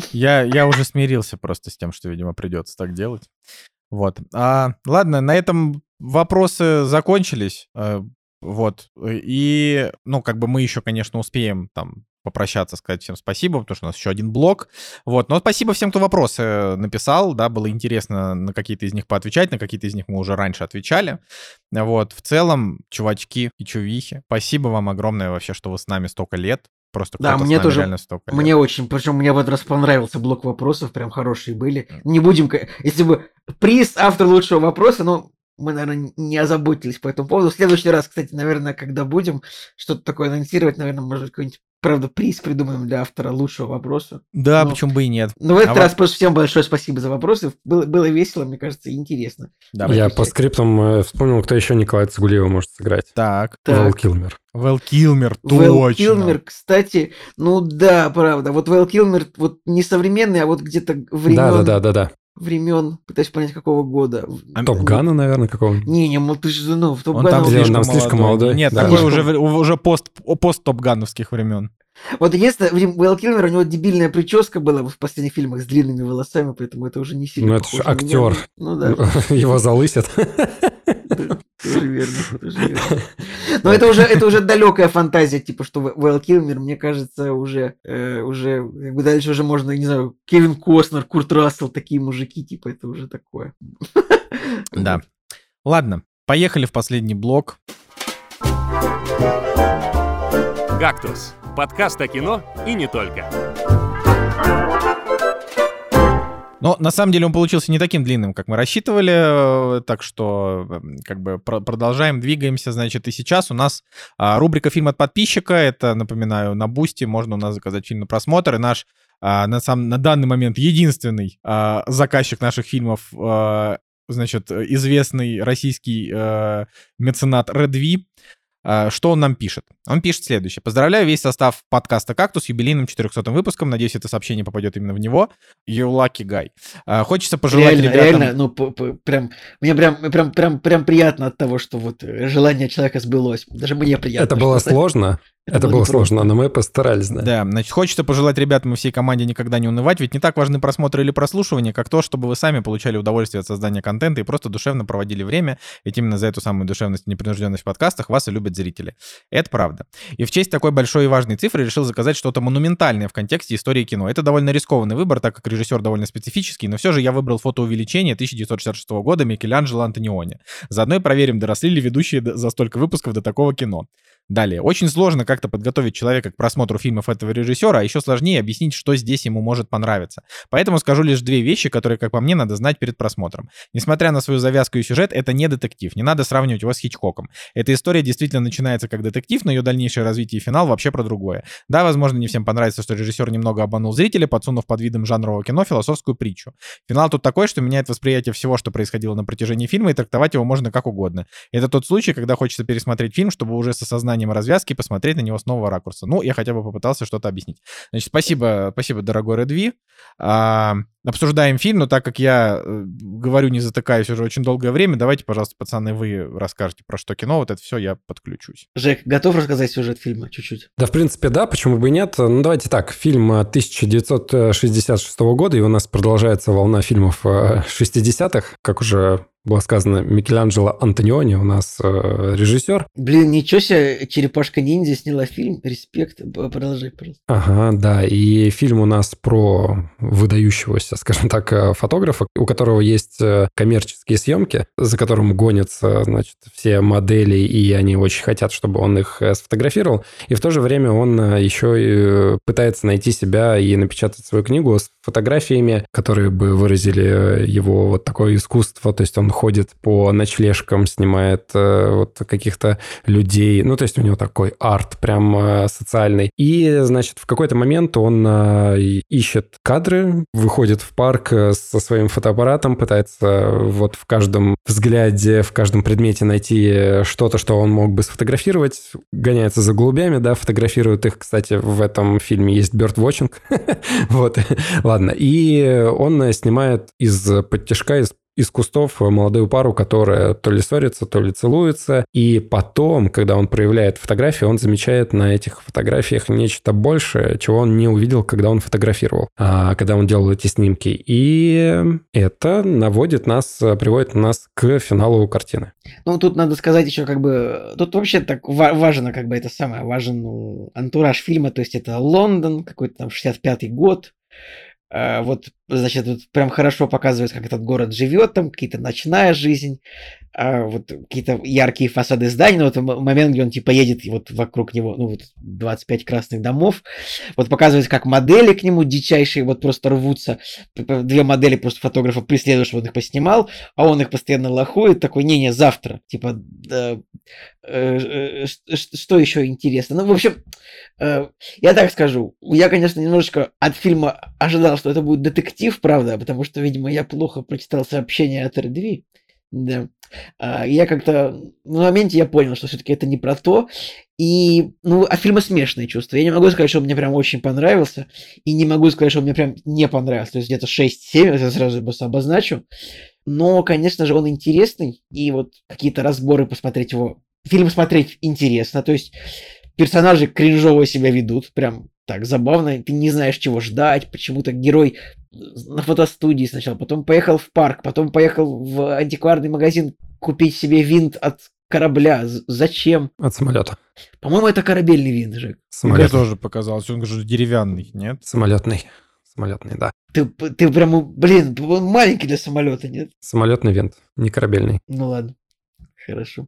Я уже смирился просто с тем, что, видимо, придется так делать. Вот. Ладно, на этом вопросы закончились. Вот. И, мы еще, конечно, успеем там попрощаться, сказать всем спасибо, потому что у нас еще один блок. Вот. Но спасибо всем, кто вопросы написал, да, было интересно на какие-то из них поотвечать, на какие-то из них мы уже раньше отвечали. Вот. В целом, чувачки и чувихи, спасибо вам огромное вообще, что вы с нами столько лет. Просто да, мне тоже, мне очень, причем мне в этот раз понравился блок вопросов, прям хорошие были. Не будем, если бы приз автор лучшего вопроса, мы, наверное, не озаботились по этому поводу. В следующий раз, кстати, наверное, когда будем что-то такое анонсировать, наверное, может быть, какой-нибудь, правда, приз придумаем для автора лучшего вопроса. Да, почему бы и нет. Но в этот раз просто всем большое спасибо за вопросы. Было весело, мне кажется, и интересно. Да, я по скриптам вспомнил, кто еще Николая Цугулиева может сыграть. Так. Вэл Килмер. Вэл Килмер, точно. Вэл Килмер, кстати, да, правда. Вот Вэл Килмер, вот не современный, а вот где-то времен... Да. Времен, пытаюсь понять, какого года. Топ Гана, наверное, какого-нибудь. Не, ты же, в Топ Гана... Он там слишком молодой. Нет, да. такой уже пост-топ-гановских времен. Вот единственное, Вэл Килмер, у него дебильная прическа была в последних фильмах с длинными волосами, поэтому это уже не сильно это же актер. Да. Его залысят. Тоже верно. Но это уже далекая фантазия, типа, что Вэл Килмер, мне кажется, уже дальше уже можно, не знаю, Кевин Костнер, Курт Рассел, такие мужики, типа, это уже такое. Да. Ладно, поехали в последний блок. «Кактус» — подкаст о кино и не только. Но на самом деле он получился не таким длинным, как мы рассчитывали, так что продолжаем, двигаемся. Значит, и сейчас у нас рубрика «Фильм от подписчика». Это, напоминаю, на Бусти можно у нас заказать фильм на просмотр. И наш на данный момент единственный заказчик наших фильмов, известный российский меценат Red-V. Что он нам пишет? Он пишет следующее. Поздравляю весь состав подкаста «Кактус» с юбилейным 400-м выпуском. Надеюсь, это сообщение попадет именно в него. You lucky guy. Хочется пожелать ребятам... Реально, мне прям приятно от того, что вот желание человека сбылось. Даже мне приятно. Это было сложно. Это было сложно, но мы постарались, да. Да, значит, хочется пожелать ребятам и всей команде никогда не унывать, ведь не так важны просмотры или прослушивания, как то, чтобы вы сами получали удовольствие от создания контента и просто душевно проводили время, ведь именно за эту самую душевность и непринужденность в подкастах вас и любят зрители. Это правда. И в честь такой большой и важной цифры решил заказать что-то монументальное в контексте истории кино. Это довольно рискованный выбор, так как режиссер довольно специфический, но все же я выбрал фотоувеличение 1966 года Микеланджело Антониони. Заодно и проверим, доросли ли ведущие за столько выпусков до такого кино. Далее. Очень сложно как-то подготовить человека к просмотру фильмов этого режиссера, а еще сложнее объяснить, что здесь ему может понравиться. Поэтому скажу лишь две вещи, которые, как по мне, надо знать перед просмотром. Несмотря на свою завязку и сюжет, это не детектив. Не надо сравнивать его с Хичкоком. Эта история действительно начинается как детектив, но ее дальнейшее развитие и финал вообще про другое. Да, возможно, не всем понравится, что режиссер немного обманул зрителя, подсунув под видом жанрового кино философскую притчу. Финал тут такой, что меняет восприятие всего, что происходило на протяжении фильма, и трактовать его можно как угодно. Это тот случай, когда хочется пересмотреть фильм, чтобы уже с осознанием развязки посмотреть на него с нового ракурса. Ну, я хотя бы попытался что-то объяснить. Значит, спасибо, дорогой Red-V. Обсуждаем фильм, но так как я говорю, не затыкаюсь уже очень долгое время, давайте, пожалуйста, пацаны, вы расскажете, про что кино, вот это все, я подключусь. Жек, готов рассказать сюжет фильма чуть-чуть? Да, в принципе, да, почему бы и нет. Ну, давайте так, фильм 1966 года, и у нас продолжается волна фильмов 60-х, как уже было сказано, Микеланджело Антониони у нас режиссер. Блин, ничего себе, Черепашка-ниндзя сняла фильм. Респект. Продолжай, пожалуйста. Ага, да. И фильм у нас про выдающегося, скажем так, фотографа, у которого есть коммерческие съемки, за которым гонятся, значит, все модели, и они очень хотят, чтобы он их сфотографировал. И в то же время он еще и пытается найти себя и напечатать свою книгу с фотографиями, которые бы выразили его вот такое искусство. То есть он ходит по ночлежкам, снимает вот каких-то людей. Ну, то есть у него такой арт прям социальный. И, значит, в какой-то момент он ищет кадры, выходит в парк со своим фотоаппаратом, пытается вот в каждом взгляде, в каждом предмете найти что-то, что он мог бы сфотографировать. Гоняется за голубями, да, фотографирует их. Кстати, в этом фильме есть birdwatching. Вот, ладно. И он снимает из-под тяжка, из кустов молодую пару, которая то ли ссорится, то ли целуется. И потом, когда он проявляет фотографии, он замечает на этих фотографиях нечто большее, чего он не увидел, когда он фотографировал, когда он делал эти снимки. И это приводит нас к финалу картины. Ну, тут надо сказать еще, тут вообще так важно, важен антураж фильма, то есть это Лондон, какой-то там 65-й год. Вот, значит, тут прям хорошо показывают, как этот город живет, там какая-то ночная жизнь, вот какие-то яркие фасады зданий, но вот момент, где он типа едет, и вот вокруг него, 25 красных домов, вот показывается, как модели к нему дичайшие вот просто рвутся, две модели просто фотографа преследуют, что он их поснимал, а он их постоянно лохует, такой, не, завтра, типа, что еще интересно? В общем, я так скажу, я, конечно, немножечко от фильма ожидал, что это будет детектив, правда, потому что, видимо, я плохо прочитал сообщение от R2. Да. Я как-то в моменте я понял, что все-таки это не про то. И, от фильма смешанные чувства. Я не могу сказать, что он мне прям очень понравился, и не могу сказать, что он мне прям не понравился. То есть где-то 6-7, это сразу обозначу. Но, конечно же, он интересный, и вот какие-то разборы посмотреть его. Фильм смотреть интересно, то есть персонажи кринжово себя ведут, прям так забавно, ты не знаешь, чего ждать, почему-то герой на фотостудии сначала, потом поехал в парк, потом поехал в антикварный магазин купить себе винт от корабля. Зачем? От самолета. По-моему, это корабельный винт, Жек. Мне тоже показалось, он же деревянный, нет? Самолетный, да. Ты прям, он маленький для самолета, нет? Самолетный винт, не корабельный. Ну ладно, хорошо.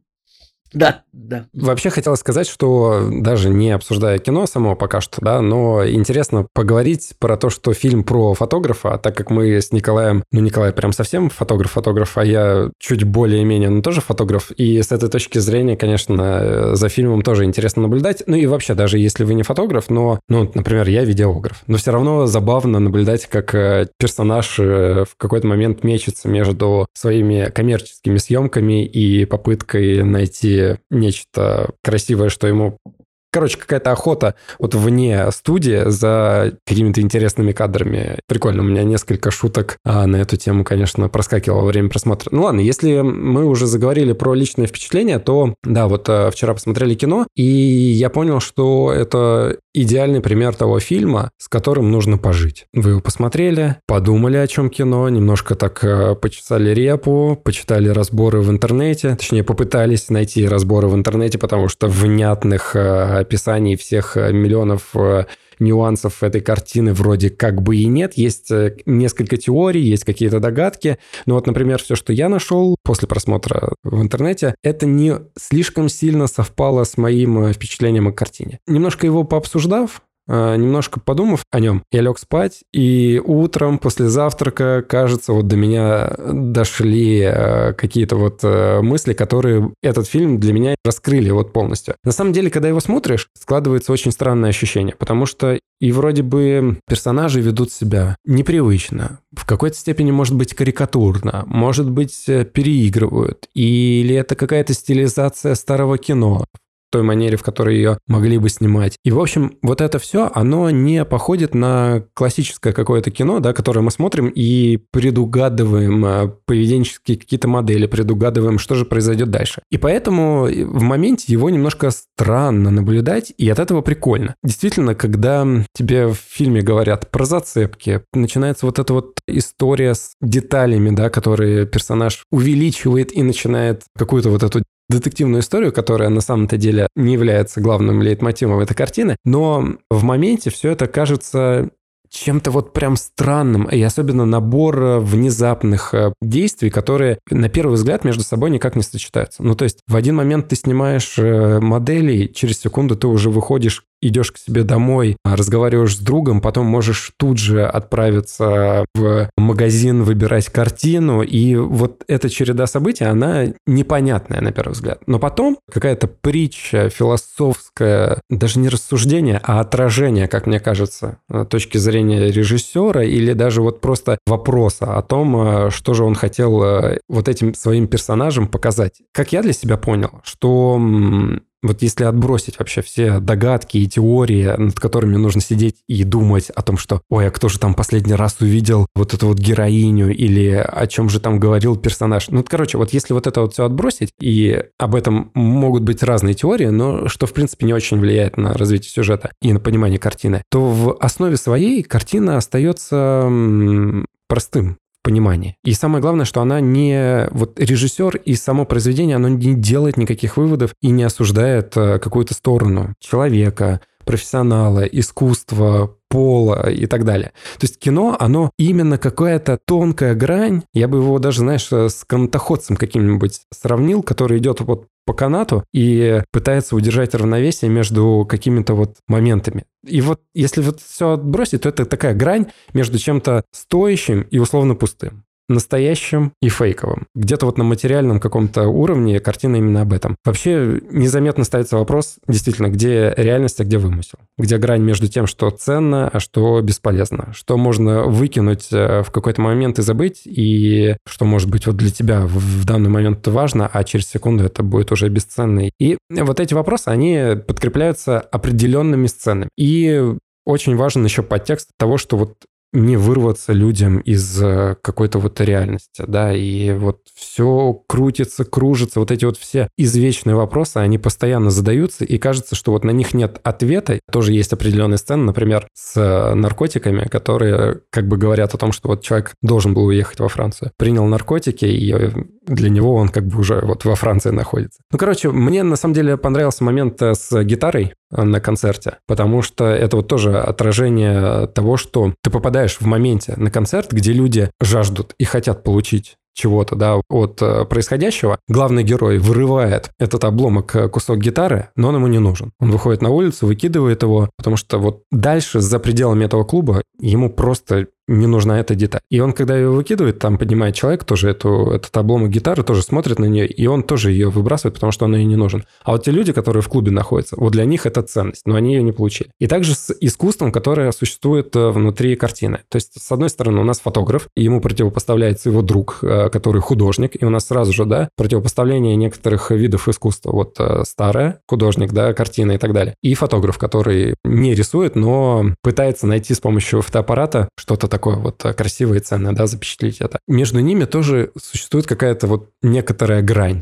Да. Вообще хотелось сказать, что даже не обсуждая кино само пока что, да, но интересно поговорить про то, что фильм про фотографа, так как мы с Николаем, Николай прям совсем фотограф, а я чуть более-менее, тоже фотограф, и с этой точки зрения, конечно, за фильмом тоже интересно наблюдать, и вообще, даже если вы не фотограф, но, например, я видеограф, но все равно забавно наблюдать, как персонаж в какой-то момент мечется между своими коммерческими съемками и попыткой найти нечто красивое, что ему... какая-то охота вот вне студии за какими-то интересными кадрами. Прикольно, у меня несколько шуток на эту тему, конечно, проскакивало во время просмотра. Ладно, если мы уже заговорили про личные впечатления, то, да, вот вчера посмотрели кино, и я понял, что это идеальный пример того фильма, с которым нужно пожить. Вы его посмотрели, подумали, о чем кино, немножко так почесали репу, почитали разборы в интернете, точнее, попытались найти разборы в интернете, потому что внятных описаний всех миллионов нюансов этой картины вроде как бы и нет. Есть несколько теорий, есть какие-то догадки. Но вот, например, все, что я нашел после просмотра в интернете, это не слишком сильно совпало с моим впечатлением о картине. Немножко его пообсуждав, немножко подумав о нем, я лег спать, и утром после завтрака, кажется, вот до меня дошли какие-то вот мысли, которые этот фильм для меня раскрыли вот полностью. На самом деле, когда его смотришь, складывается очень странное ощущение, потому что и вроде бы персонажи ведут себя непривычно, в какой-то степени, может быть, карикатурно, может быть, переигрывают, или это какая-то стилизация старого кино, той манере, в которой ее могли бы снимать. И, в общем, вот это все, оно не походит на классическое какое-то кино, да, которое мы смотрим и предугадываем поведенческие какие-то модели, предугадываем, что же произойдет дальше. И поэтому в моменте его немножко странно наблюдать, и от этого прикольно. Действительно, когда тебе в фильме говорят про зацепки, начинается вот эта вот история с деталями, да, которые персонаж увеличивает и начинает какую-то вот эту детективную историю, которая на самом-то деле не является главным лейтмотивом этой картины, но в моменте все это кажется чем-то вот прям странным, и особенно набор внезапных действий, которые на первый взгляд между собой никак не сочетаются. То есть в один момент ты снимаешь модели, через секунду ты уже выходишь, идешь к себе домой, разговариваешь с другом, потом можешь тут же отправиться в магазин, выбирать картину, и вот эта череда событий, она непонятная на первый взгляд. Но потом какая-то притча философская, даже не рассуждение, а отражение, как мне кажется, с точки зрения режиссера, или даже вот просто вопроса о том, что же он хотел вот этим своим персонажам показать. Как я для себя понял, что вот если отбросить вообще все догадки и теории, над которыми нужно сидеть и думать о том, что, ой, а кто же там последний раз увидел вот эту вот героиню, или о чем же там говорил персонаж. Ну, короче, вот если вот это вот все отбросить, и об этом могут быть разные теории, но что, в принципе, не очень влияет на развитие сюжета и на понимание картины, то в основе своей картина остается простым понимании. И самое главное, что она не... Вот режиссер и само произведение, оно не делает никаких выводов и не осуждает какую-то сторону человека, профессионала, искусства, пола и так далее. То есть кино, оно именно какая-то тонкая грань. Я бы его даже, знаешь, с канатоходцем каким-нибудь сравнил, который идет вот по канату и пытается удержать равновесие между какими-то вот моментами. И вот если вот все отбросить, то это такая грань между чем-то стоящим и условно пустым, настоящим и фейковым. Где-то вот на материальном каком-то уровне картина именно об этом. Вообще незаметно ставится вопрос, действительно, где реальность, а где вымысел? Где грань между тем, что ценно, а что бесполезно? Что можно выкинуть в какой-то момент и забыть, и что, может быть, вот для тебя в данный момент это важно, а через секунду это будет уже бесценно. И вот эти вопросы, они подкрепляются определенными сценами. И очень важен еще подтекст того, что вот не вырваться людям из какой-то вот реальности, да, и вот все крутится, кружится, вот эти вот все извечные вопросы, они постоянно задаются, и кажется, что вот на них нет ответа. Тоже есть определенные сцены, например, с наркотиками, которые как бы говорят о том, что вот человек должен был уехать во Францию, принял наркотики, и для него он как бы уже вот во Франции находится. Ну, короче, мне на самом деле понравился момент с гитарой на концерте, потому что это вот тоже отражение того, что ты попадаешь в моменте на концерт, где люди жаждут и хотят получить чего-то, да, от происходящего. Главный герой вырывает этот обломок, кусок гитары, но он ему не нужен. Он выходит на улицу, выкидывает его, потому что вот дальше, за пределами этого клуба, ему просто не нужна эта деталь. И он, когда ее выкидывает, там поднимает человек тоже этот обломок гитары, тоже смотрит на нее, и он тоже ее выбрасывает, потому что он ей не нужен. А вот те люди, которые в клубе находятся, вот для них это ценность, но они ее не получили. И также с искусством, которое существует внутри картины. То есть, с одной стороны, у нас фотограф, и ему противопоставляется его друг, который художник, и у нас сразу же, да, противопоставление некоторых видов искусства. Вот старое, художник, да, картина и так далее. И фотограф, который не рисует, но пытается найти с помощью фотоаппарата что-то такое вот красивое и ценное, да, запечатлеть это. Между ними тоже существует какая-то вот некоторая грань,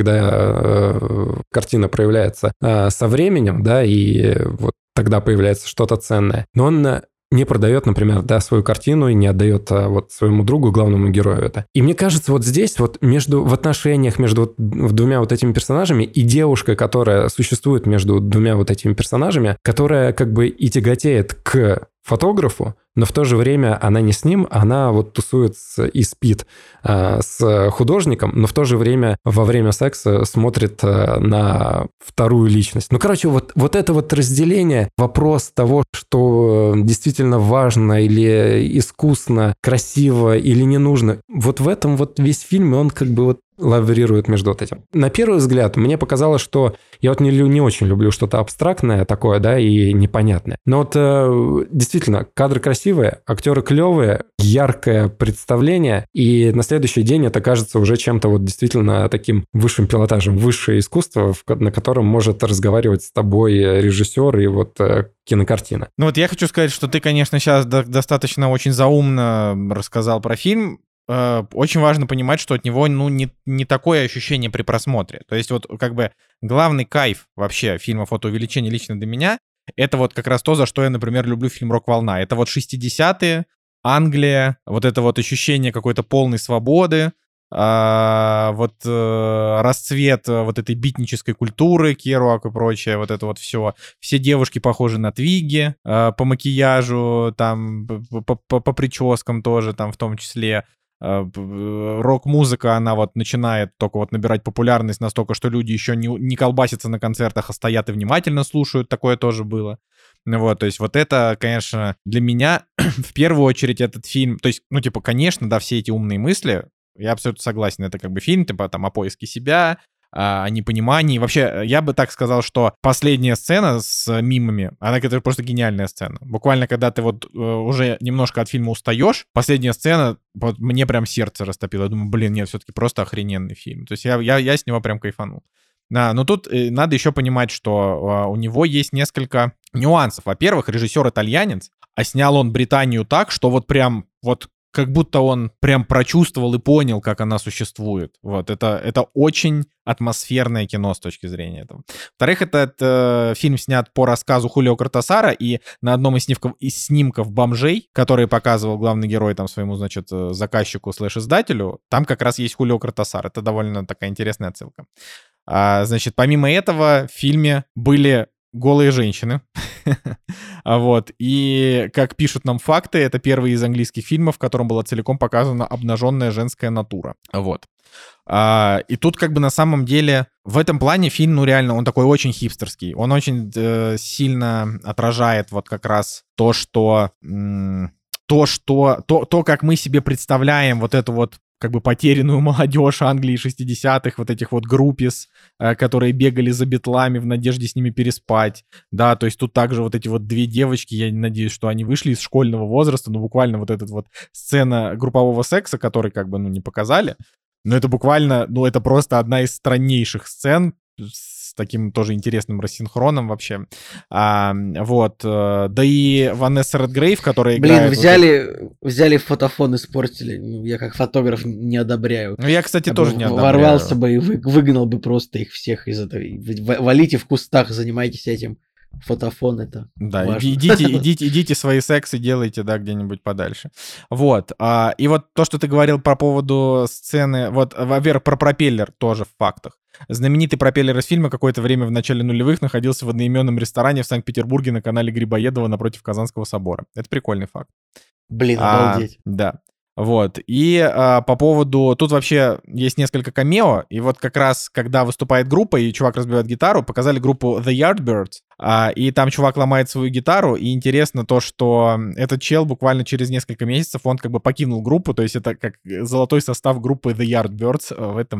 когда картина проявляется со временем, да, и вот тогда появляется что-то ценное. Но он не продает, например, да, свою картину и не отдает вот своему другу, главному герою это. И мне кажется, вот здесь вот в отношениях между двумя вот этими персонажами и девушкой, которая существует между двумя вот этими персонажами, которая как бы и тяготеет к фотографу, но в то же время она не с ним, она вот тусуется и спит с художником, но в то же время во время секса смотрит на вторую личность. Ну, короче, вот это вот разделение, вопрос того, что действительно важно или искусно, красиво или не нужно, вот в этом вот весь фильм, он как бы вот лавирирует между вот этим. На первый взгляд мне показалось, что я вот не очень люблю что-то абстрактное такое, да, и непонятное. Но вот действительно, кадры красивые, актеры клевые, яркое представление, и на следующий день это кажется уже чем-то вот действительно таким высшим пилотажем, высшее искусство, на котором может разговаривать с тобой режиссер и вот кинокартина. Ну вот я хочу сказать, что ты, конечно, сейчас достаточно очень заумно рассказал про фильм. Очень важно понимать, что от него, ну, не такое ощущение при просмотре. То есть вот как бы главный кайф вообще фильма «Фотоувеличение» лично для меня — это вот как раз то, за что я, например, люблю фильм «Рок-волна». Это вот 60-е, Англия, вот это вот ощущение какой-то полной свободы, вот расцвет вот этой битнической культуры, Керуак и прочее, вот это вот все. Все девушки похожи на Твигги по макияжу, там, по прическам тоже, там, в том числе. Рок-музыка, она вот начинает только вот набирать популярность настолько, что люди еще не колбасятся на концертах, а стоят и внимательно слушают. Такое тоже было. Вот, то есть вот это, конечно, для меня в первую очередь этот фильм, то есть, ну, типа, конечно, да, все эти умные мысли, я абсолютно согласен, это как бы фильм, типа, там, о поиске себя, о непонимании. Вообще, я бы так сказал, что последняя сцена с мимами, она это просто гениальная сцена. Буквально, когда ты вот уже немножко от фильма устаешь, последняя сцена, вот мне прям сердце растопило. Я думаю, блин, нет, все-таки просто охрененный фильм. То есть я с него прям кайфанул. Но тут надо еще понимать, что у него есть несколько нюансов. Во-первых, режиссер итальянец, а снял он Британию так, что вот прям вот как будто он прям прочувствовал и понял, как она существует. Вот, это очень атмосферное кино с точки зрения этого. Во-вторых, этот фильм снят по рассказу Хулио Кортасара, и на одном из снимков бомжей, которые показывал главный герой там своему, значит, заказчику /издателю, там как раз есть Хулио Кортасар. Это довольно такая интересная отсылка. Значит, помимо этого, в фильме были голые женщины. Вот. И, как пишут нам факты, это первый из английских фильмов, в котором была целиком показана обнаженная женская натура. Вот. И тут как бы на самом деле в этом плане фильм, ну реально, он такой очень хипстерский. Он очень сильно отражает вот как раз то, как мы себе представляем вот эту вот как бы потерянную молодежь Англии 60-х, вот этих вот группис, которые бегали за битлами в надежде с ними переспать, да, то есть тут также вот эти вот две девочки, я надеюсь, что они вышли из школьного возраста, но буквально вот эта вот сцена группового секса, который как бы, ну, не показали, но это буквально, ну, это просто одна из страннейших сцен, с таким тоже интересным рассинхроном вообще. Вот. Да и Ванесса Редгрейв, которая играет... взяли фотофон, испортили. Я как фотограф не одобряю. Ну, я, кстати, тоже не одобряю. Ворвался бы и выгнал бы просто их всех из этой... Валите в кустах, занимайтесь этим. Фотофон это да, важно. идите свои сексы делайте, да, где-нибудь подальше. Вот. И вот то, что ты говорил по поводу сцены, вот, во-первых, про пропеллер тоже в фактах. Знаменитый пропеллер из фильма какое-то время в начале нулевых находился в одноименном ресторане в Санкт-Петербурге на канале Грибоедова напротив Казанского собора. Это прикольный факт. Блин, обалдеть. Да. Вот. И по поводу... Тут вообще есть несколько камео, и вот как раз, когда выступает группа, и чувак разбивает гитару, показали группу The Yardbirds, и там чувак ломает свою гитару, и интересно то, что этот чел буквально через несколько месяцев, он как бы покинул группу, то есть это как золотой состав группы The Yardbirds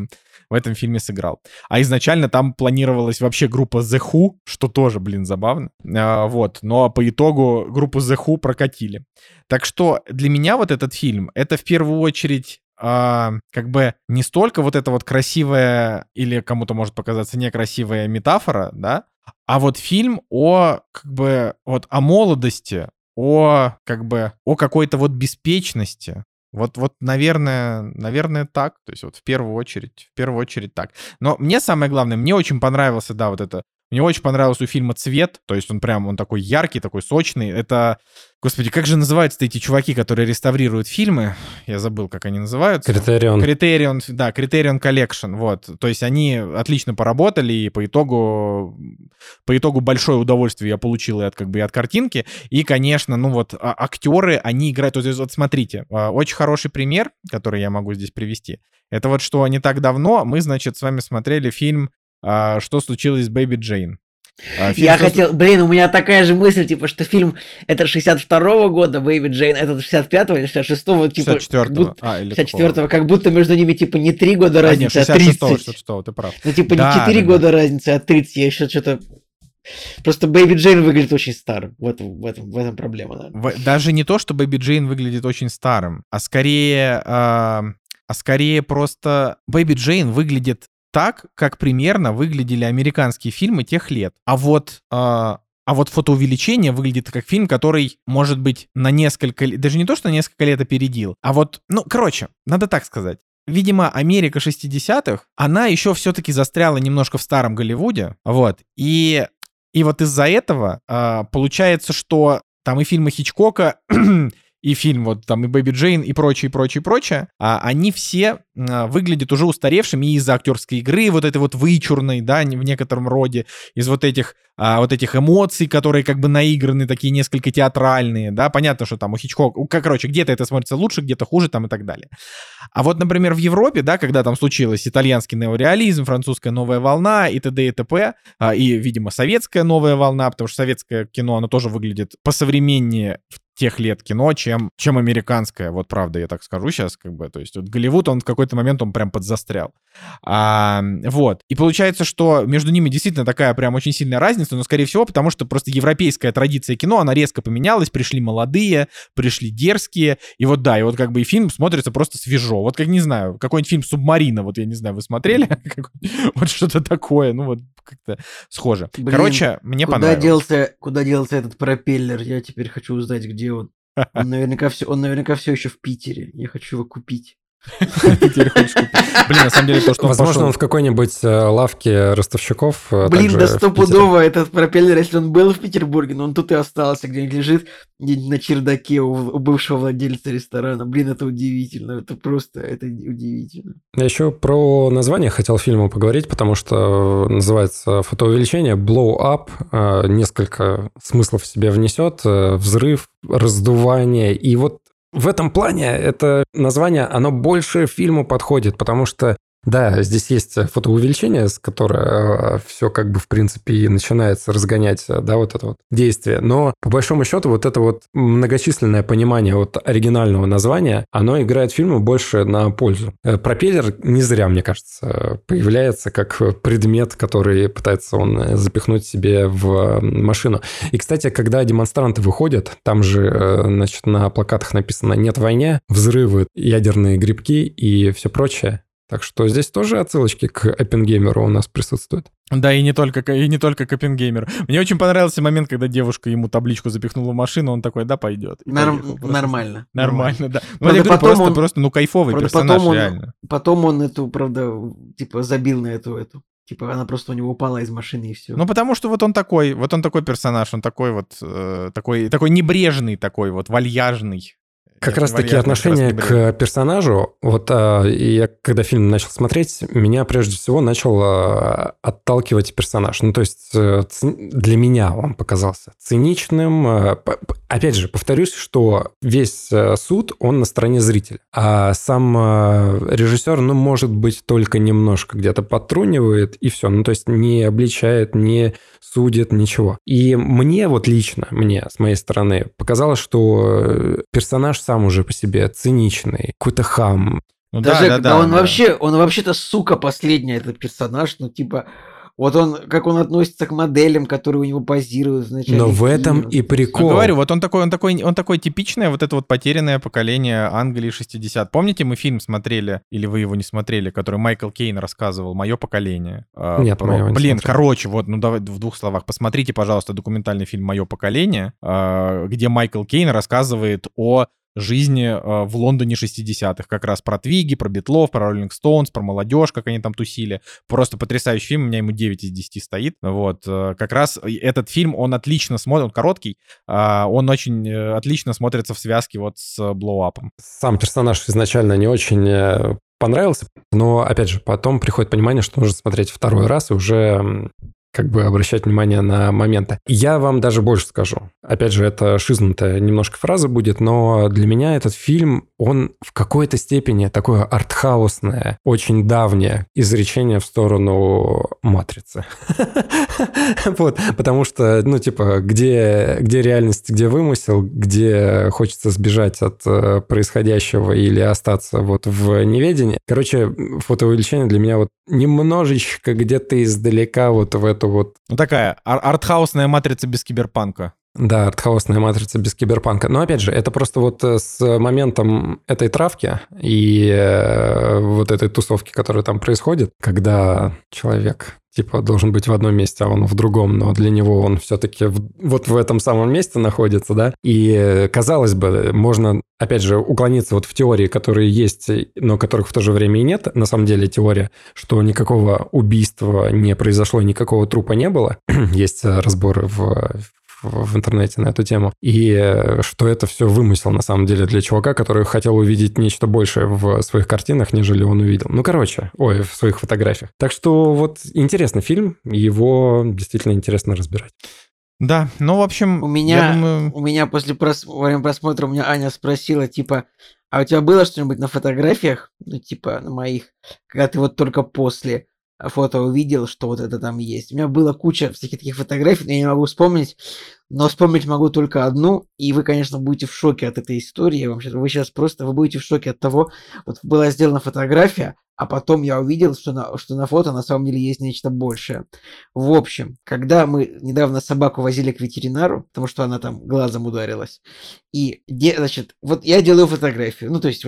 в этом фильме сыграл. А изначально там планировалась вообще группа The Who, что тоже, блин, забавно. Вот. Но по итогу группу The Who прокатили. Так что для меня вот этот фильм, это в первую очередь как бы не столько вот эта вот красивая, или кому-то может показаться некрасивая метафора, да, а вот фильм о, как бы, вот о молодости, о какой-то вот беспечности. Вот, наверное, так. То есть вот в первую очередь так. Но мне самое главное, мне очень понравился, да, вот это. Мне очень понравился у фильма цвет, то есть он такой яркий, такой сочный. Это, господи, как же называются эти чуваки, которые реставрируют фильмы? Я забыл, как они называются. Criterion, да, Criterion Collection, вот. То есть они отлично поработали, и по итогу большое удовольствие я получил и от картинки. И, конечно, ну вот актеры, они играют... Вот смотрите, очень хороший пример, который я могу здесь привести. Это вот что не так давно мы, значит, с вами смотрели фильм «Что случилось с Бэби Джейн». Я хотел... Блин, у меня такая же мысль, типа, что фильм это 62-го года, Бэби Джейн, это 65-го или 66-го, типа... 64-го. 64-го, как будто между ними, типа, не 3 года разницы, а 30. 66-го, ты прав. Ну, типа, не 4 года разницы, а 30. Я еще что-то... Просто Бэби Джейн выглядит очень старым. В этом проблема, наверное. Даже не то, что Бэби Джейн выглядит очень старым, а скорее просто Бэби Джейн выглядит так, как примерно выглядели американские фильмы тех лет. А вот фотоувеличение выглядит как фильм, который, может быть, на несколько лет, даже не то, что на несколько лет опередил, а вот, ну, короче, надо так сказать. Видимо, Америка 60-х, она еще все-таки застряла немножко в старом Голливуде, вот, и вот из-за этого получается, что там и фильмы Хичкока, и фильм вот там и Бэби Джейн и прочее, они все выглядят уже устаревшими из-за актерской игры, вот этой вот вычурной, да, в некотором роде, из вот этих эмоций, которые как бы наиграны, такие несколько театральные, да, понятно, что там у Хичкока, короче, где-то это смотрится лучше, где-то хуже там и так далее. А вот, например, в Европе, да, когда там случилось итальянский неореализм, французская новая волна и т.д. и т.п., и, видимо, советская новая волна, потому что советское кино, оно тоже выглядит посовременнее тех лет кино, чем американское. Вот правда, я так скажу сейчас, как бы. То есть вот Голливуд, он в какой-то момент, он прям подзастрял. Вот. И получается, что между ними действительно такая прям очень сильная разница, но, скорее всего, потому что просто европейская традиция кино, она резко поменялась, пришли молодые, пришли дерзкие, и вот да, и вот как бы и фильм смотрится просто свежо. Вот как, не знаю, какой-нибудь фильм «Субмарина», вот я не знаю, вы смотрели? Вот что-то такое, ну вот как-то схоже. Блин, короче, мне понравилось. Куда делся этот пропеллер? Я теперь хочу узнать, где он. Он наверняка все еще в Питере. Я хочу его купить. Теперь хочешь купить. Блин, на самом деле, то, что Возможно, он в какой-нибудь лавке ростовщиков. Блин, да стопудово этот пропеллер, если он был в Петербурге, но он тут и остался, где-нибудь лежит где-нибудь на чердаке у бывшего владельца ресторана. Блин, это удивительно. Это удивительно. Я еще про название хотел фильма поговорить, потому что называется «Фотоувеличение», «Blow Up», несколько смыслов в себя внесет, взрыв, раздувание. И вот в этом плане это название, оно больше фильму подходит, потому что, да, здесь есть фотоувеличение, с которого все как бы в принципе и начинается разгонять, да, вот это вот действие. Но по большому счету вот это вот многочисленное понимание вот оригинального названия, оно играет фильму больше на пользу. Пропеллер не зря, мне кажется, появляется как предмет, который пытается он запихнуть себе в машину. И, кстати, когда демонстранты выходят, там же, значит, на плакатах написано «Нет войне», взрывы, ядерные грибки и все прочее. Так что здесь тоже отсылочки к Оппенгеймеру у нас присутствуют. Да, и не только к Оппенгеймеру. Мне очень понравился момент, когда девушка ему табличку запихнула в машину, он такой, да, пойдет. Нормально. Нормально, да. Ну, я говорю, просто, ну, кайфовый персонаж, реально. Потом он эту, правда, типа, забил на эту. Типа, она просто у него упала из машины, и все. Ну, потому что вот он такой персонаж, он такой вот, такой небрежный, такой вот вальяжный. Как раз-таки отношение к персонажу, вот я когда фильм начал смотреть, меня прежде всего начал отталкивать персонаж. Ну, то есть для меня он показался циничным. Опять же, повторюсь, что весь суд, он на стороне зрителя. А сам режиссер, ну, может быть, только немножко где-то подтрунивает, и все. Ну, то есть не обличает, не судит, ничего. И мне вот лично, с моей стороны, показалось, что персонаж сам уже по себе циничный, какой-то хам. Ну, да, он вообще-то сука последняя, этот персонаж, ну типа, вот как он относится к моделям, которые у него позируют вначале. Но в этом и прикол. Я говорю, вот он такой типичное вот это вот потерянное поколение Англии 60. Помните, мы фильм смотрели, или вы его не смотрели, который Майкл Кейн рассказывал «Мое поколение». Нет, мы его не Блин, смотрели. Короче, вот, ну давай в двух словах. Посмотрите, пожалуйста, документальный фильм «Мое поколение», где Майкл Кейн рассказывает о жизни в Лондоне 60-х. Как раз про Твиги, про Битлов, про Роллинг Стоунс, про молодежь, как они там тусили. Просто потрясающий фильм, у меня ему 9 из 10 стоит. Вот. Как раз этот фильм, он отлично смотрит, он короткий, он очень отлично смотрится в связке вот с Blow Up. Сам персонаж изначально не очень понравился, но, опять же, потом приходит понимание, что нужно смотреть второй раз и уже как бы обращать внимание на моменты. Я вам даже больше скажу. Опять же, это шизнутая немножко фраза будет, но для меня этот фильм, он в какой-то степени такое артхаусное, очень давнее изречение в сторону «Матрицы». Вот, потому что, ну, типа, где реальность, где вымысел, где хочется сбежать от происходящего или остаться вот в неведении. Короче, фотоувеличение для меня вот немножечко где-то издалека вот в эту вот... Ну, такая артхаусная матрица без киберпанка. Да, артхаусная матрица без киберпанка. Но, опять же, это просто вот с моментом этой травки и вот этой тусовки, которая там происходит, когда человек типа должен быть в одном месте, а он в другом, но для него он все-таки вот в этом самом месте находится, да, и, казалось бы, можно, опять же, уклониться вот в теории, которые есть, но которых в то же время и нет. На самом деле теория, что никакого убийства не произошло, никакого трупа не было. Есть разборы в интернете на эту тему. И что это все вымысел, на самом деле, для чувака, который хотел увидеть нечто большее в своих картинах, нежели он увидел. Ну, короче, в своих фотографиях. Так что вот интересный фильм, его действительно интересно разбирать. Да, ну, в общем, у меня во время просмотра у меня Аня спросила, типа, а у тебя было что-нибудь на фотографиях, ну, типа, на моих, когда ты вот только после фото увидел, что вот это там есть. У меня была куча всяких таких фотографий, но я не могу вспомнить. но вспомнить могу только одну, и вы, конечно, будете в шоке от этой истории. Вы будете в шоке от того, вот была сделана фотография, а потом я увидел, что на фото на самом деле есть нечто большее. В общем, когда мы недавно собаку возили к ветеринару, потому что она там глазом ударилась, вот я делаю фотографию,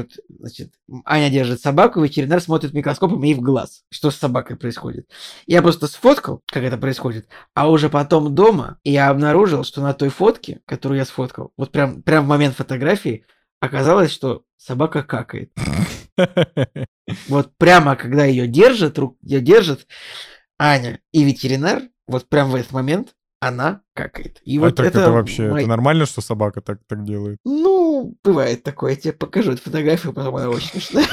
Аня держит собаку, ветеринар смотрит микроскопом ей в глаз, что с собакой происходит. Я просто сфоткал, как это происходит, а уже потом дома я обнаружил, что на той фотке, которую я сфоткал, вот прям в момент фотографии, оказалось, что собака какает. Вот прямо когда ее держит Аня и ветеринар, вот прямо в этот момент она какает. И вот это вообще это нормально, что собака так делает? Ну, бывает такое. Я тебе покажу эту фотографию, потом она очень смешная.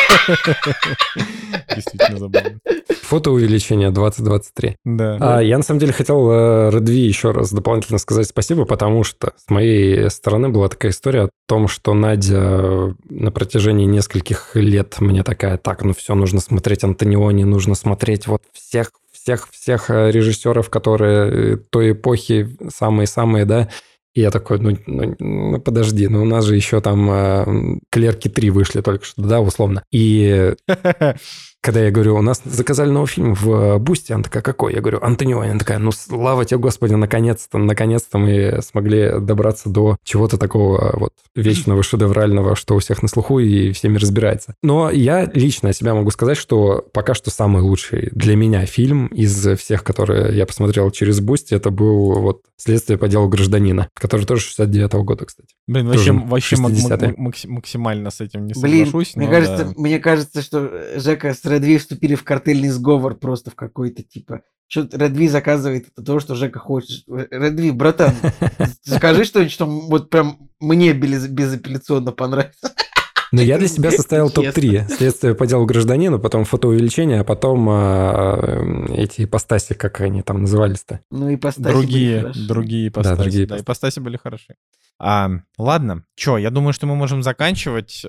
Действительно забавно. Фотоувеличение 2023. Да. Я на самом деле хотел Редви еще раз дополнительно сказать спасибо, потому что с моей стороны была такая история о том, что Надя на протяжении нескольких лет мне такая, все, нужно смотреть Антониони, нужно смотреть вот всех режиссеров, которые той эпохи самые-самые, да. И я такой, подожди, у нас же еще там «Клерки 3» вышли только что, да, условно. И когда я говорю, у нас заказали новый фильм в Бусти, она такая, какой? Я говорю, Антониони. Она такая, слава тебе, Господи, наконец-то мы смогли добраться до чего-то такого вот вечного, шедеврального, что у всех на слуху и всеми разбирается. Но я лично о себя могу сказать, что пока что самый лучший для меня фильм из всех, которые я посмотрел через Бусти, это был вот «Следствие по делу гражданина», который тоже 69-го года, кстати. Блин, вообще максимально с этим не соглашусь. Мне кажется, что Жека с Редви вступили в картельный сговор просто в какой-то, что Редви заказывает то, что Жека хочет. Редви, братан, скажи что-нибудь, что вот прям мне безапелляционно понравится. Но я для себя составил топ-3. «Следствие по делу гражданина», потом «Фотоувеличение», а потом эти ипостаси, как они там назывались-то. Ипостаси другие ипостаси. Да, другие ипостаси. Ипостаси были хороши. Ладно, я думаю, что мы можем заканчивать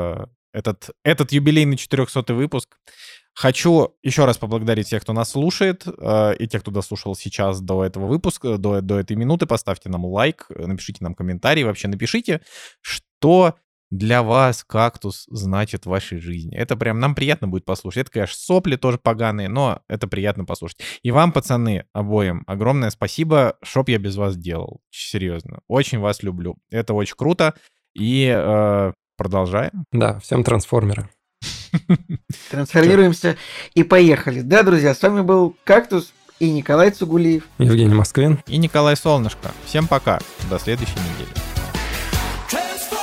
этот юбилейный 400-й выпуск. Хочу еще раз поблагодарить всех, кто нас слушает, и тех, кто дослушал сейчас до этого выпуска, до этой минуты. Поставьте нам лайк, напишите нам комментарий. Вообще напишите, что для вас кактус значит в вашей жизни. Это прям нам приятно будет послушать. Это, конечно, сопли тоже поганые, но это приятно послушать. И вам, пацаны, обоим огромное спасибо. Шо б я без вас делал? Серьезно. Очень вас люблю. Это очень круто. И продолжаем. Да, всем трансформеры. Трансформируемся и поехали. Да, друзья, с вами был Кактус и Николай Цугулиев. Евгений Москвин. И Николай Солнышко. Всем пока. До следующей недели.